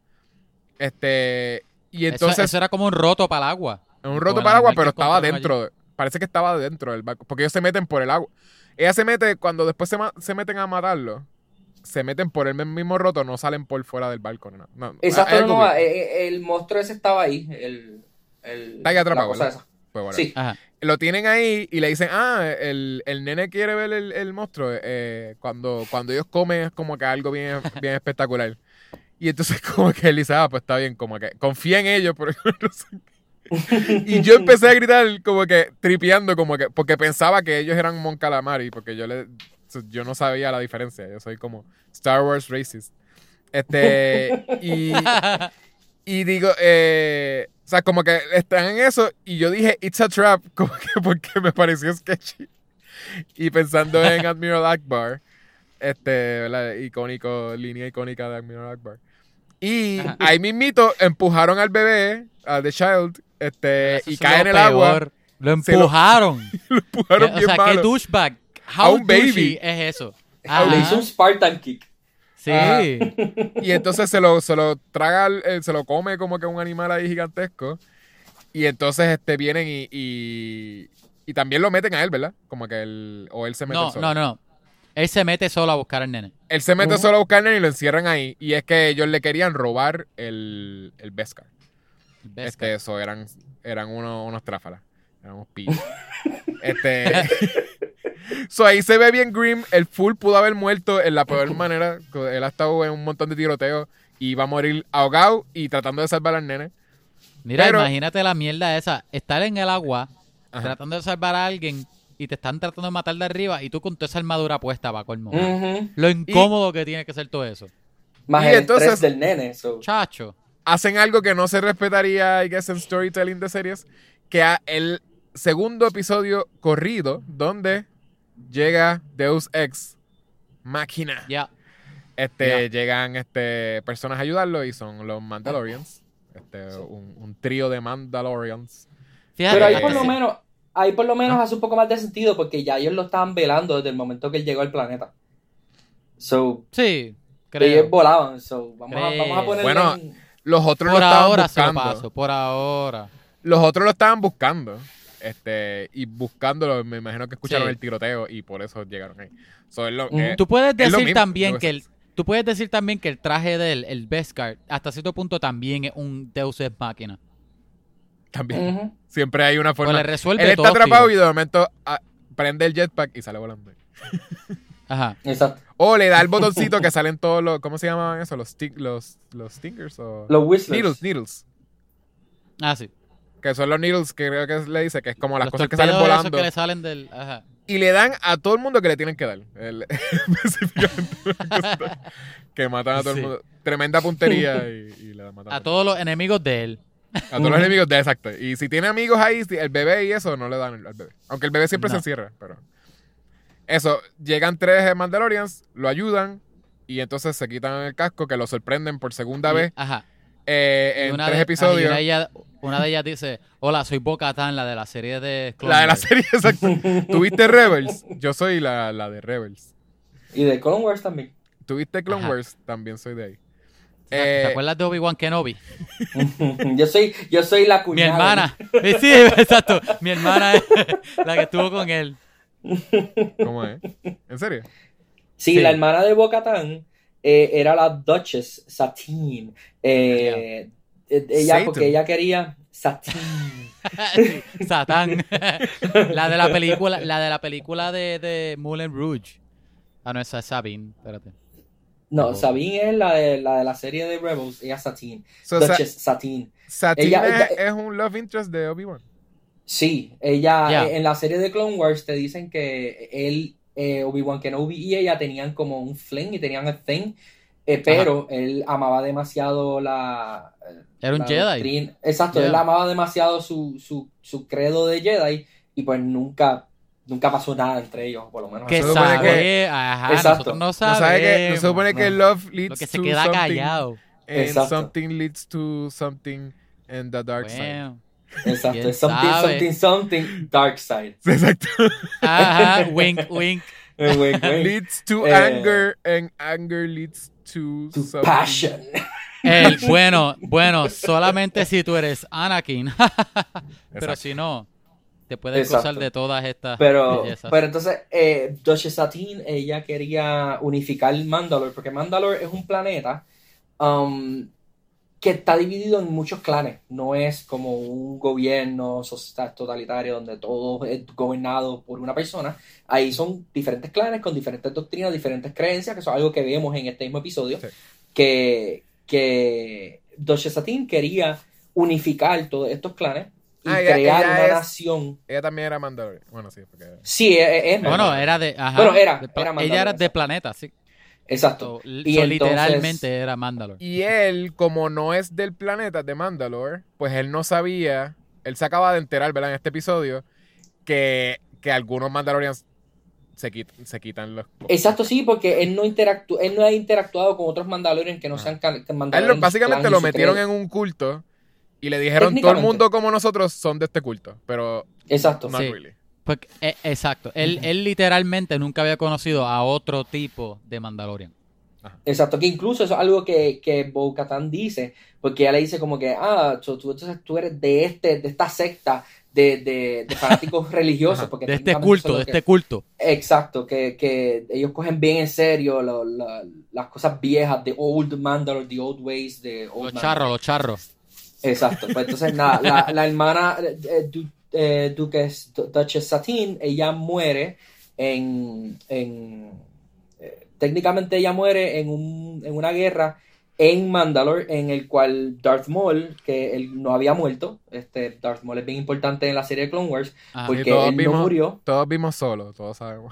Este, y Eso- entonces, eso, era como un roto para el agua. es un roto como el para el agua, animal pero que estaba encontraron dentro, de- parece que estaba dentro del barco, porque ellos se meten por el agua. Ella se mete, cuando después se, ma- se meten a matarlo, se meten por el mismo roto, no salen por fuera del barco. No, no, no. Exacto, Hay no, algo no, que- eh, eh, el monstruo ese estaba ahí. El, el, Está ahí atrapado, la cosa ¿verdad? esa. pues, bueno. Sí. Ajá. Lo tienen ahí y le dicen, ah, el, el nene quiere ver el, el monstruo. Eh, cuando, cuando ellos comen es como que algo bien, bien espectacular. Y entonces como que él dice, ah, pues está bien, como que confía en ellos, pero no sé. Y yo empecé a gritar como que tripeando, como que, porque pensaba que ellos eran Mon Calamari, porque yo le, yo no sabía la diferencia. Yo soy como Star Wars racist. Este, y, y digo, eh, o sea, como que están en eso y yo dije, it's a trap, como que porque me pareció sketchy. Y pensando en Admiral Akbar, este, ¿verdad? Icónico, línea icónica de Admiral Akbar. Y Ajá. ahí mismito empujaron al bebé, al The Child, este, Eso y es cae lo en el agua. peor. Lo Se lo- empujaron. Lo empujaron o bien sea, qué malo. douchebag. A How un baby. douchey es eso. Ah, le Ajá. hizo un Spartan kick. Sí. Ajá. Y entonces se lo, se lo traga, al- eh, se lo come como que un animal ahí gigantesco. Y entonces este vienen y, y, y también lo meten a él, ¿verdad? Como que él, o él se mete No, él solo. no, no. Él se mete solo a buscar al nene. Él se mete Ujú. solo a buscar al nene y lo encierran ahí. Y es que ellos le querían robar el, el Beskar. Beskar. Este, eso, eran, eran unos, unos tráfalas. Eran unos pillos. este. So ahí se ve bien grim. El full pudo haber muerto en la peor manera. Él ha estado en un montón de tiroteos y va a morir ahogado y tratando de salvar al nene. Mira, Pero- imagínate la mierda esa. Estar en el agua, Ajá. tratando de salvar a alguien y te están tratando de matar de arriba y tú con toda esa armadura puesta va colmo. Ujú. Lo incómodo que tiene que ser todo eso. Más Y el entonces- estrés del nene. So. Chacho. Hacen algo que no se respetaría, I guess, en storytelling de series. Que a el segundo episodio corrido, donde llega Deus Ex Machina. Ya. Este, Ya. llegan este, personas a ayudarlo y son los Mandalorians. Este, un, un trío de Mandalorians. Fíjate, Pero ahí Eh, por lo sí. menos, ahí por lo menos ¿Ah? hace un poco más de sentido porque ya ellos lo estaban velando desde el momento que él llegó al planeta. So, Sí, ellos creo. volaban. So, vamos a, Creo. vamos a ponerle Bueno, en- Los otros Por lo estaban ahora se lo buscando. paso, por ahora. Los otros lo estaban buscando. Este, y buscándolo, me imagino que escucharon Sí. el tiroteo y por eso llegaron ahí. So, es lo- Ujú. eh, Tú puedes es lo decir mismo, también Deus que el, Ex. tú puedes decir también que el traje del el Beskar hasta cierto punto también es un Deus Ex Máquina. También. Ujú. Siempre hay una Pues forma. le resuelve Él está todo, atrapado tío. y de momento ah, prende el jetpack y sale volando. Ajá. Exacto. O le da el botoncito que salen todos los. ¿Cómo se llamaban eso? Los, sti- los, los stingers o. Los Whistlers. Needles, needles. Ah, sí. Que son los needles que creo que le dice que es como las Los cosas que salen torpedos esos volando. que le salen del... Ajá. Y le dan a todo el mundo que le tienen que dar. El- específicamente. que matan a todo Sí. el mundo. Tremenda puntería y, y le matan A todos los enemigos de él. A todos los enemigos de exacto. Y si tiene amigos ahí, si- el bebé y eso, no le dan al bebé. Aunque el bebé siempre se No. encierra, pero. Eso, llegan tres Mandalorians, lo ayudan y entonces se quitan el casco, que lo sorprenden por segunda Y- vez Ajá. eh, Y en una tres de, episodios. ajá, y una, de ellas, una de ellas dice, hola, soy Bo-Katan, la de la serie de Clone La de la Wars". serie, exacto. ¿Tuviste Rebels? Yo soy la, la de Rebels. Y de Clone Wars también. ¿Tuviste Clone Ajá. Wars? También soy de ahí. ¿Te Eh, acuerdas de Obi-Wan Kenobi? yo soy, yo soy la Mi cuñada. hermana. Eh, Sí, exacto. Mi hermana es la que estuvo con él. ¿Cómo es? ¿En serio? Sí, Sí. la hermana de Bo-Katan eh, era la Duchess Satine. Eh, eh, ella, Satan. porque ella quería Satine. Sí, Satán. La de la película, la de la película de, de Moulin Rouge. Ah, no, esa es Sabine. Espérate. No, Oh. Sabine es la de la, de la serie de Rebels. Ella es Satine. So, Sa- Duchess Satine. Satine Ella- es, ella- es un love interest de Obi-Wan. Sí, ella Ya. eh, en la serie de Clone Wars te dicen que él, eh, Obi-Wan Kenobi y ella tenían como un fling y tenían a thing, eh, pero él amaba demasiado la... Era un la Jedi. doctrina- Exacto, Yeah. él amaba demasiado su, su, su credo de Jedi y pues nunca, nunca pasó nada entre ellos, por lo menos. Que Se supone sabe, que- ajá, Exacto. nosotros no No sabemos. sabe que, no se supone que no. love leads Lo que se to queda something. callado. And Exacto. something leads to something in the dark side. Bueno. Exacto, ¿Quién es something, sabe? something, something, dark side. Exacto. Ajá, wink, wink. Eh, wink, wink. leads to Eh, anger and anger leads to, To something. passion. El, bueno, bueno, solamente si tú eres Anakin. Pero Exacto. si no, te puedes Exacto. gozar de todas estas Pero, bellezas. pero entonces, eh, Duchess Satine, ella quería unificar Mandalore, porque Mandalore es un planeta um, que está dividido en muchos clanes. No es como un gobierno so- totalitario donde todo es gobernado por una persona. Ahí son diferentes clanes con diferentes doctrinas, diferentes creencias, que eso es algo que vemos en este mismo episodio. Sí. Que, que Duchess Satine quería unificar todos estos clanes y Ah, ella- crear ella una es- nación. Ella también era Mandalorian. Bueno, sí, porque... Sí, es, es Bueno, Mandalore. era de. Ajá, Bueno, era, de pla- era Mandalore, ella era de exacto. planeta, sí. Exacto. So, Y so, entonces- literalmente era Mandalore. Y él, como no es del planeta de Mandalore, pues él no sabía, él se acaba de enterar, ¿verdad? En este episodio, que, que algunos Mandalorians se, quit- se quitan los... Exacto, sí, porque él no interactu él no ha interactuado con otros Mandalorian que no Ah. sean can- A él Mandalorian. lo- básicamente clan y lo su metieron credo. en un culto y le dijeron, todo el Técnicamente. mundo como nosotros son de este culto, pero Exacto. not Sí. really. Pues, eh, exacto. Él, él literalmente nunca había conocido a otro tipo de Mandalorian. Ajá. Exacto, que incluso eso es algo que, que Bo-Katan dice, porque ella le dice como que, ah, tú, tú, entonces tú eres de este, de esta secta de, de, de fanáticos religiosos, Ajá. porque De este técnicamente eso es culto, lo de que- este culto. Exacto, que, que ellos cogen bien en serio lo- la- las cosas viejas, de Old Mandalore, the Old Ways, de Old Los Mandalore. charros, los charros. Exacto, pues entonces nada, la, la hermana eh, du, eh, Duquess, Duchess Satine, ella muere en, en eh, técnicamente ella muere en, un, en una guerra en Mandalore, en el cual Darth Maul, que él no había muerto, este Darth Maul es bien importante en la serie de Clone Wars, Ajá. porque Sí, todos él no vimos, murió. todos vimos solo, todos sabemos.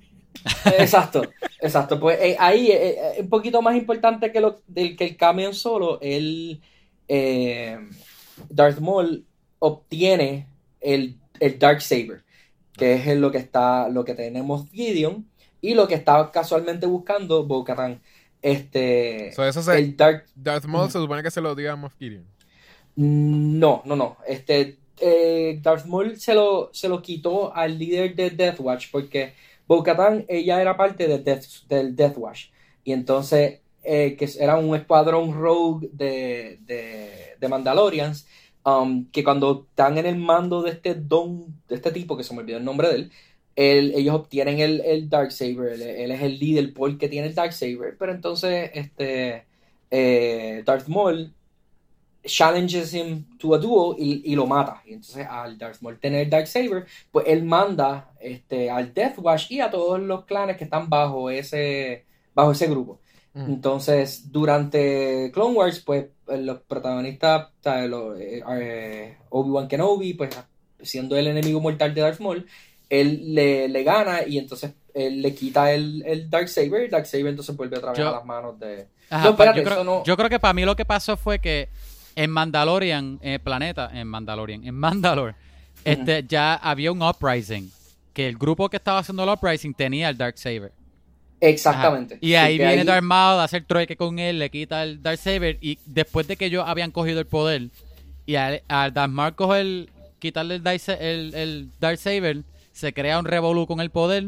Exacto, exacto. Pues eh, ahí eh, eh, un poquito más importante que, lo, del, que el cameo solo, él, eh, Darth Maul obtiene el, el Darksaber, que es lo que está, lo que tenemos Gideon y lo que está casualmente buscando Bo-Katan. Este, So, eso se, el Dark, Darth Maul se supone que se lo dio a Moff Gideon. no, no, no. Este, eh, Darth Maul se lo, se lo quitó al líder de Death Watch porque Bo-Katan, ella era parte de Death, del Death Watch. Y entonces, eh, que era un escuadrón rogue de, de, de Mandalorians, um, que cuando están en el mando de este don, de este tipo, que se me olvidó el nombre de él, él- ellos obtienen el, el Darksaber. Él, él es el líder por el que tiene el Darksaber. Pero entonces, este, eh, Darth Maul challenges him to a duel y, y lo mata. Y entonces al Darth Maul tener Darksaber, pues él manda este, al Death Watch y a todos los clanes que están bajo ese, bajo ese grupo. Mm. Entonces, durante Clone Wars, pues los protagonistas, o sea, los, eh, eh, Obi-Wan Kenobi, pues siendo el enemigo mortal de Darth Maul, él le, le gana y entonces él le quita el, el Darksaber. El Darksaber entonces vuelve otra vez Yo- a las manos de... Ajá, No, pa- espérate, yo, creo, eso no- yo creo que para mí lo que pasó fue que en Mandalorian, en el planeta, en Mandalorian, en Mandalore, este, ya había un uprising. Que el grupo que estaba haciendo el uprising tenía el Darksaber. Exactamente. Y ahí Sí, que viene ahí- Darth Maul a hacer trueque con él, le quita el Darksaber. Y después de que ellos habían cogido el poder, y al, al Darth Maul coger, quitarle el, Darksa- el, el Darksaber, se crea un revolú con el poder.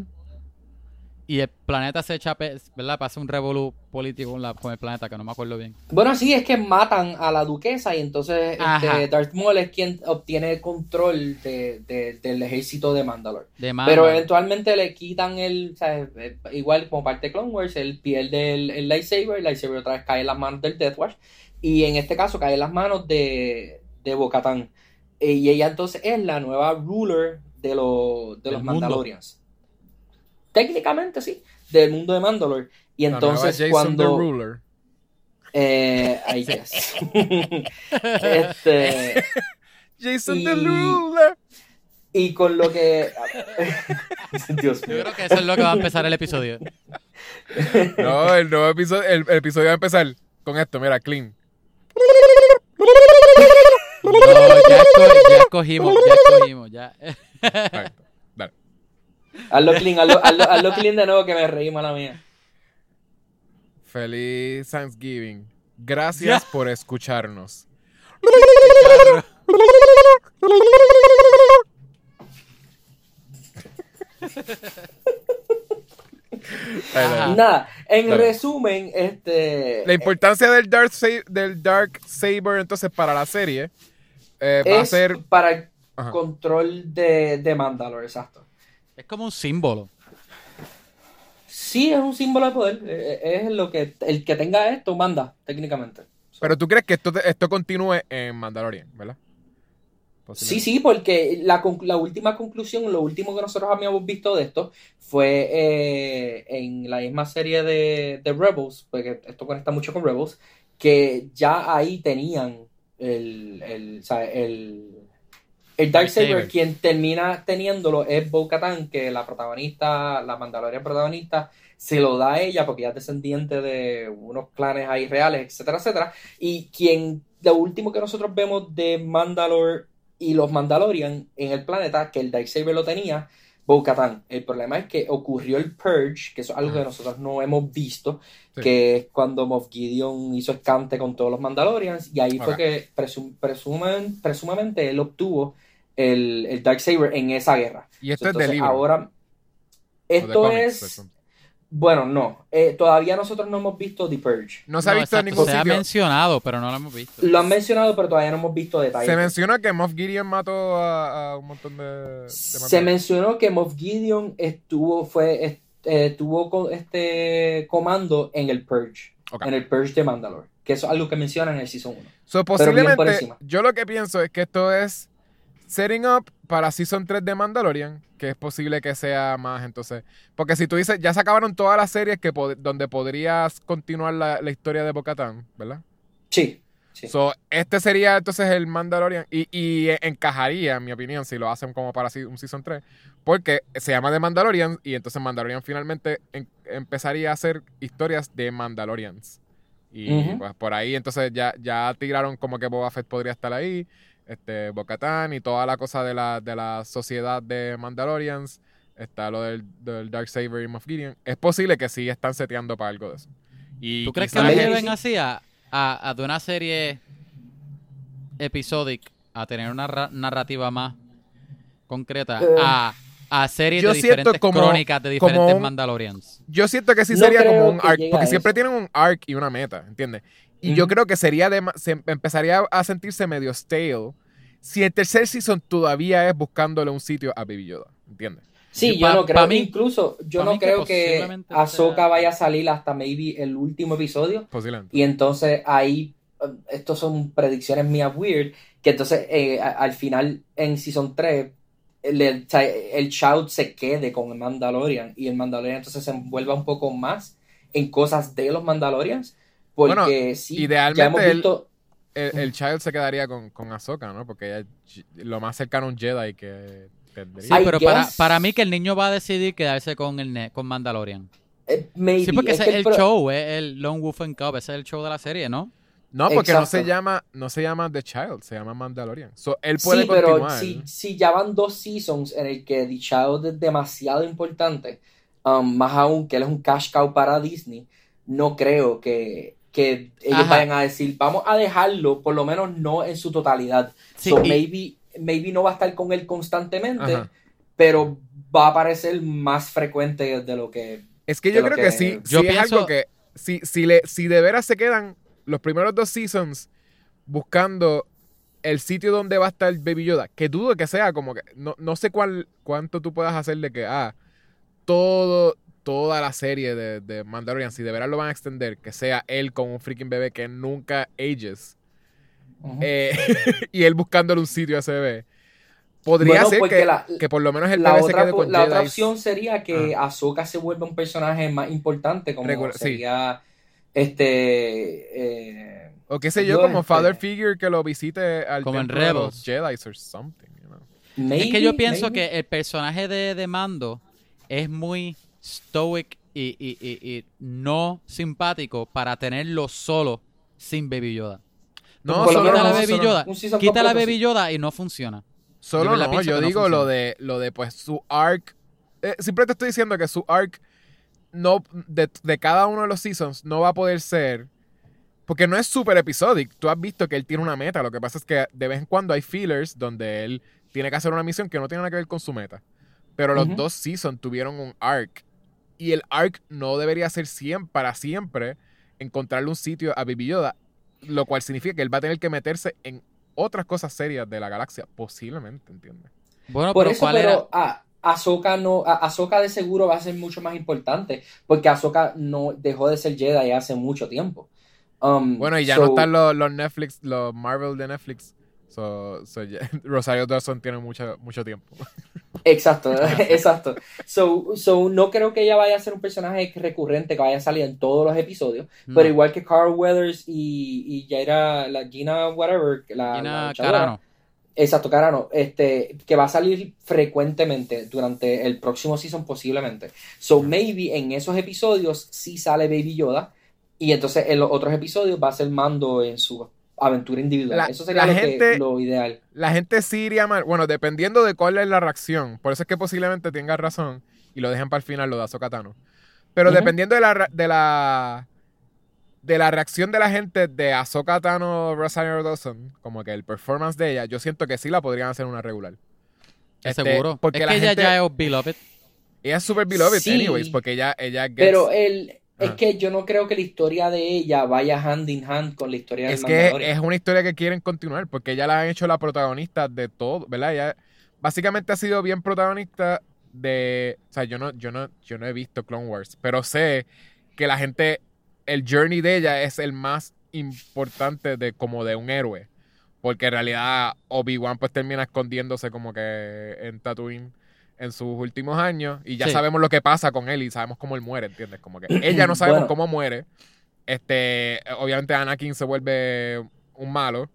Y el planeta se echa, pe- ¿verdad? Pasa un revolú político con, la- con el planeta, que no me acuerdo bien. Bueno, sí, es que matan a la duquesa y entonces Ajá. este, Darth Maul es quien obtiene el control de, de- del ejército de Mandalore. De Pero Mandalore. eventualmente le quitan el, o sea, eh, igual como parte de Clone Wars, él pierde el, el lightsaber, el lightsaber otra vez cae en las manos del Death Watch y en este caso cae en las manos de, de Bo-Katan. Eh, Y ella entonces es la nueva ruler de, los de Del los mundo. Mandalorians. Técnicamente sí, del mundo de Mandalore. Y La nueva entonces Jason cuando... the Ruler. Eh, I guess. este, Jason Y- the Ruler. y con lo que. Dios Yo mío. creo que eso es lo que va a empezar el episodio. No, el nuevo episodio, el, el episodio va a empezar con esto, mira, clean. No, ya, esco- ya escogimos, ya escogimos, ya. Perfecto, dale. Hazlo clean, hazlo, hazlo, hazlo clean de nuevo que me reí, mala mía. Feliz Thanksgiving. Gracias Ya. por escucharnos. Ahí, Ajá. dale. Nada, en Dale. resumen, este. La importancia del Dark, Sa- del Dark Saber entonces para la serie eh, va a es ser... para el Ajá. control de, de Mandalore, exacto. Es como un símbolo. Sí, es un símbolo de poder. eh, Es lo que. El que tenga esto manda, técnicamente. Pero tú crees que esto, esto continúe en Mandalorian, ¿verdad? Sí, sí, porque la, conc- la última conclusión, lo último que nosotros habíamos visto de esto fue eh, en la misma serie de, de Rebels, porque esto conecta mucho con Rebels, que ya ahí tenían el, el, o sea, el, el Darksaber, Darksaber. quien termina teniéndolo es Bo-Katan, que la protagonista, la Mandalorian protagonista, se lo da a ella porque ella es descendiente de unos clanes ahí reales, etcétera, etcétera, y quien, lo último que nosotros vemos de Mandalore y los Mandalorian en el planeta, que el Darksaber lo tenía, Bo-Katan. El problema es que ocurrió el Purge, que eso es algo Ajá. que nosotros no hemos visto, Sí. que es cuando Moff Gideon hizo escante con todos los Mandalorians, y ahí fue Ok. que presum- presumen, presumamente él obtuvo el, el Darksaber en esa guerra. Y esto es Entonces, de libro. ahora, o de esto cómics, es... perdón. Bueno, no. Eh, todavía nosotros no hemos visto The Purge. No se ha No, visto en exacto, ningún se ha sitio. mencionado, pero no lo hemos visto. Lo han mencionado, pero todavía no hemos visto detalles. Se menciona que Moff Gideon mató a, a un montón de, de Se Mandalorians. mencionó que Moff Gideon estuvo, fue, eh, tuvo co- este comando en el Purge. Ok. En el Purge de Mandalore. Que eso es algo que mencionan en el Season uno. So, Pero bien por posiblemente, encima. yo lo que pienso es que esto es setting up para Season tres de Mandalorian, que es posible que sea más, entonces. Porque si tú dices, ya se acabaron todas las series que pod- donde podrías continuar la, la historia de Bo-Katan, ¿verdad? Sí. sí. So, este sería entonces el Mandalorian y, y encajaría, en mi opinión, si lo hacen como para si- un Season tres, porque se llama The Mandalorian y entonces Mandalorian finalmente en- empezaría a hacer historias de Mandalorians. Y Ujú. pues por ahí entonces ya, ya tiraron como que Boba Fett podría estar ahí, este, Bo-Katan y toda la cosa de la, de la sociedad de Mandalorians, está lo del, del Darksaber y Moff Gideon. Es posible que sí están seteando para algo de eso. Y ¿Tú crees que quizás- lo Maybe lleven sí. así a, a, a de una serie episódica a tener una ra- narrativa más concreta Eh, a, a series yo de siento diferentes como- crónicas de como diferentes un- Mandalorians? Yo siento que sí No sería creo como un que arc, llegue porque a siempre eso. tienen un arc y una meta, ¿entiendes? Y yo Ujú. creo que sería de, se empezaría a sentirse medio stale si el tercer season todavía es buscándole un sitio a Baby Yoda, ¿entiendes? Sí, Yo- yo pa- no creo, pa mí- incluso yo pa no mí que creo que posiblemente Ahsoka sea- vaya a salir hasta maybe el último episodio. Posiblemente. Y entonces ahí, eh, estos son predicciones mías weird, que entonces eh, a- al final en Season tres el, el, el Child se quede con el Mandalorian y el Mandalorian entonces se envuelva un poco más en cosas de los Mandalorians, porque Bueno, sí, idealmente ya hemos él- visto... El, el Child se quedaría con, con Ahsoka, ¿no? Porque ella es lo más cercano a un Jedi que tendría. Sí, I pero para, guess- para mí que el niño va a decidir quedarse con el ne- con Mandalorian. eh, maybe, Sí, porque es ese que es el pro- show, es el Lone Wolf and Cub, ese es el show de la serie, ¿no? No, porque no se Exacto. llama no se llama The Child, se llama Mandalorian. So, él puede Sí, pero continuar. si, si ya van dos seasons en el que The Child es demasiado importante, um, más aún que él es un cash cow para Disney, no creo que, que ellos Ajá. vayan a decir, vamos a dejarlo, por lo menos no en su totalidad. Sí, so y- maybe, maybe no va a estar con él constantemente, Ajá. pero va a aparecer más frecuente de lo que... Es que de yo lo creo que, que- sí, Yo sí es pienso- algo que si, si, le, si de veras se quedan los primeros dos seasons buscando el sitio donde va a estar Baby Yoda, que dudo que sea como que, no, no sé cuál, cuánto tú puedas hacer de que, ah, todo, toda la serie de, de Mandalorian, si de veras lo van a extender, que sea él con un freaking bebé que nunca ages, Ujú. eh, y él buscándole un sitio a ese bebé. Podría Bueno, ser porque que, la- que por lo menos el La, bebé se otra, quede con la otra Jedis. opción sería que Ah. Ahsoka se vuelva un personaje más importante, como Regular- sí. sería este... eh, O qué sé yo, Yo, como este- father figure que lo visite al Como en templo de los Rebels. Jedis or something, you know. maybe, es que yo pienso maybe. que el personaje de, de Mando es muy stoic y, y- y- y no simpático para tenerlo solo sin Baby Yoda. No, Por lo solo quita menos la no, Baby solo, Yoda, un season quita la completo, Baby sí. Yoda y no funciona. solo Yo la no, pienso yo que no digo lo funciona. de lo de pues su arc. Eh, siempre te estoy diciendo que su arc no de, de cada uno de los seasons no va a poder ser porque no es super episodic. Tú has visto que él tiene una meta. Lo que pasa es que de vez en cuando hay fillers donde él tiene que hacer una misión que no tiene nada que ver con su meta. Pero los Ujú. dos seasons tuvieron un arc. Y el arc no debería ser siempre, para siempre encontrarle un sitio a Baby Yoda. Lo cual significa que él va a tener que meterse en otras cosas serias de la galaxia. Posiblemente, ¿entiendes? Bueno, Por pero eso, ¿cuál pero era? ah, Ahsoka no, ah, Ahsoka de seguro va a ser mucho más importante, porque Ahsoka no dejó de ser Jedi hace mucho tiempo. Um, Bueno, y ya so- no están los, los Netflix, los Marvel de Netflix. So, so ya- Rosario Dawson tiene mucho, mucho tiempo. Exacto, exacto. So, so, no creo que ella vaya a ser un personaje recurrente que vaya a salir en todos los episodios, No. pero igual que Carl Weathers y, y Jaira, la Gina whatever, la, la Gina luchadora. Carano. Exacto, Carano, este, que va a salir frecuentemente durante el próximo season posiblemente. So maybe en esos episodios sí sale Baby Yoda y entonces en los otros episodios va a ser Mando en su aventura individual. La- Eso sería la lo, gente- que, lo ideal. La gente sí iría mal. Bueno, dependiendo de cuál es la reacción. Por eso es que posiblemente tenga razón y lo dejen para el final, lo de Ahsoka Tano. Pero Ujú. dependiendo de la, re- de la de la reacción de la gente de Ahsoka Tano Rosario Dawson, como que el performance de ella, yo siento que sí la podrían hacer una regular. ¿Es Este, seguro? porque es la que ella gente- ya es beloved. Ella es super beloved, Sí, anyways, porque ella, ella gets... pero el, es Ajá. que yo no creo que la historia de ella vaya hand in hand con la historia del Es que Mandalorian. es una historia que quieren continuar, porque ella la han hecho la protagonista de todo, ¿verdad? Ella básicamente ha sido bien protagonista de... O sea, yo no, yo no, yo no he visto Clone Wars, pero sé que la gente... El journey de ella es el más importante de como de un héroe. Porque en realidad Obi-Wan pues termina escondiéndose como que en Tatooine en sus últimos años. Y ya Sí. sabemos lo que pasa con él y sabemos cómo él muere, ¿entiendes? Como que ella no sabemos Bueno. cómo muere. Este, obviamente Anakin se vuelve un malo.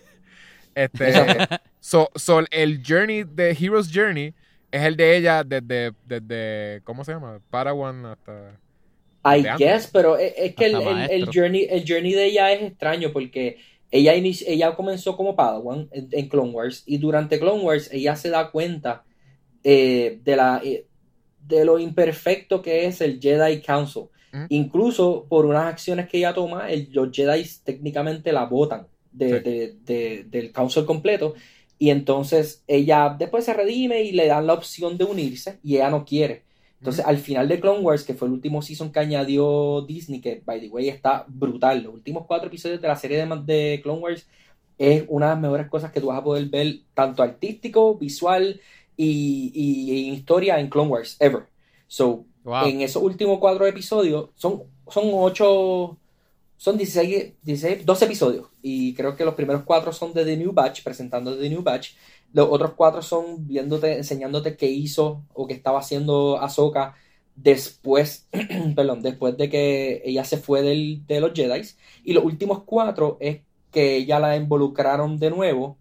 este, so, so el journey de Hero's Journey es el de ella desde, desde ¿cómo se llama? Padawan hasta... I de antes. guess, pero es, es que el, Hasta el, el maestro. journey, el journey de ella es extraño porque ella, inici- ella comenzó como Padawan en, en Clone Wars y durante Clone Wars ella se da cuenta eh, de, la, eh, de lo imperfecto que es el Jedi Council. Ujú. Incluso por unas acciones que ella toma, el- los Jedi técnicamente la botan de, Sí. de- de- del Council completo. Y entonces ella después se redime y le dan la opción de unirse y ella no quiere. Entonces, Ujú. al final de Clone Wars, que fue el último season que añadió Disney, que by the way está brutal. Los últimos cuatro episodios de la serie de, de Clone Wars es una de las mejores cosas que tú vas a poder ver, tanto artístico, visual y, y, y historia en Clone Wars, ever. So, Wow. en esos últimos cuatro episodios, son, son ocho, son dieciséis, dieciséis, doce episodios. Y creo que los primeros cuatro son de The New Batch, presentando The New Batch. Los otros cuatro son viéndote, enseñándote qué hizo o qué estaba haciendo Ahsoka después, perdón, después de que ella se fue del, de los Jedi. Y los últimos cuatro es que ella la involucraron de nuevo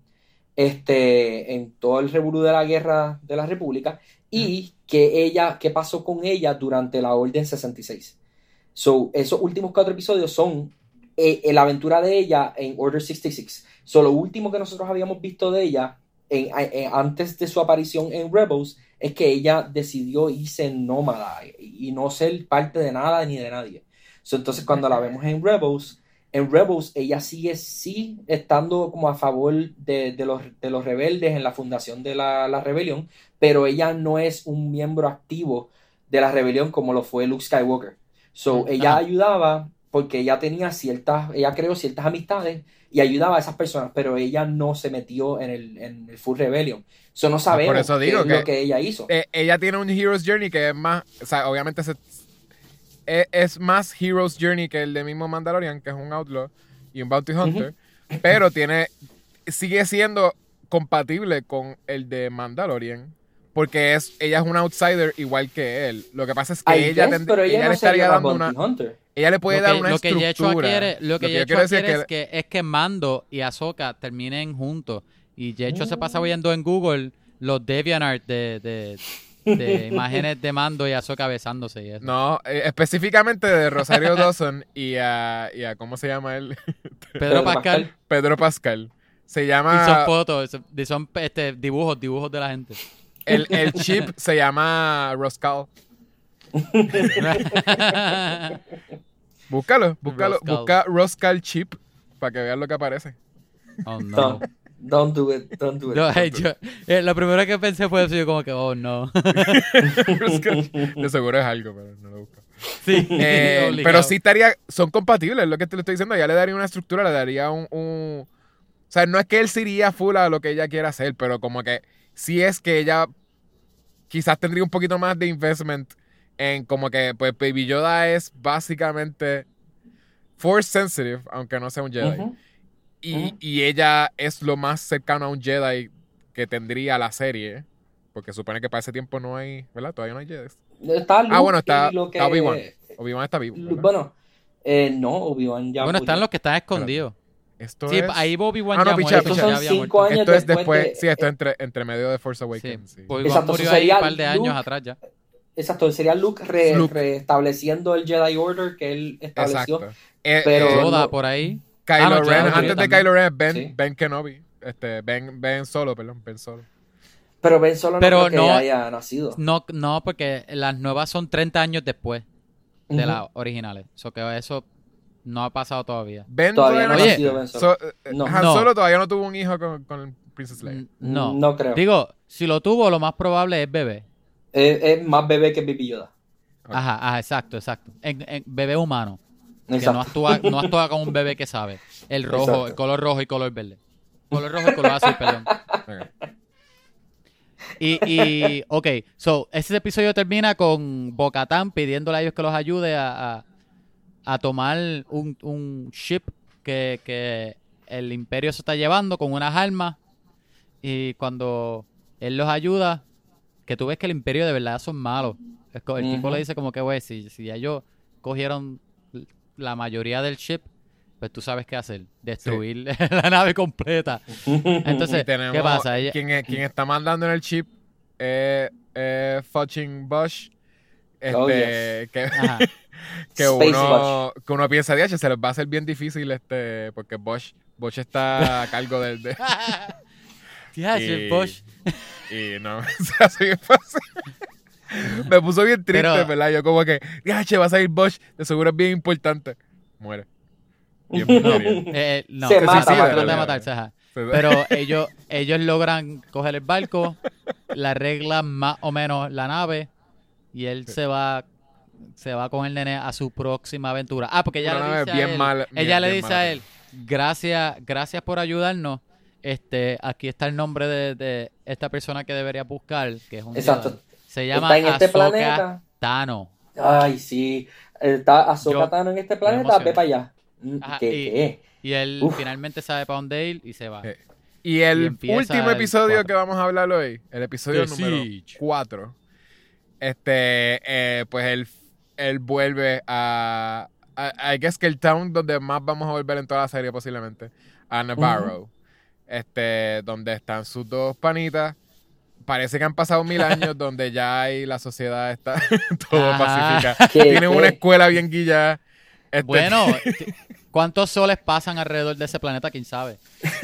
este, en todo el revolú de la guerra de la República y que ella, qué pasó con ella durante la Orden sesenta y seis. So, esos últimos cuatro episodios son eh, la aventura de ella en Order sesenta y seis. So, lo último que nosotros habíamos visto de ella en, en, antes de su aparición en Rebels es que ella decidió irse nómada y, y no ser parte de nada ni de nadie. So, entonces, cuando la vemos en Rebels, en Rebels ella sigue sí estando como a favor de, de, los, de los rebeldes en la fundación de la, la rebelión, pero ella no es un miembro activo de la rebelión como lo fue Luke Skywalker. So, ella Ajá. ayudaba porque ella tenía ciertas, ella creó ciertas amistades y ayudaba a esas personas, pero ella no se metió en el, en el Full Rebellion. So, no sabemos Por eso digo qué es que- lo que ella hizo. Eh, ella tiene un Hero's Journey que es más, o sea, obviamente se- es, es más Hero's Journey que el de mismo Mandalorian, que es un outlaw y un bounty hunter, pero tiene, sigue siendo compatible con el de Mandalorian, porque es, ella es un outsider igual que él. Lo que pasa es que I ella, guess, tend- pero ella, ella no le estaría sería una dando una, bounty hunter. ella le puede Lo dar que, una lo que Yeshua estructura. quiere, lo que yo Yeshua quiero decir quiere que- es que es que Mando y Ahsoka terminen juntos. Y Yeshua se Mm. pasa viendo en Google los DeviantArt de, de, de imágenes de Mando y Ahsoka besándose y eso. No, eh, específicamente de Rosario Dawson y a, y a, ¿cómo se llama él? Pedro Pascal. Pedro Pascal. Se Y son llama, fotos, son- y son este, dibujos, dibujos de la gente. el, el chip se llama Roscal. Búscalo, búscalo, Roscal. busca Roscal Chip para que veas lo que aparece. Oh, no. Don't, don't do it, don't do it. Yo- eh, yo- eh, lo primero que pensé fue eso, yo como que, oh, no. Roscal. De seguro es algo, pero no lo busco. Sí, Eh, obligado. pero sí estaría, son compatibles, es lo que te lo estoy diciendo. Ya le daría una estructura, le daría un, un- o sea, no es que él se iría full a lo que ella quiera hacer, pero como que sí es que ella quizás tendría un poquito más de investment en como que, pues, Baby Yoda es básicamente Force sensitive, aunque no sea un Jedi. Ujú. Y, Ujú. y ella es lo más cercano a un Jedi que tendría la serie, porque supone que para ese tiempo no hay, ¿verdad? Todavía no hay Jedi. Está Luke Ah, bueno, está, y lo que- está Obi-Wan. Obi-Wan está vivo, Lu- ¿verdad? Bueno, eh, no, Obi-Wan ya Bueno, murió. están los que están escondidos. Esto Sí, es... ahí Bobby-Wan Ah, no, ya picha, muerto, picha. ya Estos había son muerto. cinco años Esto es después después, de- sí, esto es eh, entre, entre medio de Force Sí, Awakens. Sí. Bobby-Wan Exacto, murió eso ahí sería un par de años Luke- atrás ya. Exacto, sería Luke, re- Luke. restableciendo el Jedi Order que él estableció. Exacto. Eh, Pero- eh, Yoda no. por ahí. Kylo Ah, no, Ren, Yoda antes murió de también. Kylo Ren, Ben, Sí. Ben Kenobi. Este, Ben, Ben Solo, perdón, Ben Solo. Pero Ben Solo no Pero creo que no- haya nacido. No, no, porque las nuevas son treinta años después de Ujú. las originales. So que eso no ha pasado todavía. Ben Todavía no ha Oye. nacido Ben Solo. So, eh, No. Han No. Solo todavía no tuvo un hijo con, con Princess Leia. N- No. No creo. Digo, si lo tuvo, lo más probable es bebé. Es, es más bebé que Baby Yoda. Ajá, ajá, exacto, exacto. En, en bebé humano. Exacto. Que no actúa, no actúa como un bebé que sabe. El rojo, Exacto. el color rojo y color verde. Color rojo y color azul, perdón. Ok. Y, y, ok, so, ese episodio termina con Bo-Katan pidiéndole a ellos que los ayude a, a, a tomar un, un ship que, que el imperio se está llevando con unas armas. Y cuando él los ayuda, que tú ves que el imperio de verdad son malos. Es co- El tipo Ujú. le dice como que, güey, si, si ellos cogieron la mayoría del ship, pues tú sabes qué hacer. Destruir la nave completa. Entonces, Y tenemos, ¿qué pasa? Ella- quien, es- quien está mandando en el chip es eh, Fucking Bosch. Este, Oh, yes. que, Ajá. que Space uno, que uno piensa, de se les va a hacer bien difícil este, porque Bosch, Bosch está a cargo del de, Ya, Y- el Bosch. y no se hace bien fácil. Me puso bien triste, Pero- ¿verdad? Yo como que, ya, che, va a salir Bosch, de seguro es bien importante. Muere. Bien brutal. Eh, no, Se sí, mata, sí, mata, trata de mata. matarse, ajá. Se- Pero ellos, ellos logran coger el barco, le arreglan más o menos la nave y él se va se va con el nene a su próxima aventura. Ah, porque ella Una le nave dice a bien él, mala- bien- ella le bien dice mala. a él, gracias, gracias por ayudarnos. Este, aquí está el nombre de, de esta persona que deberías buscar, que es un Exacto. Jedi. Se llama Está en este Ahsoka planeta. Tano. Ay, sí. Está Ahsoka Yo- Tano en este me planeta, emocioné. ve para allá. Mm, Ajá, ¿Qué? y- ¿Qué? Y él Uf. finalmente sabe para dónde ir y se va. Eh, Y el Y empieza último el episodio cuatro. que vamos a hablar hoy, el episodio The número Siege. cuatro, este, eh, pues él, él vuelve a, a, I guess que el town donde más vamos a volver en toda la serie posiblemente, a Navarro, este, donde están sus dos panitas. Parece que han pasado mil años donde ya hay la sociedad está todo Ajá. pacífica. ¿Qué? Tienen una ¿Qué? escuela bien guillada. Este, Bueno, t- ¿cuántos soles pasan alrededor de ese planeta? ¿Quién sabe?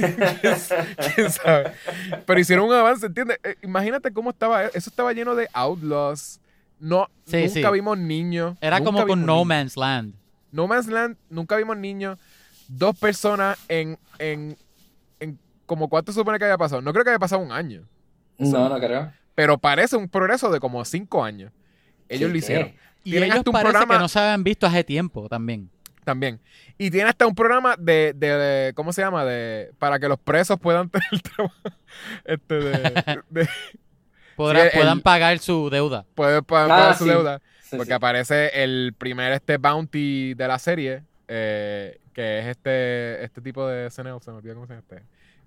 ¿Quién sabe? Pero hicieron un avance, ¿entiendes? Eh, imagínate cómo estaba. Eso estaba lleno de outlaws. No, Sí, nunca sí. vimos niños. Era nunca como con vimos No niños. Man's Land. No Man's Land, nunca vimos niños. Dos personas en, en, en como cuánto se supone que haya pasado. No creo que haya pasado un año. No, no creo. Pero parece un progreso de como cinco años. Ellos ¿Qué, lo hicieron. qué? Y Tienen ellos hasta un parece programa- que no se habían visto hace tiempo también. También. Y tiene hasta un programa de, de, de- ¿cómo se llama? De para que los presos puedan tener trabajo. Este de, de Podrá- Sí, el- puedan pagar su deuda. poder pa- Ah, pagar su sí. deuda. Sí, Porque sí. aparece el primer este bounty de la serie, eh, que es este este tipo de S N L, se me olvidó cómo se llama este.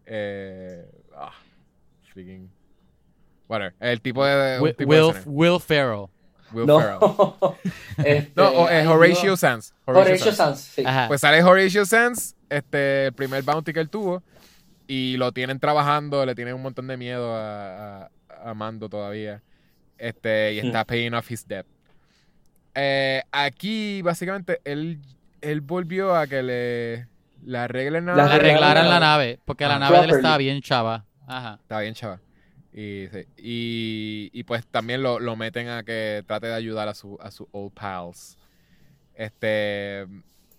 Eh, ah, freaking. Whatever. El tipo de. un Will, tipo de Will, S N L. Will Ferrell. Will No. Ferrell. Este, No, o, eh, ay, Horatio Dios. Sands. Horatio Sands, sí. Ajá. Pues sale Horatio Sands, este, el primer bounty que él tuvo, y lo tienen trabajando, le tienen un montón de miedo a, a, a Mando todavía, este, y está paying off his debt. Eh, aquí, básicamente, él, él volvió a que le, le arreglen Le Le nada. arreglaran la nave, porque Ah. la nave de él Properly. estaba bien chava. Ajá. Está bien, chaval. Y, sí, y, y pues también lo, lo meten a que trate de ayudar a su a sus old pals. Este,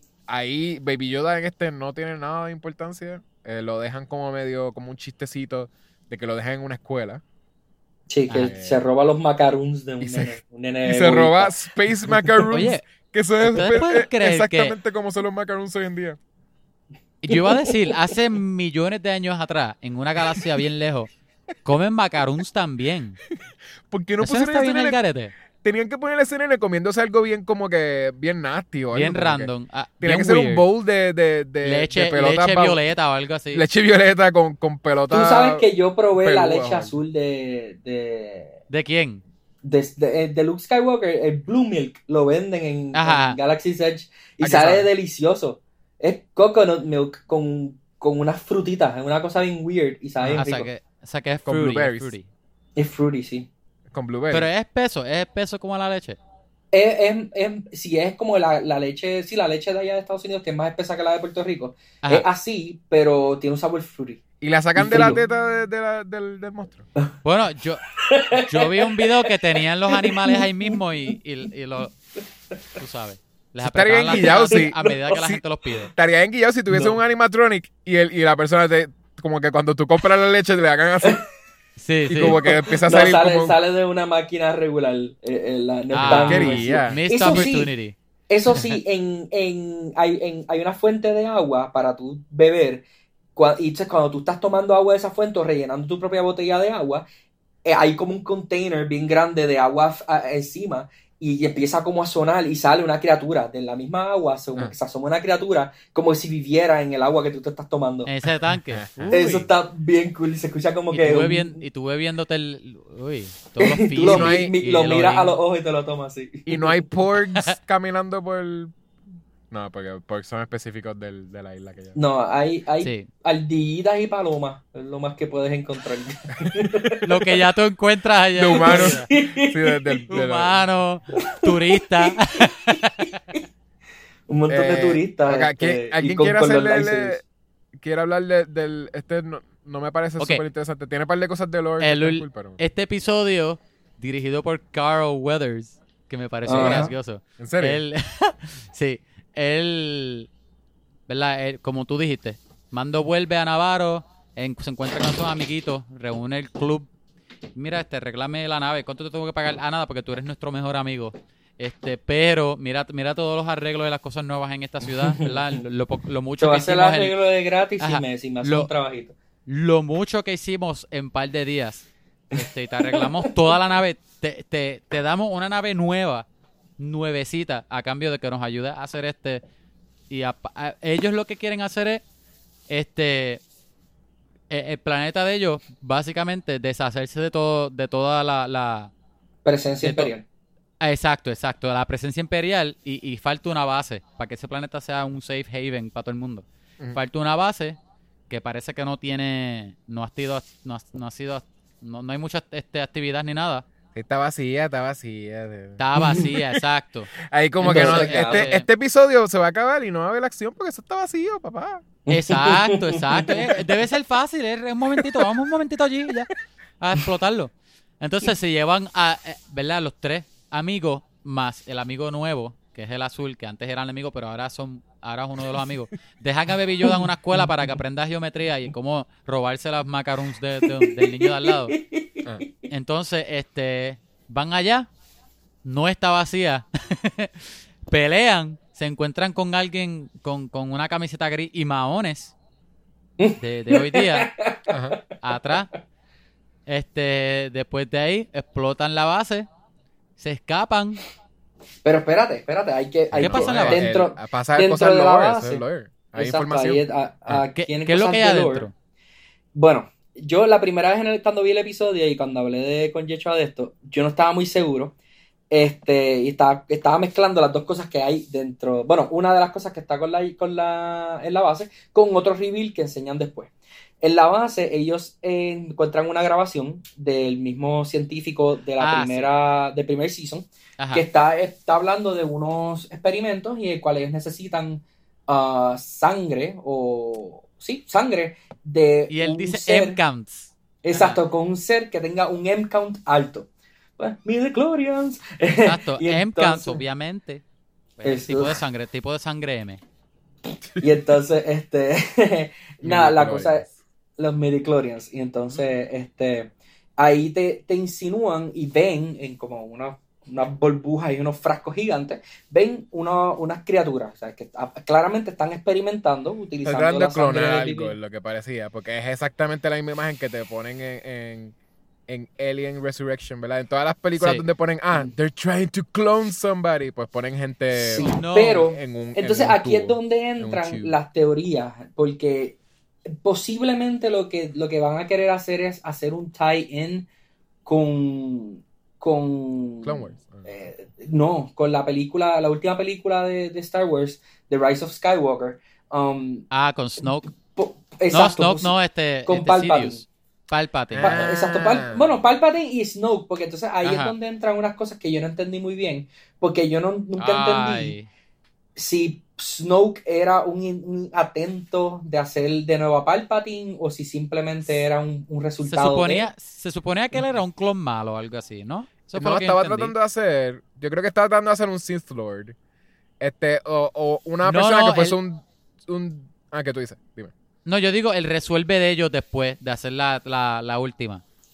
ahí Baby Yoda en este no tiene nada de importancia. Eh, lo dejan como medio, como un chistecito de que lo dejan en una escuela. Sí, que Ah, se roba los macaroons de un y se- nene. Un nene Y se budista. roba Space Macaroons. Oye, que eso es ¿ustedes pueden eh, creer exactamente como son los macaroons hoy en día. yo iba a decir, hace millones de años atrás, en una galaxia bien lejos, comen macaroons también. ¿Por qué no ¿Eso no pusieron está ese bien el nene? garete? Tenían que poner ese nene comiéndose algo bien como que bien nasty o algo. Bien como que- random. ah, Tenía bien que ser weird. un bowl de, de, de, leche, de pelota leche ba- violeta o algo así. leche violeta con, con pelota. Tú sabes que yo probé la peluda, leche man. azul de, de, ¿De quién? de, de- de Luke Skywalker, el Blue Milk, lo venden en, Ajá. en Galaxy's Edge y ¿A qué sale sabe? delicioso. Es coconut milk con, con unas frutitas, es una cosa bien weird y sabe bien Ah, o sea rico. que, o sea que es Con fruity, es blueberries. fruity. Es fruity, sí. Con blueberry. Pero es espeso, es espeso como la leche. Es, es, es- si es como la, la leche, sí, la leche de allá de Estados Unidos, que es más espesa que la de Puerto Rico. Ajá. Es así, pero tiene un sabor fruity. y la sacan y de la frío. teta de- de la- del, del monstruo. Bueno, yo, yo vi un video que tenían los animales ahí mismo y, y, y lo, tú sabes, les Eso estaría apretaban las enguillado, tetas sí. a medida que la Sí. gente los pide. Estaría enguillado si tuviese No. un animatronic y, el, y la persona te. Como que cuando tú compras la leche te le hagan así. Sí, Y sí. como que empieza a No, salir sale, como... sale de una máquina regular. eh, eh, la, no Ah, tan porquería. inmersiva. Missed Eso sí, opportunity. eso sí, en, en, hay, en, hay una fuente de agua para tú beber. cua- Y entonces cuando tú estás tomando agua de esa fuente o rellenando tu propia botella de agua, eh, hay como un container bien grande de agua f- a- encima y empieza como a sonar y sale una criatura de la misma agua, se, Ah. se asoma una criatura como si viviera en el agua que tú te estás tomando. En ese tanque. Eso Uy. está bien cool, se escucha como Y que tú, un- bebiendo, y tú bebiéndote el... Uy, todos los tú lo, feelings no hay- mi- y lo el miras a orín. los ojos y te lo tomas así. Y no hay porgs caminando por... No, porque porgs son específicos del, de la isla que ya... No, hay, hay Sí. ardillitas y palomas, es lo más que puedes encontrar. Lo que ya tú encuentras allá. De en humanos. Florida. Sí, de, de- de- de- Humano, turista. Un montón de Eh, turistas. ok, este, ¿quién- y ¿Alguien con- quiere con los hacerle... lightsabers. Quiere hablar de- del... Este no, no me parece Ok. súper interesante. Tiene un par de cosas de lore que El están ul- cool, pero... Este episodio, dirigido por Carl Weathers, que me pareció Ajá. gracioso. ¿En serio? Él, sí, él, ¿verdad? Él, como tú dijiste, Mando vuelve a Navarro, en- se encuentra con sus amiguitos, reúne el club. Mira, este, reclame la nave. ¿Cuánto te tengo que pagar? Ah, nada, porque tú eres nuestro mejor amigo. Este, pero mira, mira todos los arreglos de las cosas nuevas en esta ciudad, ¿verdad? Lo, lo po- lo Te mucho va que a hacer el hicimos en, arreglo de gratis Ajá. y me, si me hace Lo- un trabajito. lo mucho que hicimos en par de días. Este, y te arreglamos toda la nave. Te, te, te damos una nave nueva, nuevecita, a cambio de que nos ayude a hacer este. Y a- a- ellos lo que quieren hacer es, este, e- el planeta de ellos, básicamente, deshacerse de todo, de toda la, la Presencia de to- imperial. ah, exacto, exacto, la presencia imperial y, y falta una base para que ese planeta sea un safe haven para todo el mundo. Ujú. Falta una base que parece que no tiene, no ha sido, no ha, no ha sido, no, no hay mucha este, actividad ni nada. Sí, está vacía, está vacía. de- Está vacía, exacto. Ahí como que no... Entonces, Este, eh, este episodio se va a acabar y no va a haber acción porque eso está vacío, papá. Exacto, exacto. Eh, Debe ser fácil, es un momentito, vamos un momentito allí y ya, a explotarlo. Entonces se llevan a, eh, ¿verdad? Los tres amigos más el amigo nuevo, que es el azul, que antes eran amigos, pero ahora son, ahora es uno de los amigos. Dejan a Baby Yoda en una escuela para que aprenda geometría y cómo robarse las macarons de- de- del niño de al lado. Ah. Entonces, este, van allá, no está vacía, pelean, se encuentran con alguien con, con una camiseta gris y maones de, de hoy día, Ajá. atrás. Este, después de ahí, explotan la base, se escapan. Pero espérate, espérate, hay que... Hay ¿Qué que- pasa en la base? dentro, El- pasa dentro cosas de la lore, eso base. es lore. Hay Exacto, información. ahí es- a- a- ¿Qué, tiene qué es lo cosas que hay de lore. adentro? Bueno, yo la primera vez en el, cuando vi el episodio y cuando hablé de, con Yeshua de esto, yo no estaba muy seguro. Este, y estaba, estaba mezclando las dos cosas que hay dentro. Bueno, una de las cosas que está con la, con la, en la base, con otro reveal que enseñan después. En la base, ellos eh, encuentran una grabación del mismo científico de la Ah, primera, del primer season, Ajá. que está, está hablando de unos experimentos y el cual ellos necesitan ah, sangre o sí, sangre de Y él un dice ser, M-counts. exacto, con un ser que tenga un M count alto. Pues, midichlorians. Exacto, Y M-counts, entonces- obviamente. Pues, el Eso. tipo de sangre, tipo de sangre M. Y entonces, este, nada, la cosa Midichlorians. es los midichlorians. Y entonces, este, ahí te, te insinúan y ven en como una, unas burbujas y unos frascos gigantes, ven uno- unas criaturas, o sea, que ah, claramente están experimentando Están utilizando tratando de la sangre clonar del algo, bebé. es lo que parecía, porque es exactamente la misma imagen que te ponen en, en, en Alien Resurrection, ¿verdad? En todas las películas Sí. donde ponen, ah, they're trying to clone somebody, pues ponen gente Sí, No. pero en un entonces en un aquí es tubo, donde en un entran tube. las teorías, porque posiblemente lo que, lo que van a querer hacer es hacer un tie-in con, con Clone Wars. Ah. eh, no, con la película, la última película de, de Star Wars, The Rise of Skywalker. Um, Ah, con Snoke. po- No, exacto, Snoke pues, no, este, con este Palpatine. Sidious. Palpatine. Pa- Ah. Exacto, Pal- bueno, Palpatine y Snoke, porque entonces ahí es Ajá. donde entran unas cosas que yo no entendí muy bien, porque yo no, nunca entendí Ay. si Snoke era un, un atento de hacer de nuevo a Palpatine o si simplemente era un, un Se resultado suponía, se suponía que él era un clon malo o algo así, ¿no? Eso fue No, lo que yo estaba entendí. tratando de hacer, yo creo que estaba tratando de hacer un Sith Lord. Este, o, o una No, persona no, que fuese él- un, un... Ah, ¿qué tú dices? Dime. No, yo digo el resuelve de ellos después de hacer la, la, la última.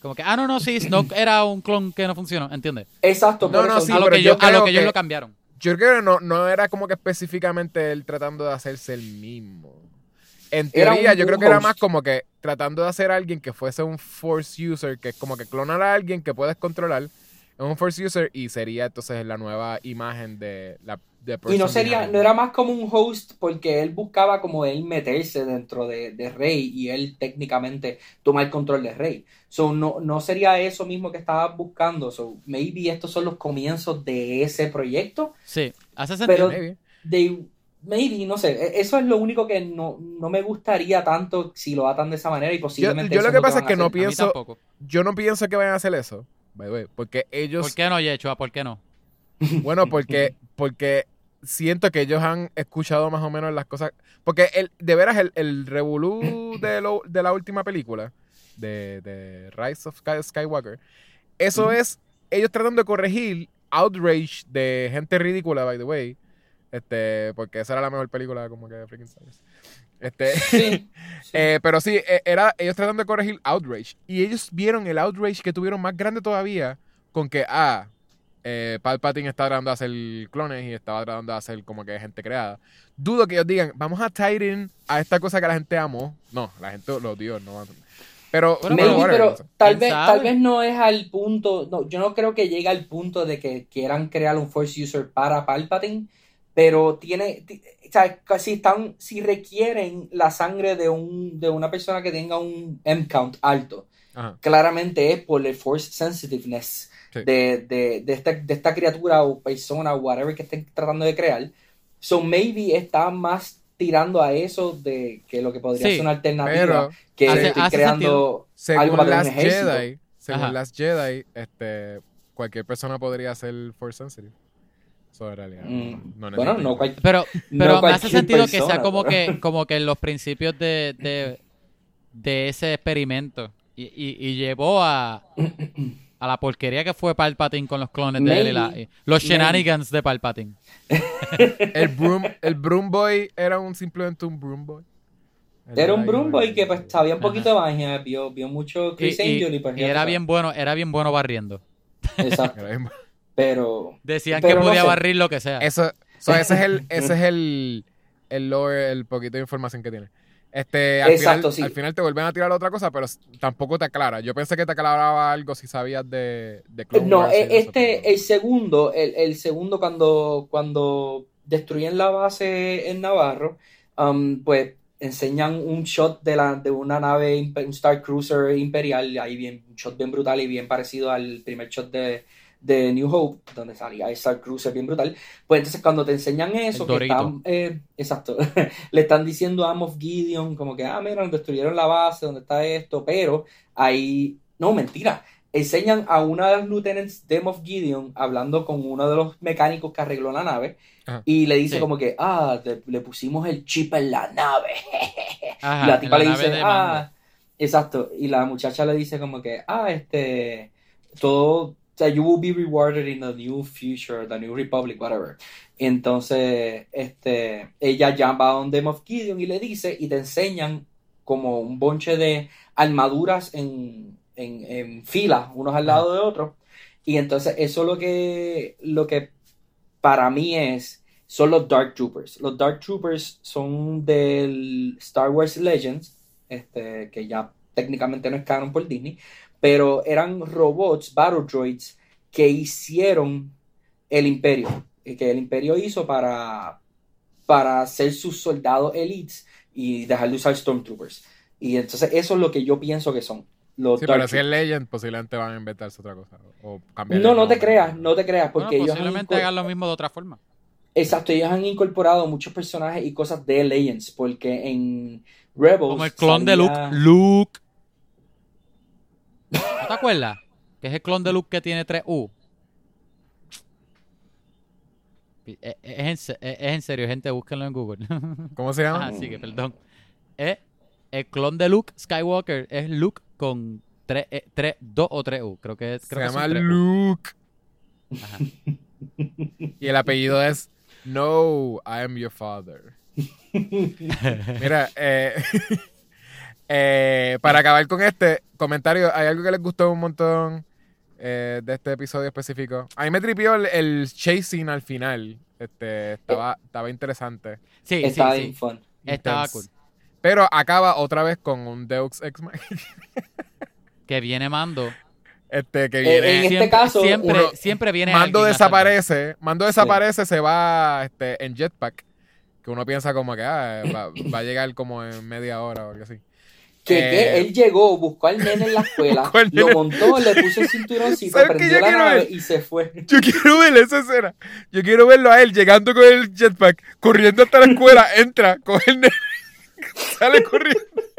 Como que, ah, no, no, sí, Snoke era un clon que no funcionó, ¿entiendes? Exacto, No, por no, eso. sí, a, lo pero que yo yo, a lo creo que ellos que- lo cambiaron. Yo creo que no, no era como que específicamente él tratando de hacerse el mismo. En Era teoría, un- yo creo un que era host. más como que tratando de hacer a alguien que fuese un Force User, que es como que clonar a alguien que puedes controlar. Es un Force User y sería entonces la nueva imagen de la de Y no person sería, behind. no era más como un host porque él buscaba como él meterse dentro de, de Rey y él técnicamente tomar control de Rey. So, no, no sería eso mismo que estaba buscando. So, maybe estos son los comienzos de ese proyecto. Sí, hace sentido. Pero Maybe. de, maybe, no sé. e- Eso es lo único que no, no me gustaría tanto si lo atan de esa manera y Yo, posiblemente yo eso lo que es lo pasa es van a que no hacer. A mí pienso, tampoco. yo no pienso que vayan a hacer eso, by the way, porque ellos, ¿Por qué no, Yechua? ¿Por qué no? bueno, porque, porque siento que ellos han escuchado más o menos las cosas, porque el, de veras el, el revolú de, lo, de la última película, de, de Rise of Sky- Skywalker, eso Ujú. es ellos tratando de corregir outrage de gente ridícula, by the way, este, porque esa era la mejor película como que de freaking Star Wars. Este, Sí, sí. eh, pero sí, eh, era ellos tratando de corregir outrage. Y ellos vieron el outrage que tuvieron más grande todavía con que, ah, eh, Palpatine está tratando de hacer clones y estaba tratando de hacer como que gente creada. Dudo que ellos digan, vamos a tie in a esta cosa que la gente amó. No, la gente lo odió, no va a- Pero, Bueno, Maybe, whatever, pero no sé. tal ¿Quién vez, sabe? tal vez no es al punto, no, yo no creo que llegue al punto de que quieran crear un Force User para Palpatine, pero tiene, ti- o sea, si están, si requieren la sangre de un, de una persona que tenga un M count alto, Ajá. claramente es por el Force Sensitiveness Sí. de, de, de, esta, de esta criatura o persona o whatever que estén tratando de crear. So maybe está más tirando a eso de que lo que podría Sí, ser una alternativa pero que hace- estoy hace creando algo según para tener un las ejército. Jedi, según Ajá. las Jedi, este, cualquier persona podría ser Force Sensitive. Eso en realidad. Mm, no- no bueno, necesita no eso. cual- Pero, No pero me hace cualquier sentido que persona, sea como pero- que, como que los principios de, de, de ese experimento. Y, y, y llevó a, a la porquería que fue Palpatine con los clones de él y la- Maybe. y los Maybe. shenanigans de Palpatine. El Broom, el Broom Boy era un simplemente un Broom Boy. Él Era un ahí, Broom Boy él- que pues sabía un Ajá. poquito de magia, vio, vio mucho Y, Chris y- Angel y pues y ya era tú bien bueno, era bien bueno barriendo. sabes. Exacto. era bien- Pero Decían Pero que no podía sé. barrir lo que sea. Eso, so, ese es el, ese es el, el lore, el poquito de información que tiene. Este, al, Exacto, final, sí. al final te vuelven a tirar otra cosa, pero s- tampoco te aclara. Yo pensé que te aclaraba algo si sabías de, de Clone no, Wars y e- de eso, este, pero- el segundo, el, el segundo cuando, cuando destruyen la base en Navarro, um, pues enseñan un shot de, la, de una nave, impe- un Star Cruiser imperial, ahí bien, un shot bien brutal y bien parecido al primer shot de, de New Hope, donde salía el Star Cruiser bien brutal. Pues entonces cuando te enseñan eso, El que Dorito. están, eh, exacto, le están diciendo a Moff Gideon como que, ah, mira, destruyeron la base, donde está esto, pero ahí, no, mentira, enseñan a una de las lieutenants de Moff Gideon hablando con uno de los mecánicos que arregló la nave Ajá. y le dice Sí. como que, ah, le, le pusimos el chip en la nave. Ajá, Y la en tipa la le nave dice, de ah, exacto, y la muchacha le dice como que, ah, este, todo, o sea, you will be rewarded in the new future, the new republic, whatever. Entonces, este, ella llama a donde Moff Gideon y le dice, y te enseñan como un bonche de armaduras en, en, en fila, unos al lado de otros. Y entonces eso es lo que, lo que para mí es, son los Dark Troopers. Los Dark Troopers son del Star Wars Legends, este, que ya técnicamente no es canon por Disney, pero eran robots, battle droids, que hicieron el Imperio, y que el Imperio hizo para, para ser sus soldados elites y dejar de usar Stormtroopers. Y entonces eso es lo que yo pienso que son. Los Sí, Dark pero si es Troopers. Legend, posiblemente van a inventarse otra cosa. O cambiar No, el no te nombre. creas, no te creas, porque Bueno, ellos han posiblemente inco- hagan lo mismo de otra forma. Exacto, ellos han incorporado muchos personajes y cosas de Legends, porque en Rebels Como el clon de Luke. salía- Luke. ¿No te acuerdas? Que es el clon de Luke que tiene tres U. Es, es en, se- es en serio, gente, búsquenlo en Google. ¿Cómo se llama? Así que, perdón. Es el clon de Luke Skywalker es Luke con tres, eh, tres, dos o tres U. Creo que es. se Creo que llama son tres U. Luke. Ajá. Y el apellido es No, I am your father. Mira, eh, Eh, para acabar con este comentario, ¿hay algo que les gustó un montón eh, de este episodio específico? A mí me tripió el, el chasing al final. Este, estaba, estaba interesante. Sí, Estaba sí, bien sí. fun. Estaba Intense. cool. Pero acaba otra vez con un Deus Ex Machina. Que viene Mando. Este, que Eh, viene... en este siempre, caso, siempre, uno- siempre viene Mando alguien a salvar. desaparece, Mando desaparece, se va este, en jetpack, que uno piensa como que ah, va, va a llegar como en media hora o algo así. Que, Eh, que él llegó, buscó al nene en la escuela, Buscó al lo nene. montó, le puso el cinturoncito, ¿Sabes qué prendió yo la quiero nave ver? y se fue. Yo quiero ver esa escena. Yo quiero verlo a él llegando con el jetpack, corriendo hasta la escuela, entra, coge el nene, sale corriendo,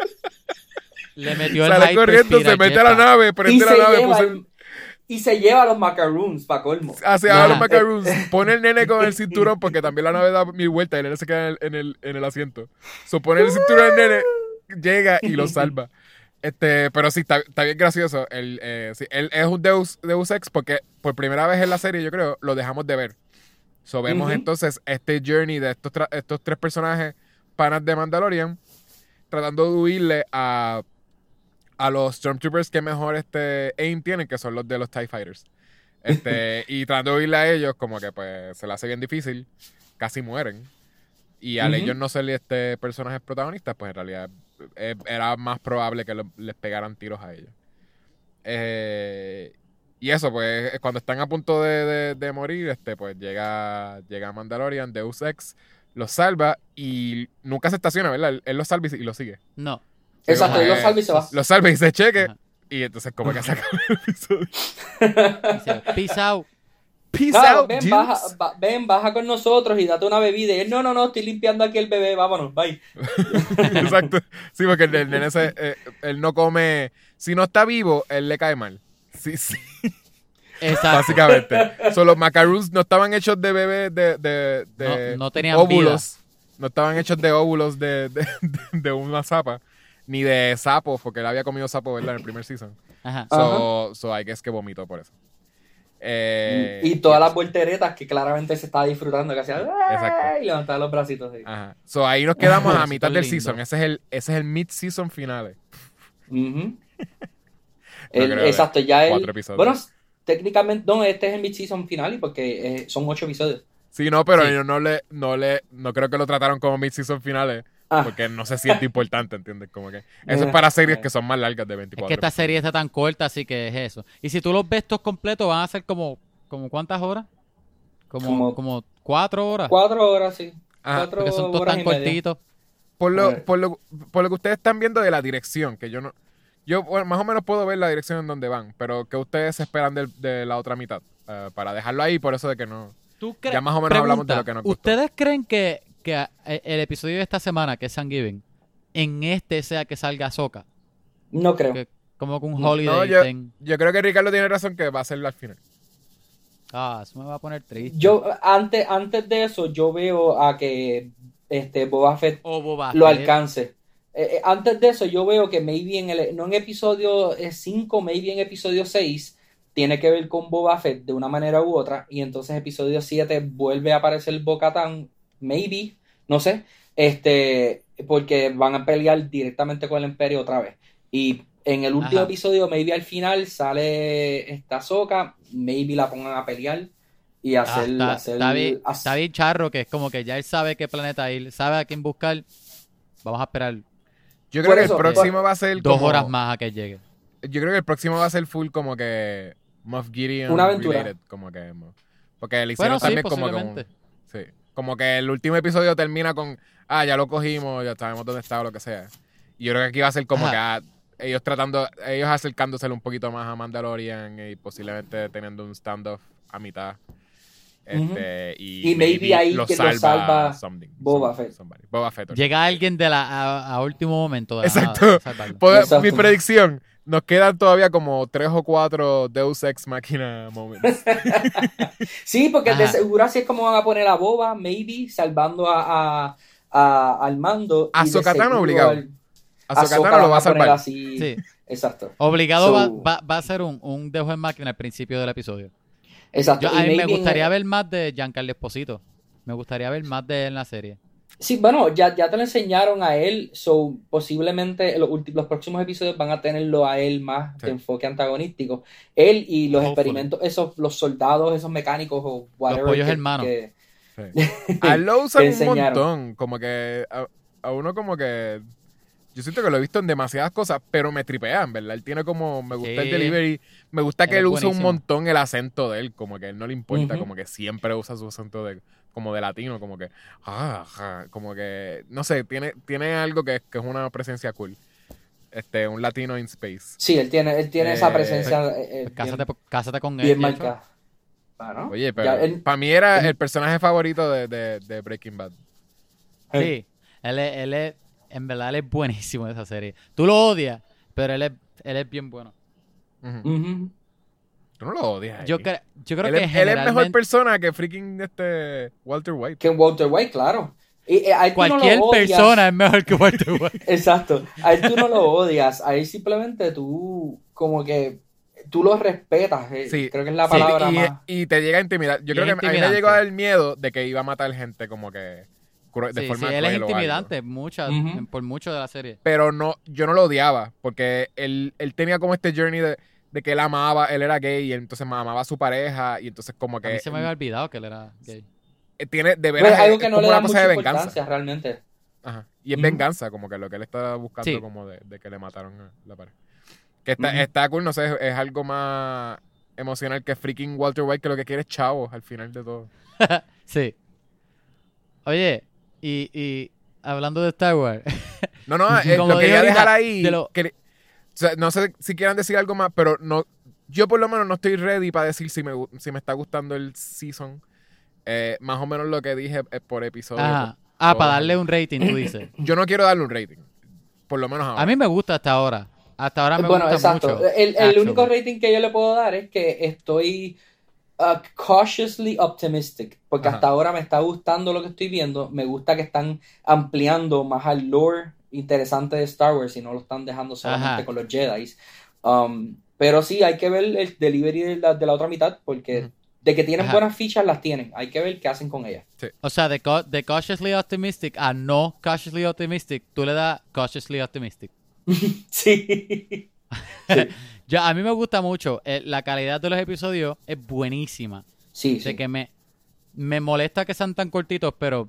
Le metió el sale corriendo, hyperspeed se al mete a la jetpack. nave, Y prende la se, nave, lleva puso el- y se lleva los macaroons, pa' colmo. hacia Ajá. los macaroons, pone el nene con el cinturón porque también la nave da mil vueltas y el nene se queda en el, en el, en el asiento. So pone el cinturón al nene, llega y lo salva. Este, pero sí, está, está bien gracioso. Él, eh, sí, él es un Deus, Deus Ex porque por primera vez en la serie, yo creo, lo dejamos de ver. So vemos Ujú. entonces este journey de estos, tra- estos tres personajes panas de Mandalorian tratando de huirle a, a los Stormtroopers que mejor este aim tienen, que son los de los TIE Fighters. Este, y tratando de huirle a ellos, como que pues se le hace bien difícil. Casi mueren. Y al Ujú. ellos no ser este personajes protagonistas, pues en realidad eh, era más probable que lo- les pegaran tiros a ellos. Eh, y eso, pues, cuando están a punto de, de- de morir, este, pues llega, llega Mandalorian, Deus Ex, los salva y nunca se estaciona, ¿verdad? Él, él los salva y, y lo sigue. No. Sí, Exacto, como él lo que salva y se va. Los salva y se cheque. Ajá. Y entonces como que se acaba el episodio. Dice, peace out. Peace Claro, out, ven, dudes. baja, ba- ven, baja con nosotros y date una bebida. Y él, no, no, no, estoy limpiando aquí el bebé, vámonos, bye. Exacto. Sí, porque el, el nene se, eh, él no come. Si no está vivo, él le cae mal. Sí, sí. Exacto. Básicamente. So, los macaroons no estaban hechos de bebés de, de, de No- no tenían óvulos. No estaban hechos de óvulos de, de, de, de una zapa. Ni de sapos, porque él había comido sapo, ¿verdad? En el primer season. Ajá. So, so I guess que vomitó por eso. Eh, y todas las volteretas que claramente se estaba disfrutando, que hacía Exacto. y levantaba los bracitos. Así. Ajá. So, ahí nos quedamos a Súper mitad del lindo. season. Ese es el, ese es el mid-season finale. Ujú. No El- creo de exacto, ya cuatro el. episodios. Bueno, técnicamente, no, este es el mid-season final porque eh, son ocho episodios. Sí, no, pero Sí. yo no le, no le, no creo que lo trataron como mid-season finales. Ah. Porque no se siente importante, ¿entiendes? Como que eso Eh, es para series eh. que son más largas de Es veinticuatro. que esta serie está tan corta, así que es eso. Y si tú los ves todos completos, van a ser como, como ¿cuántas horas? Como, Como- como cuatro horas. Cuatro horas, sí. Ajá, Cuatro Porque son todos horas tan y media. cortitos. Por lo, Eh. por lo, por lo que ustedes están viendo de la dirección, que yo no, yo bueno, más o menos puedo ver la dirección en donde van, pero que ustedes esperan del- de, la otra mitad eh, para dejarlo ahí, por eso de que no. ¿Tú crees- Ya más o menos hablamos de lo que nos gustó. ¿Ustedes creen que, que a- el episodio de esta semana, que es Thanksgiving, en este sea que salga Ahsoka? No creo. Que, como que un No, holiday No, yo, thing. yo creo que Ricardo tiene razón que va a ser al final. Ah, eso me va a poner triste. Yo, antes, antes de eso, yo veo a que este Boba Fett O Boba lo Fett. alcance. Eh, eh, antes de eso, yo veo que maybe en el, no en episodio cinco, maybe en episodio seis, tiene que ver con Boba Fett de una manera u otra. Y entonces episodio siete vuelve a aparecer Bo-Katan, maybe, no sé. Este, porque van a pelear directamente con el Imperio otra vez. Y en el último Ajá. episodio, maybe al final sale esta Ahsoka, maybe la pongan a pelear y Ah, hacer, está, hacer, está bien, hacer- está bien charro, que es como que ya él sabe qué planeta ir, sabe a quién buscar. Vamos a esperar Yo Por creo que eso, el próximo va a ser dos como- horas más a que llegue. Yo creo que el próximo va a ser full como que Moff Gideon Una aventura. related, como que porque le hicieron Bueno, sí, también como que un- posiblemente. sí, como que el último episodio termina con ah, ya lo cogimos, ya sabemos dónde está o lo que sea. Y yo creo que aquí va a ser como Ajá. que ah, ellos tratando, ellos acercándose un poquito más a Mandalorian y posiblemente teniendo un standoff a mitad. Este, y, Y maybe ahí que lo salva something, Boba some- Fett. somebody. Boba Fett. Llega alguien de la a, a último momento. De la Exacto. nada, a salvarlo. Pues, Exacto. mi predicción, nos quedan todavía como tres o cuatro Deus Ex Machina moments. Sí, porque de Ajá. seguro así es como van a poner a Boba, maybe, salvando a, a, a- al mando. A y de Ahsoka Tano seguro obligado. al- A Ahsoka Sokatano lo va a van poner salvar. así. Sí. Exacto. Obligado So- va, va, va a ser un, un dejo en máquina al principio del episodio. Exacto. Yo, Y a mí me maybe en- gustaría ver más de Giancarlo Esposito. Me gustaría ver más de él en la serie. Sí, bueno, ya, ya te lo enseñaron a él, so posiblemente los, ulti- los próximos episodios van a tenerlo a él más Sí. de enfoque antagonístico. Él y los Hopefully. experimentos, esos, los soldados, esos mecánicos o whatever. pollos que, hermanos. que- Sí. A él lo que usan un enseñaron. montón. Como que a, a uno como que... Yo siento que lo he visto en demasiadas cosas, pero me tripean, ¿verdad? Él tiene como... Me gusta el Sí. delivery. Me gusta que Él él es use un buenísimo. montón el acento de él. Como que a él no le importa. Ujú. Como que siempre usa su acento de... Como de latino. Como que... Ah, ah, como que... No sé. Tiene, tiene algo que, que es una presencia cool. Este... Un latino in space. Sí, él tiene, él tiene esa Eh, presencia eh, eh, Cásate, bien, cásate con él. bien Yecho. marcada. Bueno, Oye, pero... ya él- para mí era él- el personaje favorito de, de, de Breaking Bad. Sí, él es, él es, en verdad, él es buenísimo en esa serie. Tú lo odias, pero él es, él es bien bueno. Ujú. Ujú. Tú no lo odias. Yo, eh. cre- yo creo él, que es, él es mejor generalmente persona que freaking este Walter White. Que Walter White, claro. Y, eh, a él tú no lo cualquier odias. persona es mejor que Walter White. Exacto. A él tú no lo odias, a él simplemente tú como que tú lo respetas. eh, Sí. Creo que es la Sí, palabra y, más. y te llega a intimidar. Yo Y creo es que a mí me intimidante. llegó a dar miedo de que iba a matar gente como que cru- de Sí, forma sí, él es cruel o algo. intimidante mucha, Ujú. por mucho de la serie. Pero no, yo no lo odiaba porque él, él tenía como este journey de, de que él amaba, él era gay y entonces amaba a su pareja y entonces como A que mí se me había olvidado que él era gay. eh, tiene de Pues veras es algo es que no como le una da cosa mucha de venganza. importancia realmente. Ajá. Y es Ujú. venganza, como que lo que él está buscando Sí. como de, de que le mataron a la pareja. Que está, Ujú. está cool, no sé, es, es algo más emocional que freaking Walter White, que lo que quiere es chavos al final de todo. Sí. Oye, y, y hablando de Star Wars, No, no, eh, Como lo dije quería ahorita, dejar ahí. de lo- que- o sea, no sé si quieran decir algo más, pero no, yo por lo menos no estoy ready para decir si me, gu- si me está gustando el season. Eh, más o menos lo que dije es por episodio. ajá. por Ah, todos para los darle años. un rating, tú dices. Yo no quiero darle un rating. Por lo menos ahora. A mí me gusta hasta ahora. Hasta ahora me Bueno, gusta exacto. mucho. El, el actually. único rating que yo le puedo dar es que estoy uh, cautiously optimistic, porque Ajá. hasta ahora me está gustando lo que estoy viendo. Me gusta que están ampliando más al lore interesante de Star Wars y no lo están dejando solamente Ajá. con los Jedi. Um, pero sí, hay que ver el delivery de la, de la otra mitad, porque Ujú. de que tienen Ajá. buenas fichas, las tienen. Hay que ver qué hacen con ellas. O sea, de, cau- de cautiously optimistic a no cautiously optimistic, tú le das cautiously optimistic. Sí. Yo, a mí me gusta mucho. eh, la calidad de los episodios es buenísima. Sí, De sí. que me, me molesta que sean tan cortitos, pero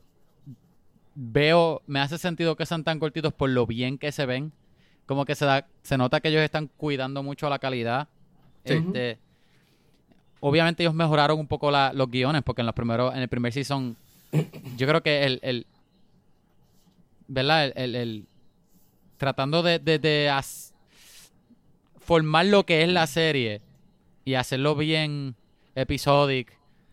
veo, me hace sentido que sean tan cortitos por lo bien que se ven. Como que se da, se nota que ellos están cuidando mucho la calidad. Sí. Este, obviamente ellos mejoraron un poco la- los guiones, porque en los primeros, en el primer season, yo creo que el, el ¿verdad? El, el- el- tratando de, de, de as- formar lo que es la serie y hacerlo bien episodic,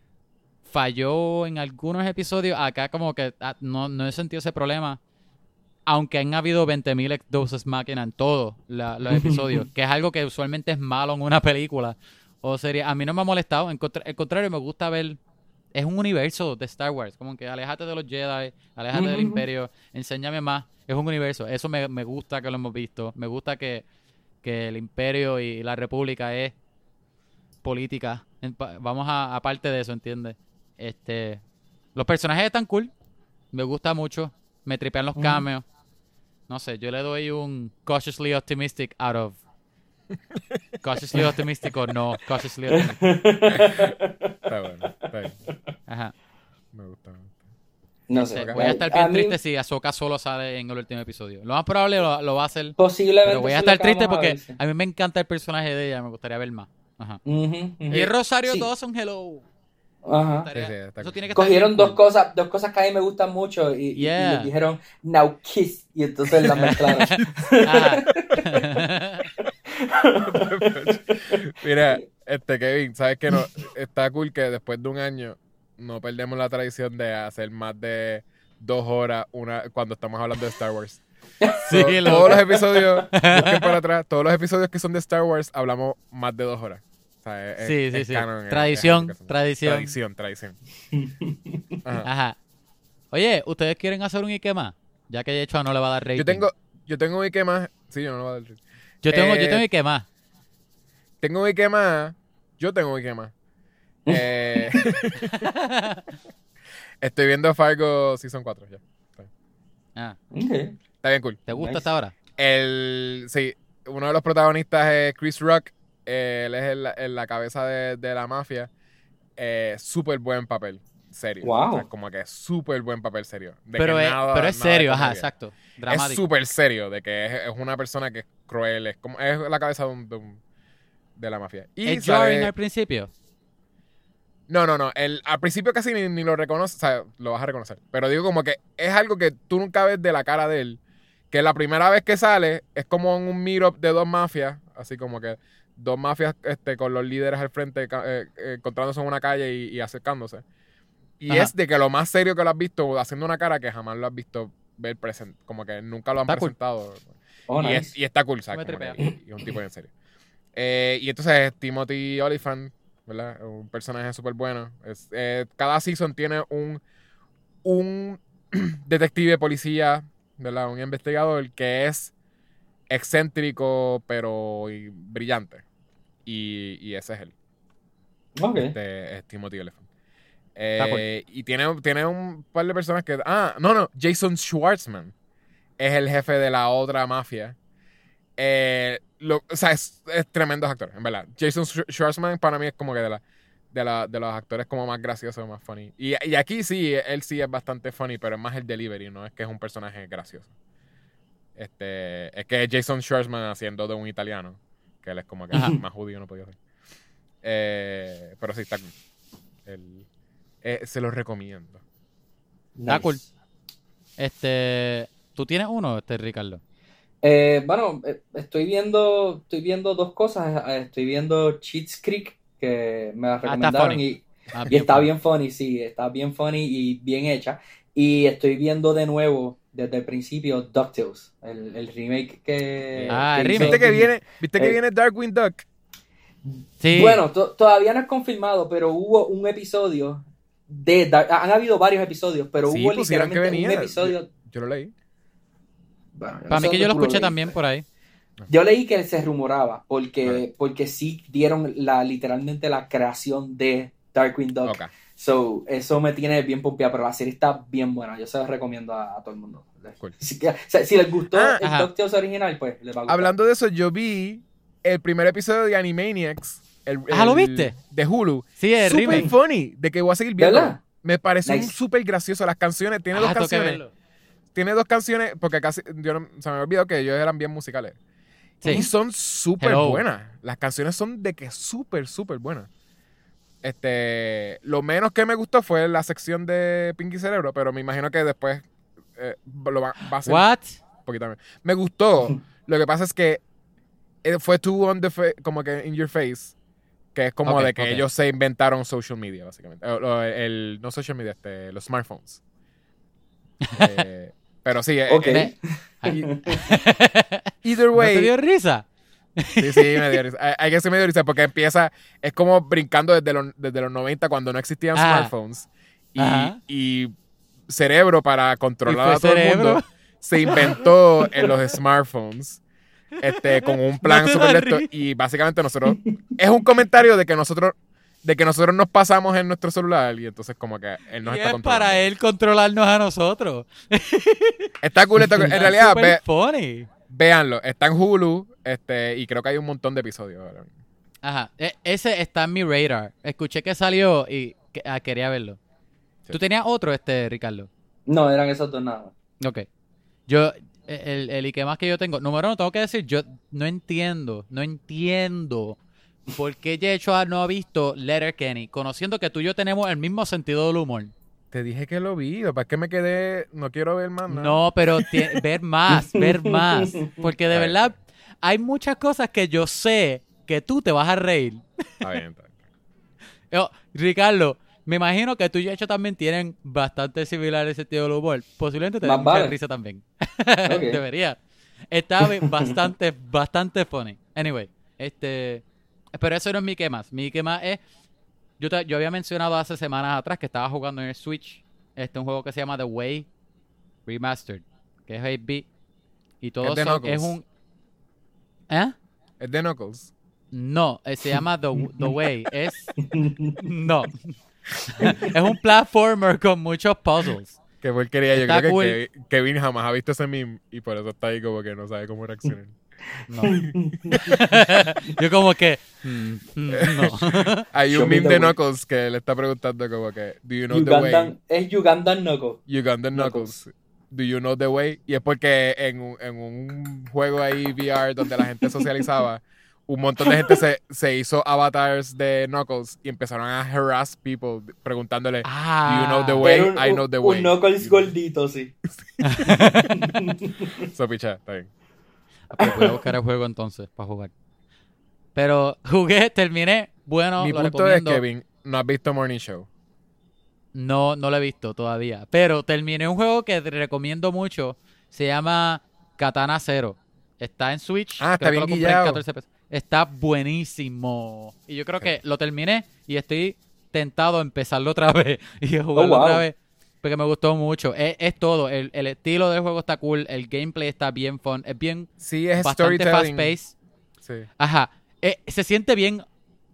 falló en algunos episodios. Acá como que ah, no, no he sentido ese problema. Aunque han habido veinte mil doses máquina en todos la- los episodios, que es algo que usualmente es malo en una película o serie. A mí no me ha molestado, en contra- al contrario, me gusta ver. Es un universo de Star Wars, como que aléjate de los Jedi, aléjate del Ujú. Imperio, enséñame más. Es un universo, eso me, me gusta que lo hemos visto. Me gusta que, que el Imperio y la República es política. En pa- Vamos a aparte de eso, ¿entiendes? Este, los personajes están cool, me gusta mucho, me tripean los Ujú. cameos. No sé, yo le doy un cautiously optimistic out of. Cautiously optimistic o no, cautiously optimistic. Está bueno, está bien. Ajá. Me gusta. me gusta. No sé. Sí, voy a estar bien A mí, triste si Ahsoka solo sale en el último episodio. Lo más probable lo, lo va a hacer, posiblemente pero voy a eso es lo estar que triste vamos a porque ver, sí. a mí me encanta el personaje de ella, me gustaría ver más. Ajá. Ujú, ujú. Y el Rosario Sí. Dawson, hello. Ajá. Estaría- Sí, sí, está eso cool. tiene que estar Cogieron bien dos cool. cosas, dos cosas que a mí me gustan mucho y, y- y Yeah. les dijeron now kiss y entonces las mezclaron. Ajá. Mira, este Kevin, ¿sabes qué? No, está cool que después de un año no perdemos la tradición de hacer más de dos horas una cuando estamos hablando de Star Wars. Sí, So, lo- todos los episodios, busquen para atrás, todos los episodios que son de Star Wars hablamos más de dos horas. O sea, es- Sí, es- sí, es sí. canon, es- Tradición, es algo que hacemos. tradición. Tradición, tradición. Ajá. Ajá. Oye, ¿ustedes quieren hacer un Ike más? Ya que Yechua no le va a dar rating. Yo tengo, yo tengo un Ike más. Sí, yo no lo voy a dar. Yo tengo, yo eh, tengo Ike más. Tengo un Ike más. Yo tengo un Ike más. Eh, estoy viendo Fargo Season cuatro ya. Ah, Okay. Está bien cool. ¿te gusta Nice. hasta ahora? El, sí, uno de los protagonistas es Chris Rock. Eh, él es el, el- la cabeza de, de la mafia. Eh, súper buen papel, serio. Wow. O sea, como que súper buen papel serio. De Pero que es, nada- pero es nada de serio, ajá, comedia. exacto. Es Dramático. súper serio, de que es, es una persona que es cruel, es como es la cabeza de, un, de, un- de la mafia. Y ¿Es sale- jarring al principio? No, no, no. El, al principio casi ni, ni lo reconoces, o sea, lo vas a reconocer. Pero digo como que es algo que tú nunca ves de la cara de él. Que la primera vez que sale es como en un meetup de dos mafias, así como que dos mafias este, con los líderes al frente, ca- eh, eh, encontrándose en una calle y, y acercándose. Y Ajá. es de que lo más serio que lo has visto, haciendo una cara que jamás lo has visto ver presente, como que nunca lo han Está cool. presentado. Oh, y, nice. es, y está cool, ¿sabes? Me Como que- tripea. y, y es un tipo bien serio. Eh, y entonces Timothy Olyphant, ¿verdad? Un personaje súper bueno. Es, eh, cada season tiene un, un detective policía, ¿verdad? Un investigador que es excéntrico pero y brillante. Y, y ese es él. Ok. Este, es Timothy Olyphant. Está cool. Eh, y tiene, tiene un par de personas que... Ah, no, no. Jason Schwartzman es el jefe de la otra mafia. Eh, lo- o sea, es, es tremendo actor, en verdad. Jason Sch- Schwartzman para mí es como que de, la, de, la, de los actores como más graciosos, más funny. Y, y aquí sí, él sí es bastante funny, pero es más el delivery, no es que es un personaje gracioso. Este, es que es Jason Schwartzman haciendo de un italiano, que él es como que Ajá. más judío no podía ser. Eh, pero sí, está cool. El- eh, se lo recomiendo. Está Nice. cool. Este, ¿tú tienes uno, este Ricardo? Eh, bueno, eh, estoy viendo, estoy viendo dos cosas. Eh, Estoy viendo Cheats Creek, que me la Ah, está recomendaron funny. y, Ah, y está funny. bien funny, sí, está bien funny y bien hecha. Y estoy viendo de nuevo, desde el principio, DuckTales, el, el remake que, Ah, que el hizo remake. ¿Viste que Disney. viene, ¿viste que Eh, viene Darkwing Duck? Sí. Bueno, to- todavía no es confirmado, pero hubo un episodio de Dark- han habido varios episodios, pero Sí, hubo pusieron que literalmente un venía. episodio. Yo lo leí. Bueno, yo no Para sé mí que dónde yo lo tú lo escuché leíste. también por ahí. Yo leí que se rumoraba, porque, Vale. porque sí dieron la, literalmente la creación de Darkwing Duck. Ok. So, eso me tiene bien pompeado, pero la serie está bien buena. Yo se la recomiendo a, a todo el mundo. Cool. Si, que- o sea, si les gustó Ah, el ajá. DuckTales original, pues les va a gustar. Hablando de eso, yo vi el primer episodio de Animaniacs. El, Ah, ¿lo el- viste? De Hulu. Sí, el Super remake. funny. De que voy a seguir viendo. ¿Verdad? Me pareció Nice. súper gracioso. Las canciones, tiene Ah, dos tengo que canciones. verlo. Tiene dos canciones, porque casi, yo no- se me había olvidado que ellos eran bien musicales. Sí. Y son súper Hello. buenas. Las canciones son de que súper, súper buenas. Este, lo menos que me gustó fue la sección de Pinky Cerebro, pero me imagino que después eh, lo va, va a ser What? un poquito más. Me gustó. Lo que pasa es que eh, fue too on the fa- como que in your face, que es como Ok, de que ok. ellos se inventaron social media, básicamente. Eh, lo- el, no social media, este, los smartphones. Eh, pero sí, eh, Ok. eh, either ¿No way. te dio risa? Sí, sí, me dio risa. Hay, hay que ser medio risa porque empieza, es como brincando desde los, desde los noventa cuando no existían Ajá. smartphones. Y, Ajá. y Cerebro, para controlar ¿Y a fue todo el Cerebro? mundo, se inventó en los smartphones. Este, con un plan No te súper da de esto. risa. Y básicamente nosotros, es un comentario de que nosotros, de que nosotros nos pasamos en nuestro celular y entonces como que él nos Y está es controlando. para él controlarnos a nosotros. Está cool, está cool. En realidad, Super ve- funny. véanlo. Está en Hulu, este, y creo que hay un montón de episodios ahora mismo. Ajá. E- ese está en mi radar. Escuché que salió y que- ah, quería verlo. Sí. ¿Tú tenías otro, este, Ricardo? No, eran esos dos nada. Ok. Yo, el, el Ike más que yo tengo, número uno, tengo que decir, yo no entiendo, no entiendo por qué Yeshua no ha visto Letterkenny, conociendo que tú y yo tenemos el mismo sentido del humor. Te dije que lo vi, ¿para qué me quedé? No quiero ver más nada. No, pero tie- ver más, ver más. Porque de Está bien, verdad, hay muchas cosas que yo sé que tú te vas a reír. Está bien, está bien. Yo, Ricardo, me imagino que tú y Yecho también tienen bastante similar ese sentido del humor. Posiblemente te dé Más mucha vale. risa también. Ok. Debería. Está bi- bastante, bastante funny. Anyway, este... Pero eso no es mi que más. Mi que más es... Yo, te- yo había mencionado hace semanas atrás que estaba jugando en el Switch este un juego que se llama The Way Remastered, que es ocho bit. Y todo Es de son- Knuckles. es un... ¿Eh? Es de Knuckles. No, eh, se llama The, The Way. Es... No. Es un platformer con muchos puzzles. Qué porquería. Yo Está creo cool. que Kevin, Kevin jamás ha visto ese meme y por eso está ahí como que no sabe cómo reaccionar. No. Yo como que... mm, mm, no. Hay Show un me meme the de way. Knuckles que le está preguntando como que, do you know the way? Ugandan, es Ugandan Knuckle. Ugandan Knuckles. Do you know the way? Y es porque en un, en un juego ahí V R donde la gente socializaba, un montón de gente se, se hizo avatars de Knuckles y empezaron a harass people preguntándole, Ah. do you know the way? Era un, I know the un way. Knuckles You know. gordito, sí. So, picha, está bien. Pues voy a buscar el juego entonces para jugar. Pero jugué, terminé. Bueno, Mi lo punto es, recomiendo. Kevin, no has visto Morning Show. No, no lo he visto todavía. Pero terminé un juego que te recomiendo mucho. Se llama Katana Zero. Está en Switch. Ah, está creo que bien lo compré en guillado. catorce pesos. Está buenísimo. Y yo creo que lo terminé y estoy tentado a empezarlo otra vez. Y a jugarlo Oh, wow. otra vez. Porque me gustó mucho. Es, es todo. El, el estilo del juego está cool. El gameplay está bien fun. Es bien Sí, es bastante storytelling. fast-paced. Sí. Ajá. Eh, se siente bien.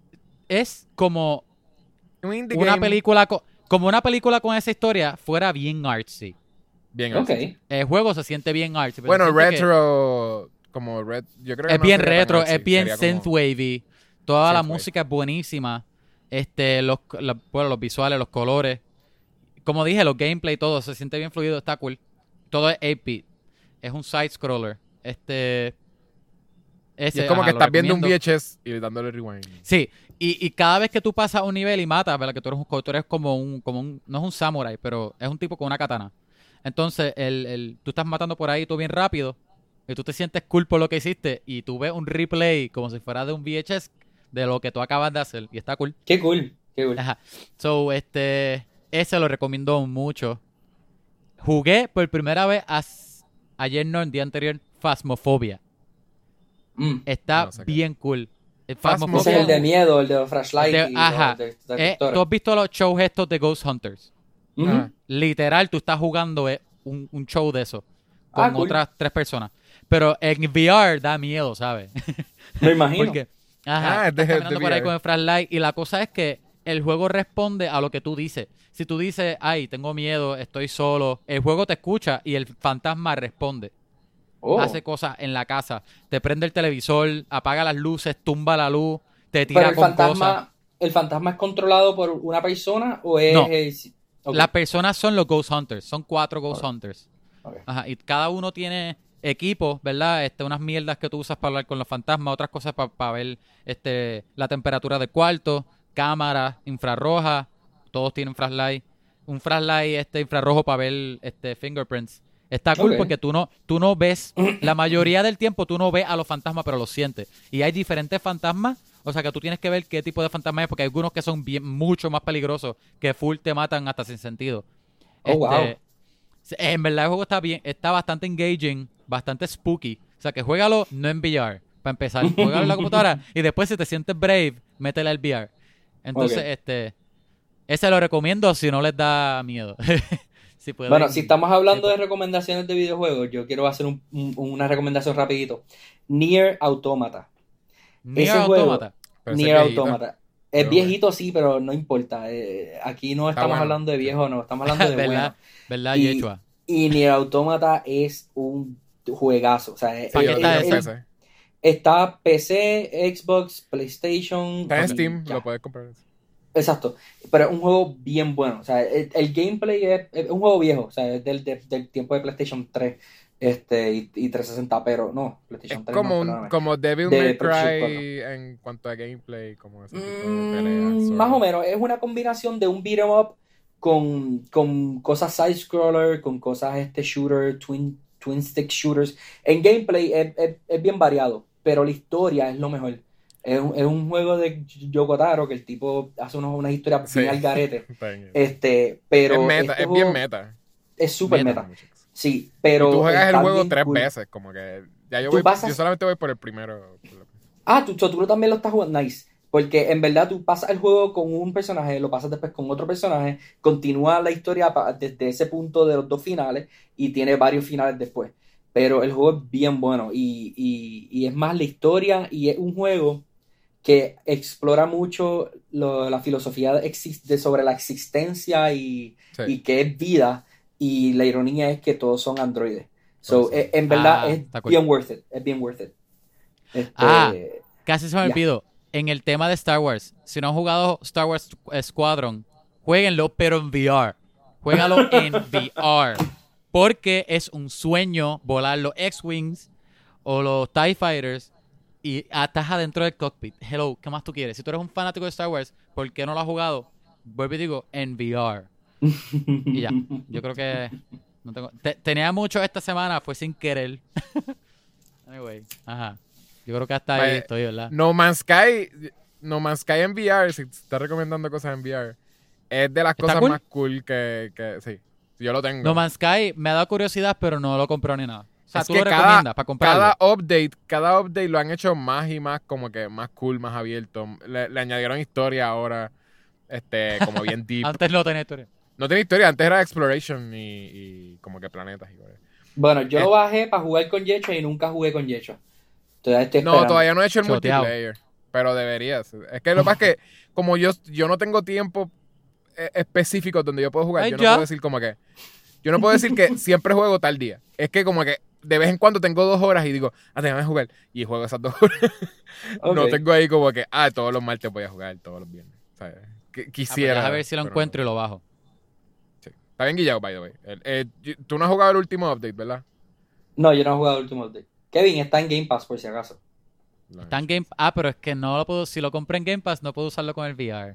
Es como Un indie una game. película co- como una película con esa historia fuera bien artsy. Bien Ok. artsy. El juego se siente bien artsy. pero Bueno, se siente que retro, como red, yo creo que es no bien sería tan retro, artsy, es bien sería como- synthwavy. Toda la Synthwave. música es buenísima. Este, los, la- bueno, los visuales, los colores. Como dije, los gameplay, todo se siente bien fluido, está cool. Todo es ocho bit. Es un side scroller. Este Y ese, es como ajá, que lo estás viendo un recomiendo. V H S y dándole rewind. Sí, y, y cada vez que tú pasas un nivel y matas, ¿verdad? Que tú eres, un- tú eres como un, como un, no es un samurai, pero es un tipo con una katana. Entonces, el, el, tú estás matando por ahí tú bien rápido y tú te sientes cool por lo que hiciste y tú ves un replay como si fuera de un V H S de lo que tú acabas de hacer y está cool. Qué cool, qué cool. Ajá. So, este, ese lo recomiendo mucho. Jugué por primera vez as- ayer, no, el día anterior, Phasmophobia. Mm. Está No sé qué. bien cool. El Phasmophobia. Ese es el de miedo, el de flashlight. De- y ajá. de- de- de Eh, actores. ¿Tú has visto los shows estos de Ghost Hunters? Ujú. Ajá. Literal, tú estás jugando eh, un, un show de eso con Ah, cool. otras tres personas. Pero en V R da miedo, ¿sabes? Me imagino. Porque, ajá, Ah, es de- estás caminando de por ahí V R. con el flashlight y la cosa es que el juego responde a lo que tú dices. Si tú dices, ay, tengo miedo, estoy solo, el juego te escucha y el fantasma responde. Oh. Hace cosas en la casa. Te prende el televisor, apaga las luces, tumba la luz, te Pero tira el con cosas. fantasma, ¿el fantasma es controlado por una persona o es...? No. es- ok. Las personas son los Ghost Hunters, son cuatro Ghost Hunters. Ok. Ajá, y cada uno tiene equipos, ¿verdad? Este, unas mierdas que tú usas para hablar con los fantasmas, otras cosas para ver este, la temperatura del cuarto, cámaras, infrarrojas, todos tienen flashlight, un flashlight este infrarrojo para ver este fingerprints. Está cool Ok. porque tú no, tú no ves, la mayoría del tiempo tú no ves a los fantasmas, pero los sientes. Y hay diferentes fantasmas, o sea que tú tienes que ver qué tipo de fantasma es, porque hay algunos que son bien, mucho más peligrosos, que full te matan hasta sin sentido. Oh, wow. En verdad el juego está bien, está bastante engaging, bastante spooky. O sea que juégalo no en V R, para empezar. Juégalo en la computadora y después si te sientes brave, métele al V R. Entonces, Ok. este, ese lo recomiendo si no les da miedo. si pueden- Bueno, si estamos hablando sí, de recomendaciones de videojuegos, yo quiero hacer un- un- una recomendación rapidito. Nier Automata. Nier ese juego- Automata. Pero ese Nier es viejito. Automata. Es Pero viejito, sí, pero no importa. Eh, aquí no Está estamos bueno. hablando de viejo, no. Estamos hablando de ¿Verdad? bueno. ¿Verdad, Y- Yechua? Y Nier Automata es un juegazo. O sea, Sí, ¿Para yo qué lo está tengo en ese? P C. está P C, Xbox, PlayStation. Está en y Steam, ya. lo puedes comprar. Exacto, pero es un juego bien bueno, o sea, el, el gameplay es, es un juego viejo, o sea, es del, del, del tiempo de PlayStation tres este, y, y trescientos sesenta, pero no, Es PlayStation tres como, no, un, perdóname. como Devil De May PlayStation Cry en cuanto a gameplay, como ese tipo de Mm, peleas. más o menos, es una combinación de un beat 'em up con, con cosas side-scroller, con cosas este shooter, twin, twin stick shooters. En gameplay es, es, es bien variado, pero la historia es lo mejor. Es un, es un juego de Yoko Taro que el tipo hace unos, unas historias Sí. bien al garete. Está bien. Este, pero es meta, este es bien juego meta. es súper Meta. meta. Sí, pero y tú juegas el está juego bien tres cool. veces, como que ya yo Tú voy, pasas- yo solamente voy por el primero. Ah, tú, tú también lo estás jugando. Nice. Porque en verdad tú pasas el juego con un personaje, lo pasas después con otro personaje, continúa la historia pa- desde ese punto de los dos finales y tiene varios finales después. Pero el juego es bien bueno y, y, y es más la historia y es un juego que explora mucho lo- la filosofía de, exis- de sobre la existencia y, Sí. y qué es vida y la ironía es que todos son androides. So, Oh, sí. eh, en verdad Ah, es está cool. bien worth it, es bien worth it. Este, Ah, casi se me ya. olvidó. En el tema de Star Wars, si no han jugado Star Wars Squadron, jueguenlo, pero en V R. Juégalo en V R. Porque es un sueño volar los X-Wings o los TIE Fighters y estás adentro del cockpit. Hello, ¿qué más tú quieres? Si tú eres un fanático de Star Wars, ¿por qué no lo has jugado? Vuelvo y digo, en V R. Y ya, yo creo que no tengo... Te- tenía mucho esta semana, fue sin querer. Anyway, ajá. Yo creo que hasta ahí Vaya, estoy, ¿verdad? No Man's Sky, No Man's Sky en V R, si te está recomendando cosas en V R, es de las ¿Está cosas cool? más cool que, que sí. Yo lo tengo. No Man's Sky me ha dado curiosidad, pero no lo compró ni nada. O sea, Es tú que lo cada- recomiendas para comprarlo. Cada update, cada update lo han hecho más y más como que más cool, más abierto. Le, le añadieron historia ahora, este, como bien deep. Antes no tenía historia. No tiene historia, antes era exploration y, y como que planetas y cosas. Bueno, yo Eh. lo bajé para jugar con Yecho y nunca jugué con Yecho. Todavía estoy No, esperando. todavía no he hecho el Choteado. multiplayer, pero deberías. Es que lo que pasa es que como yo, yo no tengo tiempo eh, específico donde yo puedo jugar, Ay, yo no ya. puedo decir como que yo no puedo decir que siempre juego tal día. Es que como que de vez en cuando tengo dos horas y digo, ah, déjame jugar. Y juego esas dos horas. No Ok. tengo ahí como que, ah, todos los martes voy a jugar, todos los viernes. ¿Sabes? Qu- Ah, pues Quisiera. deja ver si lo pero encuentro no. y lo bajo. Sí. Está bien guillado, by the way. El- eh, y- tú no has jugado el último update, ¿verdad? No, yo no he jugado el último update. Kevin está en Game Pass por si acaso. Lo Está en Game Ah, pero es que no lo puedo... Si lo compré en Game Pass, no puedo usarlo con el V R.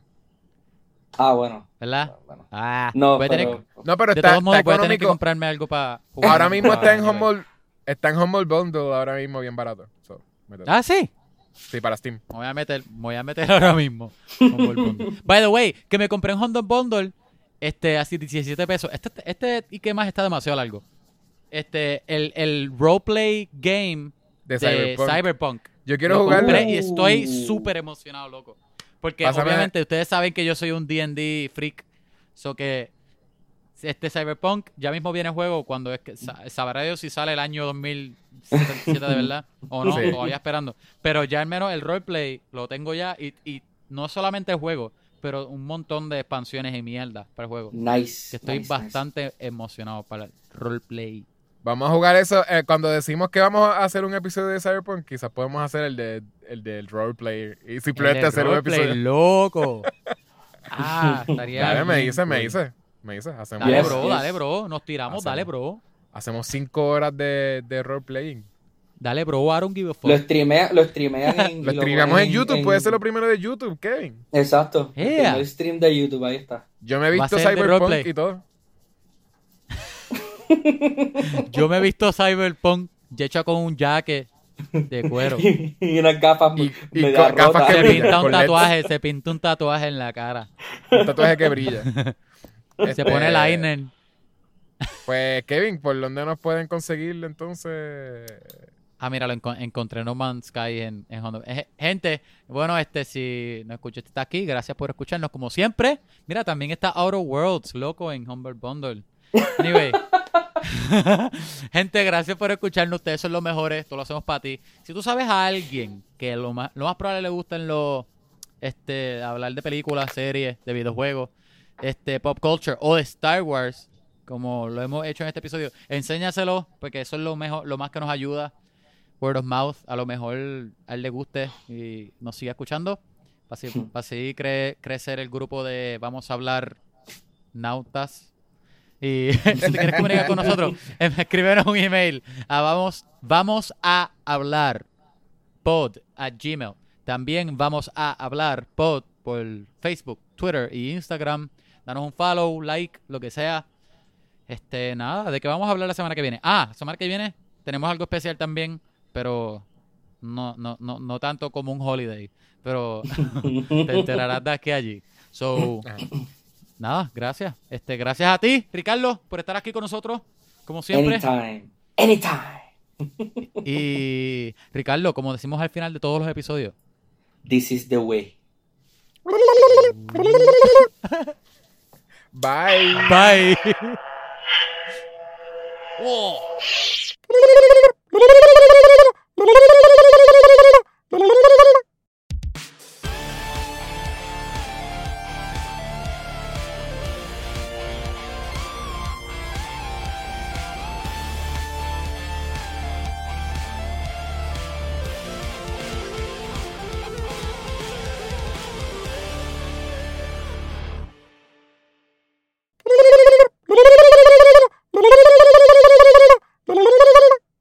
Ah, bueno. ¿Verdad? Bueno. Ah, No, voy a pero... tener- No, pero de está, todos modos, está voy a tener que económico. comprarme algo para jugar. Ahora mismo para- está en Humble, está en Humble Bundle ahora mismo bien barato. So, métete. Ah, sí. Sí, para Steam. Me voy a meter, me voy a meter ahora mismo. Humble Bundle. By the way, que me compré un Humble Bundle este, así diecisiete pesos. Este, este y que más está demasiado largo. Este, el, el roleplay game De de Cyberpunk. Cyberpunk. Yo quiero Lo jugarlo. compré y estoy Uh. súper emocionado, loco. Porque Pásame- obviamente ustedes saben que yo soy un D and D freak. So que este Cyberpunk ya mismo viene en juego cuando es que sa- sabrá Dios si sale el año dos mil setenta y siete de verdad o no, Sí. todavía esperando. Pero ya al menos el roleplay lo tengo ya y, y no solamente el juego, pero un montón de expansiones y mierda para el juego. Nice. Que estoy nice, nice. bastante emocionado para el roleplay. Vamos a jugar eso. eh, cuando decimos que vamos a hacer un episodio de Cyberpunk, quizás podemos hacer el de el del roleplay. Y simplemente El hacer un roleplay, episodio. loco. Ah, estaría Dale, me bien dice, me cool. dice. Me dice. Hacemos, Dale, Yes, bro, yes. dale, bro. Nos tiramos, Hacemos. dale, bro. hacemos cinco horas de, de roleplaying. Dale, bro, I don't give a fuck. Lo, streamea, lo streamean en... Lo y streamamos ponen en YouTube. Puede ser lo primero de YouTube, Kevin. Exacto. El Yeah. primer stream de YouTube, ahí está. Yo me he Va a visto ser de Cyberpunk roleplay. y todo. Yo me he visto Cyberpunk hecho con un jacket de cuero. Y unas gafas Y- y mega con gafas rotas. que Se brillan, pinta un con leds. tatuaje, se pinta un tatuaje en la cara. Un tatuaje que brilla. Se Este, pone liner. Pues, Kevin, ¿por dónde nos pueden conseguir entonces? Ah, mira, lo enco- encontré No Man's Sky en, en Honda. Eh, Gente, bueno, este, si no escuchaste, está aquí. Gracias por escucharnos, como siempre. Mira, también está Outer Worlds, loco, en Humble Bundle. Anyway. Gente, gracias por escucharnos. Ustedes son los mejores. Esto lo hacemos para ti. Si tú sabes a alguien que lo más, lo más probable le gusten los, este, hablar de películas, series, de videojuegos, este, pop culture o de Star Wars, como lo hemos hecho en este episodio, enséñaselo, porque eso es lo mejor, lo más que nos ayuda. Word of mouth, a lo mejor a él le guste y nos siga escuchando. Para así, para así cre- crecer el grupo de Vamos a Hablar Nautas. Y si te quieres comunicar con nosotros, eh, escríbenos un email a vamos, vamos a hablar pod a Gmail. También vamos a hablar pod por Facebook, Twitter y Instagram. Danos un follow, like, lo que sea. Este, nada, ¿de qué vamos a hablar la semana que viene? Ah, la semana que viene tenemos algo especial también, pero no, no, no, no tanto como un holiday. Pero te enterarás de aquí a allí. So, nada, gracias. Este, gracias a ti, Ricardo, por estar aquí con nosotros, como siempre. Anytime. Anytime. Y Ricardo, como decimos al final de todos los episodios, This is the way. Bye. bye. Oh.